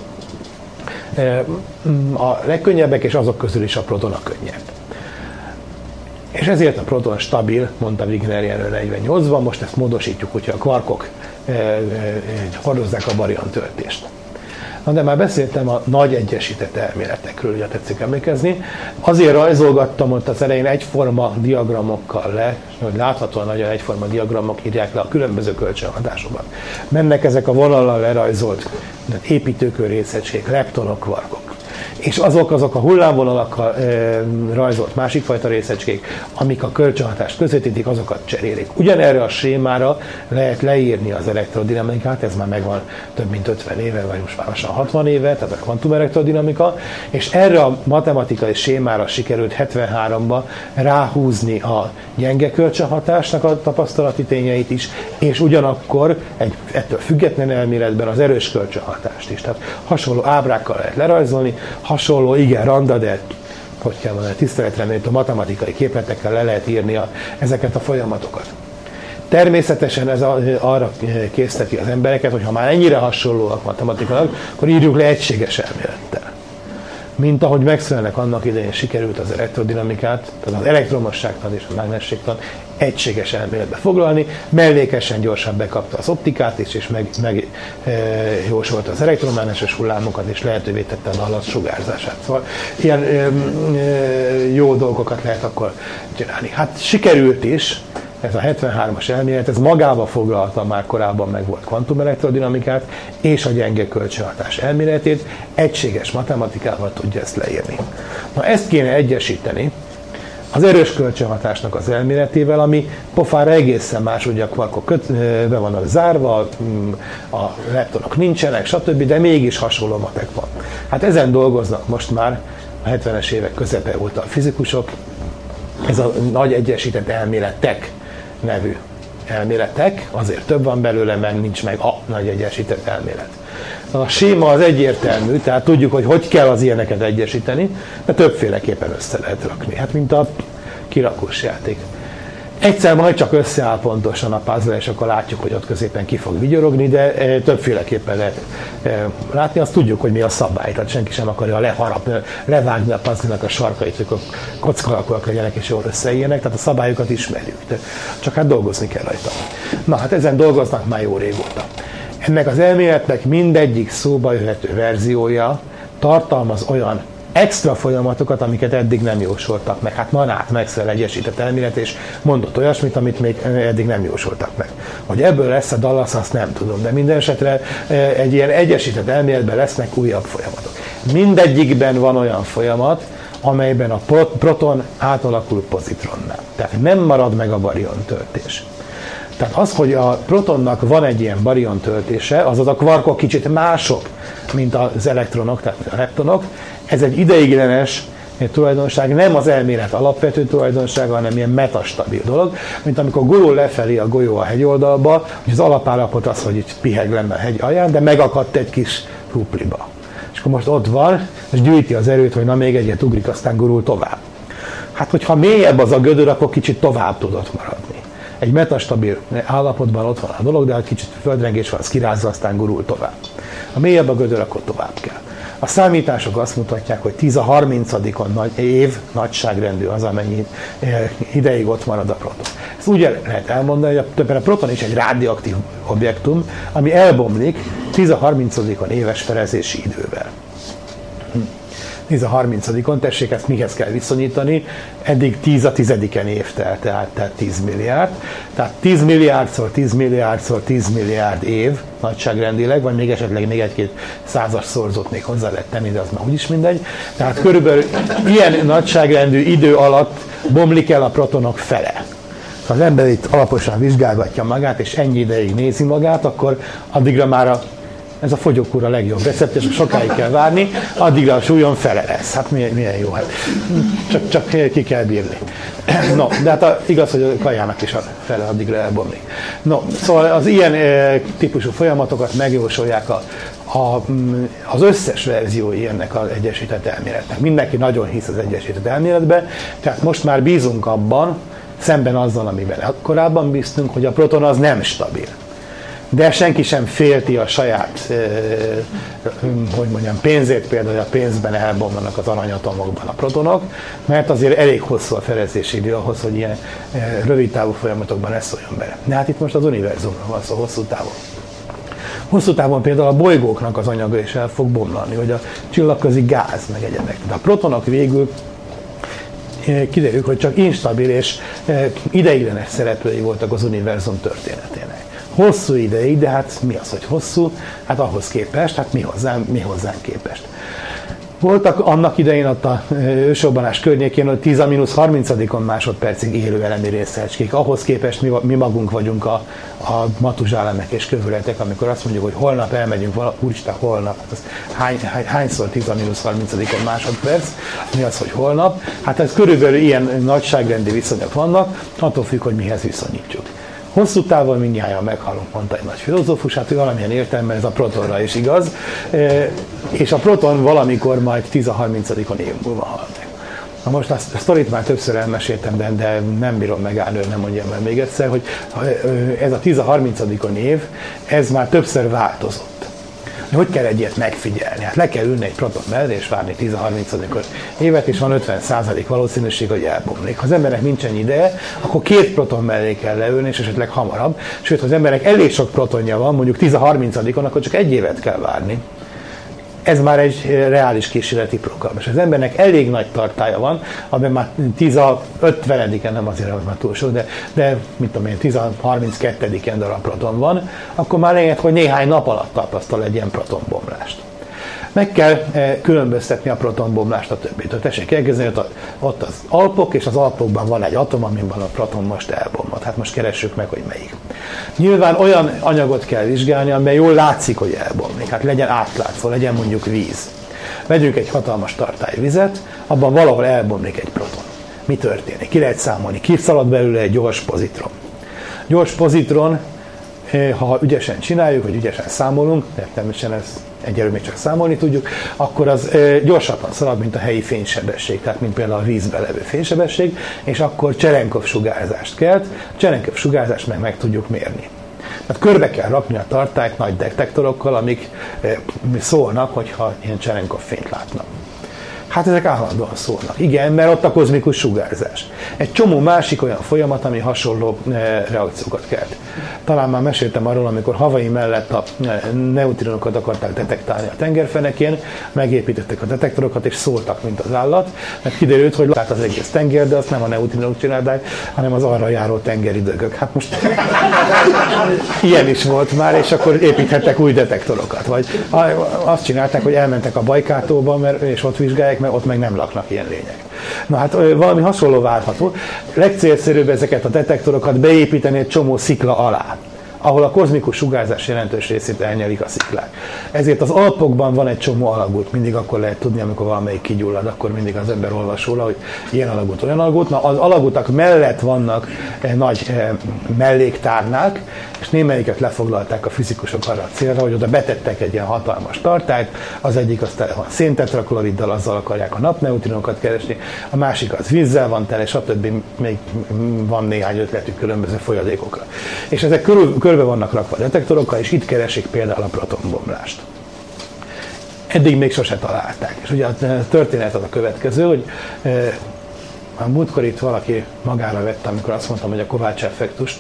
D: a legkönnyebbek, és azok közül is a proton a könnyebb. És ezért a proton stabil, mondta Wigner Jenő negyvennyolcban, most ezt módosítjuk, hogyha a kvarkok hordozzák a barion töltést. Na, de már beszéltem a nagy egyesített elméletekről, ugye tetszik emlékezni. Azért rajzolgattam ott az elején egyforma diagramokkal le, hogy láthatóan nagyon egyforma diagramok írják le a különböző kölcsönhatásokat. Mennek ezek a vonallal lerajzolt építőkör részecskék, leptonok, kvarkok. És azok, azok a hullámvonalakkal e, rajzolt másik fajta részecskék, amik a kölcsönhatást közvetítik, azokat cserélik. Ugyanerre a sémára lehet leírni az elektrodinamikát, ez már megvan több mint ötven éve, vagy most már lassan hatvan éve, tehát a kvantumelektrodinamika, és erre a matematikai sémára sikerült hetvenháromban ráhúzni a gyenge kölcsönhatásnak a tapasztalati tényeit is, és ugyanakkor egy ettől független elméletben az erős kölcsönhatást is. Tehát hasonló ábrákkal lehet lerajzolni, hasonló, igen, randa, de hogy kell mondani, tiszteletre méltó matematikai képletekkel le lehet írni a, ezeket a folyamatokat. Természetesen ez a, arra készteti az embereket, hogy ha már ennyire hasonlóak matematikailag, akkor írjuk le egységes elmélettel. mint ahogy Maxwellnek annak idején sikerült az elektrodinamikát, tehát az elektromosságtan és a mágnességtan egységes elméletbe foglalni, mellékesen gyorsan bekapta az optikát is, és meg, meg e, jósolta az elektromágneses hullámokat, és lehetővé tette a Dallas sugárzását. Szóval ilyen e, e, jó dolgokat lehet akkor csinálni. Hát sikerült is, ez a hetvenhármas elmélet, ez magába foglalta, már korábban meg volt kvantumelektrodinamikát, és a gyenge kölcsönhatás elméletét, egységes matematikával tudja ezt leírni. Na ezt kéne egyesíteni az erős kölcsönhatásnak az elméletével, ami pofára egészen más, ugye a kvarkok köt, be vannak zárva, a leptonok nincsenek, stb., de mégis hasonló matek van. Hát ezen dolgoznak most már a hetvenes évek közepe óta a fizikusok, ez a nagy egyesített elméletek nevű elméletek, azért több van belőle, mert nincs meg a nagy egyesített elmélet. A séma az egyértelmű, tehát tudjuk, hogy hogy kell az ilyeneket egyesíteni, de többféleképpen össze lehet rakni. Hát mint a kirakós játék. Egyszer majd csak összeáll pontosan a puzzle, és akkor látjuk, hogy ott középen ki fog vigyorogni, de többféleképpen lehet látni. Azt tudjuk, hogy mi a szabály, tehát senki sem akarja leharapni, levágni a puzzle-nak a sarkait, hogy a kocka alakúak legyenek és jól összeérjenek, tehát a szabályokat ismerjük, de csak hát dolgozni kell rajta. Na hát ezen dolgoznak már jó régóta. Ennek az elméletnek mindegyik szóba jöhető verziója tartalmaz olyan extra folyamatokat, amiket eddig nem jósoltak meg. Hát van át Maxwell egyesített elmélet, és mondott olyasmit, amit még eddig nem jósoltak meg. Hogy ebből lesz a Dallas, azt nem tudom, de minden esetre egy ilyen egyesített elméletben lesznek újabb folyamatok. Mindegyikben van olyan folyamat, amelyben a proton átalakul pozitronná. Tehát nem marad meg a barion töltés. Tehát az, hogy a protonnak van egy ilyen barion töltése, azaz a kvarkok kicsit mások, mint az elektronok, tehát a leptonok, ez egy ideiglenes tulajdonság, nem az elmélet alapvető tulajdonsága, hanem ilyen metastabil dolog, mint amikor gurul lefelé a golyó a hegyoldalba, hogy az alapállapot az, hogy itt piheg lenne a hegy alján, de megakadt egy kis rupliba. És akkor most ott van, és gyűjti az erőt, hogy na még egyet ugrik, aztán gurul tovább. Hát, hogyha mélyebb az a gödör, akkor kicsit tovább tudott maradni. Egy metastabil állapotban ott van a dolog, de ha kicsit földrengés van, az kirázza, aztán gurul tovább. Ha mélyebb a gödör, akkor tovább kell. A számítások azt mutatják, hogy tíz a harmincadikon nagy év nagyságrendű az, amennyi ideig ott marad a proton. Ezt úgy lehet elmondani, hogy a, a proton is egy rádióaktív objektum, ami elbomlik tíz a harmincadikon éves felezési idővel. tíz a harmincadikon, tessék, ezt mihez kell viszonyítani, eddig tíz a tizediken év telt, tehát, tehát tíz milliárd. Tehát tíz milliárdszor tíz milliárdszor tíz milliárd év nagyságrendileg, vagy még esetleg még egy-két százas szorzót még hozzá lehet tenni, de az már úgyis mindegy. Tehát körülbelül ilyen nagyságrendű idő alatt bomlik el a protonok fele. Ha az ember itt alaposan vizsgálgatja magát, és ennyi ideig nézi magát, akkor addigra már a ez a fogyókúr a legjobb recept, és sokáig kell várni, addigra a súlyon fele lesz. Hát milyen, milyen jó, hát csak, csak ki kell bírni. No, de hát a, igaz, hogy a kajának is a fele addigra elbomlik. No, szóval az ilyen e, típusú folyamatokat megjósolják a, a, az összes verziói ennek az egyesített elméletnek. Mindenki nagyon hisz az egyesített elméletben, tehát most már bízunk abban, szemben azzal, amiben korábban bíztunk, hogy a proton az nem stabil. De senki sem félti a saját, hogy mondjam, pénzét, például a pénzben elbomlanak az aranyatomokban a protonok, mert azért elég hosszú a felezési idő ahhoz, hogy ilyen rövid távú folyamatokban ez szóljon bele. De hát itt most az univerzumról van szó hosszú távon. Hosszú távon például a bolygóknak az anyaga is el fog bomlani, hogy a csillagközi gáz meg egyebek. De a protonok végül kiderül, hogy csak instabil és ideiglenes szereplői voltak az univerzum történetének. Hosszú ideig, de hát mi az, hogy hosszú? Hát ahhoz képest, hát mi hozzánk, mi hozzánk képest. Voltak annak idején ott a ősrobbanás környékén, hogy tíz a mínusz harmincadikon másodpercig élő elemi részecskék. Ahhoz képest mi, mi magunk vagyunk a, a matuzsálemek és kövületek, amikor azt mondjuk, hogy holnap elmegyünk vala, úristen, holnap. Az hány, hány, hányszor tíz a mínusz harmincadikon másodperc? Mi az, hogy holnap? Hát ez körülbelül ilyen nagyságrendi viszonyok vannak, attól függ, hogy mihez viszonyítjuk. Hosszú távon mindnyájan meghalunk, mondta egy nagy filozófus, hát valamilyen értelemben ez a protonra is igaz, és a proton valamikor majd tíz a harmincadikon év múlva hal meg. Na most azt a sztorit már többször elmeséltem, de, de nem bírom megállni, nem mondjam el még egyszer, hogy ez a tíz a harmincadikon év, ez már többször változott. Hogy kell egy ilyet megfigyelni? Hát le kell ülni egy proton mellé és várni tíz-harminc évet, és van ötven százalék valószínűség, hogy elbomlik. Ha az embernek nincs ennyi ideje, akkor két proton mellé kell leülni, és esetleg hamarabb. Sőt, ha az embernek elég sok protonja van, mondjuk tíz-harmincadikon, akkor csak egy évet kell várni. Ez már egy reális kísérleti program. És az embernek elég nagy tartálya van, amiben már tíz-ötvenediken, nem azért, hogy már túl sok, de, de mit tudom én, tíz-harminckettediken darab proton van, akkor már lehet, hogy néhány nap alatt tapasztal egy ilyen protonbomlást. Meg kell különböztetni a protonbomlást a többitől. Tessék elkezdeni, ott, ott az Alpok, és az Alpokban van egy atom, amiben a proton most elbomlott. Hát most keressük meg, hogy melyik. Nyilván olyan anyagot kell vizsgálni, amely jól látszik, hogy elbomlik. Hát legyen átlátszó, legyen mondjuk víz. Vegyünk egy hatalmas tartályú vizet, abban valahol elbomlik egy proton. Mi történik? Ki lehet számolni? Kiszalad belőle egy gyors pozitron. Gyors pozitron, ha ügyesen csináljuk, vagy ügyesen számolunk, de természetesen ez egyelőre még csak számolni tudjuk, akkor az gyorsabban szalad, mint a helyi fénysebesség, tehát mint például a vízbe levő fénysebesség, és akkor Cserenkov sugárzást kelt, Cserenkov sugárzást meg meg tudjuk mérni. Tehát körbe kell rakni a tartályt nagy detektorokkal, amik szólnak, hogyha ilyen Cserenkov fényt látnak. Hát ezek állandóan szólnak. Igen, mert ott a kozmikus sugárzás. Egy csomó másik olyan folyamat, ami hasonló reakciókat kelt. Talán már meséltem arról, amikor Hawaii mellett a neutrinokat akarták detektálni a tengerfenekén, megépítettek a detektorokat, és szóltak, mint az állat, mert kiderült, hogy lát az egész tenger, de azt nem a neutrinok csinálták, hanem az arra járó tengeri dögök. Hát most ilyen is volt már, és akkor építhettek új detektorokat. Vagy azt csinálták, hogy elmentek a Bajkátóba, mert, és ott vizsgálják, mert ott meg nem laknak ilyen lények. Na hát valami hasonló várható. Legcélszerűbb ezeket a detektorokat beépíteni egy csomó szikla alá, ahol a kozmikus sugárzás jelentős részét elnyelik a sziklák. Ezért az Alpokban van egy csomó alagút, mindig akkor lehet tudni, amikor valamelyik kigyullad, akkor mindig az ember olvas róla, hogy ilyen alagút, olyan alagút. Na, az alagutak mellett vannak eh, nagy eh, melléktárnák, és némelyiket lefoglalták a fizikusok arra a célra, hogy oda betettek egy ilyen hatalmas tartályt, az egyik az tele van széntetrakloriddal, azzal akarják a napneutrinokat keresni, a másik az vízzel van tele, stb. Még van néhány ötletük különböző folyadékokra. És ezek körül, körbe vannak rakva a detektorokkal, és itt keresik például a protonbomlást. Eddig még sose találták. És ugye a történet az a következő, hogy a múltkor itt valaki magára vette, amikor azt mondtam, hogy a Kovács-effektust,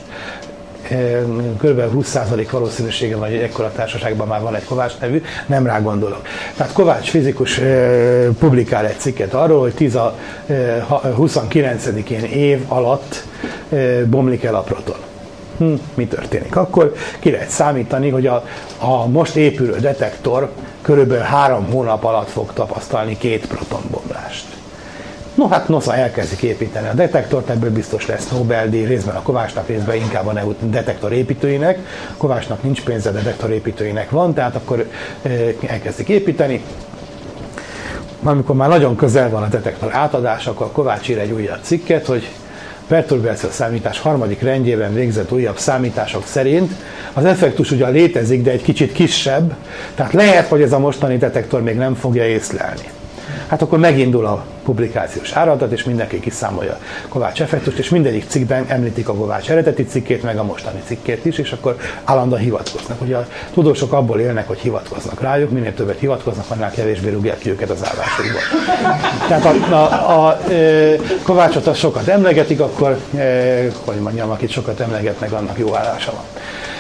D: kb. húsz százalék valószínűsége van, hogy ekkora társaságban már van egy Kovács nevű, nem rá gondolok. Tehát Kovács fizikus publikál egy cikket arról, hogy huszonkilencedikén év alatt bomlik el a proton. Hm, mi történik? Akkor ki lehet számítani, hogy a, a most épülő detektor körülbelül három hónap alatt fog tapasztalni két protonbomlást. No hát NOSA elkezdik építeni a detektort, ebből biztos lesz Nobel-díj, részben a Kovácsnak, részben inkább a detektor építőinek. Kovácsnak nincs pénze, detektor építőinek van, tehát akkor elkezdik építeni. Amikor már nagyon közel van a detektor átadása, akkor Kovács ír egy újabb cikket, hogy perturbáció számítás harmadik rendjében végzett újabb számítások szerint az effektus ugyan létezik, de egy kicsit kisebb, tehát lehet, hogy ez a mostani detektor még nem fogja észlelni. Hát akkor megindul a publikációs áradat, és mindenki kiszámolja Kovács effektust, és mindegyik cikkben említik a Kovács eredeti cikkét, meg a mostani cikkét is, és akkor állandóan hivatkoznak. Ugye a tudósok abból élnek, hogy hivatkoznak rájuk, minél többet hivatkoznak, annál kevésbé rúgják ki őket az állásukból. Tehát a, a, a, a Kovácsot azt sokat emlegetik, akkor, hogy mondjam, akit sokat emlegetnek, annak jó állása van.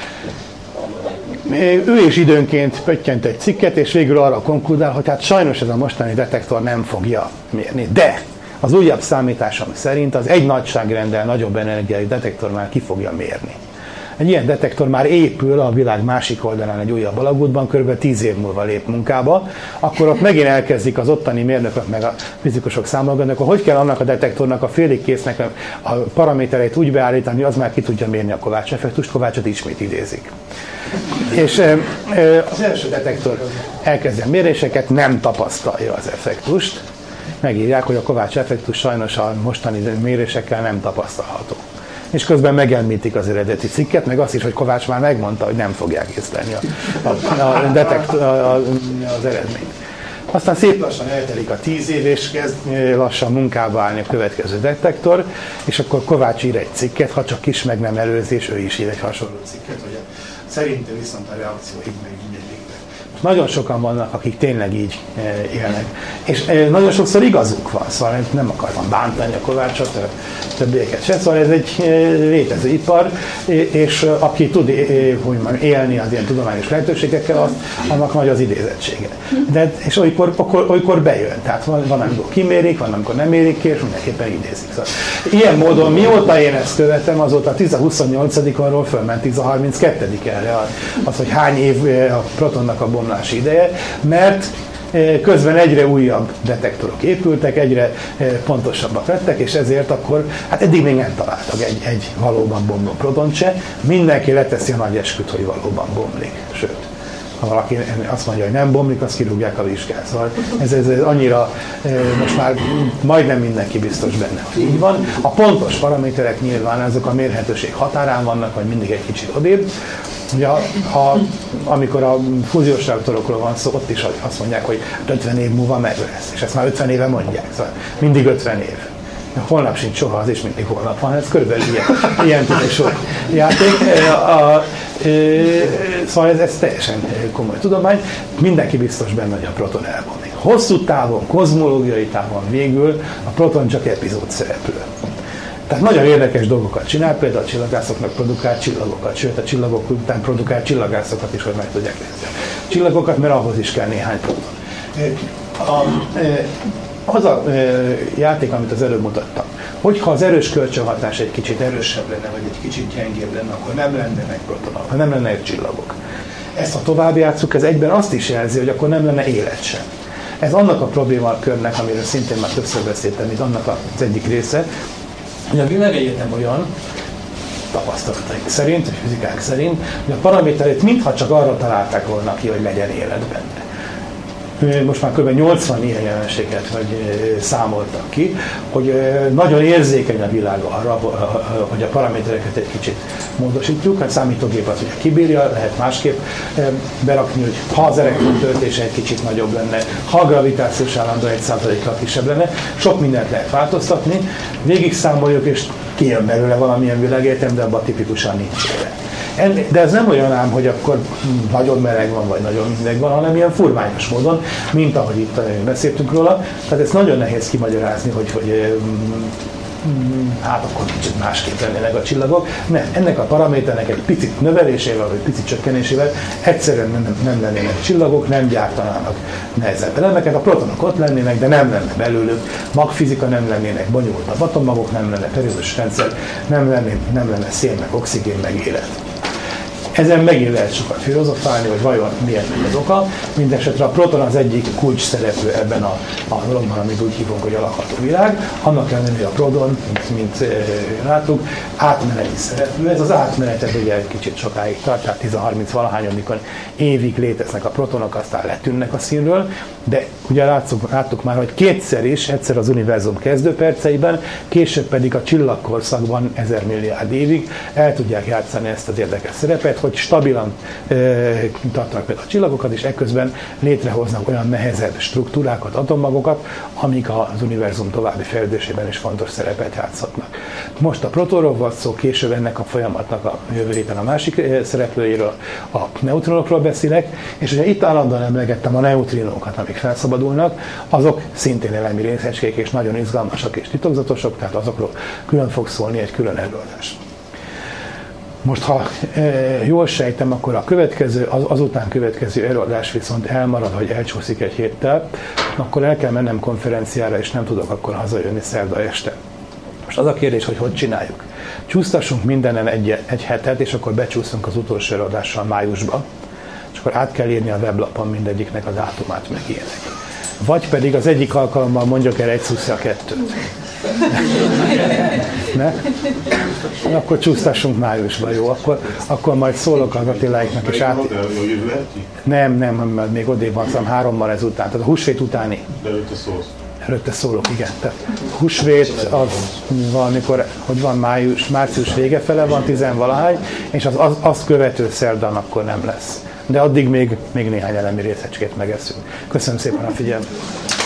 D: Ő is időnként pöttyent egy cikket, és végül arra konkludál, hogy hát sajnos ez a mostani detektor nem fogja mérni. De az újabb számításom szerint az egy nagyságrenddel nagyobb energiájú detektor már ki fogja mérni. Egy ilyen detektor már épül a világ másik oldalán egy újabb alagútban, kb. tíz év múlva lép munkába, akkor ott megint elkezdik az ottani mérnökök meg a fizikusok számolgatni, akkor hogy kell annak a detektornak a félig késznek a paramétereit úgy beállítani, az már ki tudja mérni a Kovács effektust, Kovácsot ismét idézik. És az első detektor elkezdi a méréseket, nem tapasztalja az effektust. Megírják, hogy a Kovács effektus sajnos a mostani mérésekkel nem tapasztalható. És közben megemlítik az eredeti cikket, meg azt is, hogy Kovács már megmondta, hogy nem fogják észlelni a, a, a detektor, a, az eredményt. Aztán szép lassan eltelik a tíz év, és kezd lassan munkába állni a következő detektor, és akkor Kovács ír egy cikket, ha csak kis meg nem előzés, ő is ír egy hasonló cikket, hogy a, szerintem viszont a reakció így meg így végre Nagyon sokan vannak, akik tényleg így élnek. És nagyon sokszor igazuk van, szóval nem akartam bántani a Kovácsot, többieket se, szóval ez egy létező ipar, és aki tud hogy mondjam, élni az ilyen tudományos lehetőségekkel, az, annak nagy az idézettsége. De, és olykor, akkor, olykor bejön, tehát van, van, amikor kimérik, van, amikor nem érik ki, és mindenképpen idézik. Szóval ilyen módon, mióta én ezt követem, azóta tíz huszonnyolcadikról fölment tíz harminckettedikére az, hogy hány év a protonnak a bomlási ideje, mert közben egyre újabb detektorok épültek, egyre pontosabbak lettek, és ezért akkor, hát eddig még nem találtak egy, egy valóban bomló protont se. Mindenki leteszi a nagy esküt, hogy valóban bomlik. Sőt, ha valaki azt mondja, hogy nem bomlik, azt kirúgják a vizsgát. Szóval ez, ez, ez annyira, most már majdnem mindenki biztos benne, hogy így van. A pontos paraméterek nyilván azok a mérhetőség határán vannak, vagy mindig egy kicsit odébb. Ugye, ha, amikor a fúziós reaktorokról van szó, ott is azt mondják, hogy ötven év múlva meg lesz, és ezt már ötven éve mondják, szóval mindig ötven év. Holnap sincs soha, az is mindig holnap van, ez körülbelül ilyen, ilyen típusú játék. A, a, szóval ez, ez teljesen komoly tudomány, mindenki biztos benne, hogy a proton elbomlik. Hosszú távon, kozmológiai távon végül a proton csak epizód szereplő. Tehát nagyon érdekes dolgokat csinál, például a csillagászoknak produkált csillagokat, sőt a csillagok után produkált csillagászokat is, hogy meg tudják nézni. Csillagokat, mert ahhoz is kell néhány proton. A, az a játék, amit az előbb mutattam, hogyha az erős kölcsönhatás egy kicsit erősebb lenne, vagy egy kicsit gyengébb lenne, akkor nem lennének protonok, ha nem lennének csillagok. Ezt ha tovább játsszuk, ez egyben azt is jelzi, hogy akkor nem lenne élet sem. Ez annak a problémakörnek, amiről szintén már többször beszéltem, itt annak az egyik része, hogy a világegyetem olyan, tapasztalataink szerint, vagy fizikák szerint, hogy a paraméterét mintha csak arra találták volna ki, hogy legyen élet benne. Most már kb. nyolcvan ilyen jelenséget vagy számoltak ki, hogy nagyon érzékeny a világ arra, hogy a paramétereket egy kicsit módosítjuk. Hát számítógép az ugye kibírja, lehet másképp berakni, hogy ha az elektron töltése egy kicsit nagyobb lenne, ha a gravitációs állandó egy százalékkal kisebb lenne, sok mindent lehet változtatni, végig számoljuk, és kijön belőle valamilyen világegyetem, de abban tipikusan nincs élet. De ez nem olyan ám, hogy akkor nagyon meleg van, vagy nagyon hideg van, hanem ilyen furmányos módon, mint ahogy itt beszéltünk róla. Tehát ez nagyon nehéz kimagyarázni, hogy, hogy hát akkor kicsit másképp lennének a csillagok. Nem, ennek a paraméternek egy picit növelésével, vagy picit csökkenésével egyszerűen nem, nem lennének csillagok, nem gyártanának nehezebb elemeket. A protonok ott lennének, de nem lenne belőlük. Magfizika nem lennének, bonyolultabb atommagok nem lenne, periódus rendszer, nem lenne, nem lenne szén, meg oxigén, meg élet. Ezen megint lehet sokat filozofálni, hogy vajon milyen az oka. Mindenesetre a proton az egyik kulcs szereplő ebben a, a dologban, amit úgy hívunk, hogy a lakható világ. Annak ellenére, hogy a proton, mint, mint e, láttuk, átmeneti szereplő. Ez az átmenetet ugye egy kicsit sokáig tart, tehát tíz harminc valahányadikon évig léteznek a protonok, aztán letűnnek a színről, de ugye látszuk, láttuk már, hogy kétszer is, egyszer az univerzum kezdőperceiben, később pedig a csillagkorszakban ezer milliárd évig el tudják játszani ezt az érdekes szerepet, hogy stabilan e, tartanak például a csillagokat, és ekközben létrehoznak olyan nehezebb struktúrákat, atommagokat, amik az univerzum további fejlődésében is fontos szerepet játszhatnak. Most a protonról volt szó, később ennek a folyamatnak a jövő héten a másik szereplőjéről, a neutronokról beszélek, és ugye itt állandóan emlegettem a neutrinókat, amik felszabadulnak, azok szintén elemi részecskék, és nagyon izgalmasak és titokzatosok, tehát azokról külön fog szólni egy külön előadás. Most, ha e, jól sejtem, akkor a következő, az, azután következő előadás viszont elmarad, hogy elcsúszik egy héttel, akkor el kell mennem konferenciára, és nem tudok akkor hazajönni szerda este. Most az a kérdés, hogy hogy csináljuk. Csúsztassunk mindenen egy, egy hetet, és akkor becsúszunk az utolsó előadással májusba, és akkor át kell írni a weblapon mindegyiknek a dátumát, meg ilyenek. Vagy pedig az egyik alkalommal mondjuk el egy szuszi a kettőt. Ne? Akkor csúsztassunk májusba, jó? Akkor, akkor majd szólok az Attiláiknak is át... Nem, nem, mert még odébb van, szóval hárommal ezután, tehát a húsvét utáni.
E: De előtte szólsz.
D: Előtte szólok, igen. Tehát húsvét az valamikor, hogy van május, március vége fele van, tizenvalahány, és az, az, azt követő szerdán akkor nem lesz. De addig még, még néhány elemi részecskét megeszünk. Köszönöm szépen a figyelmet!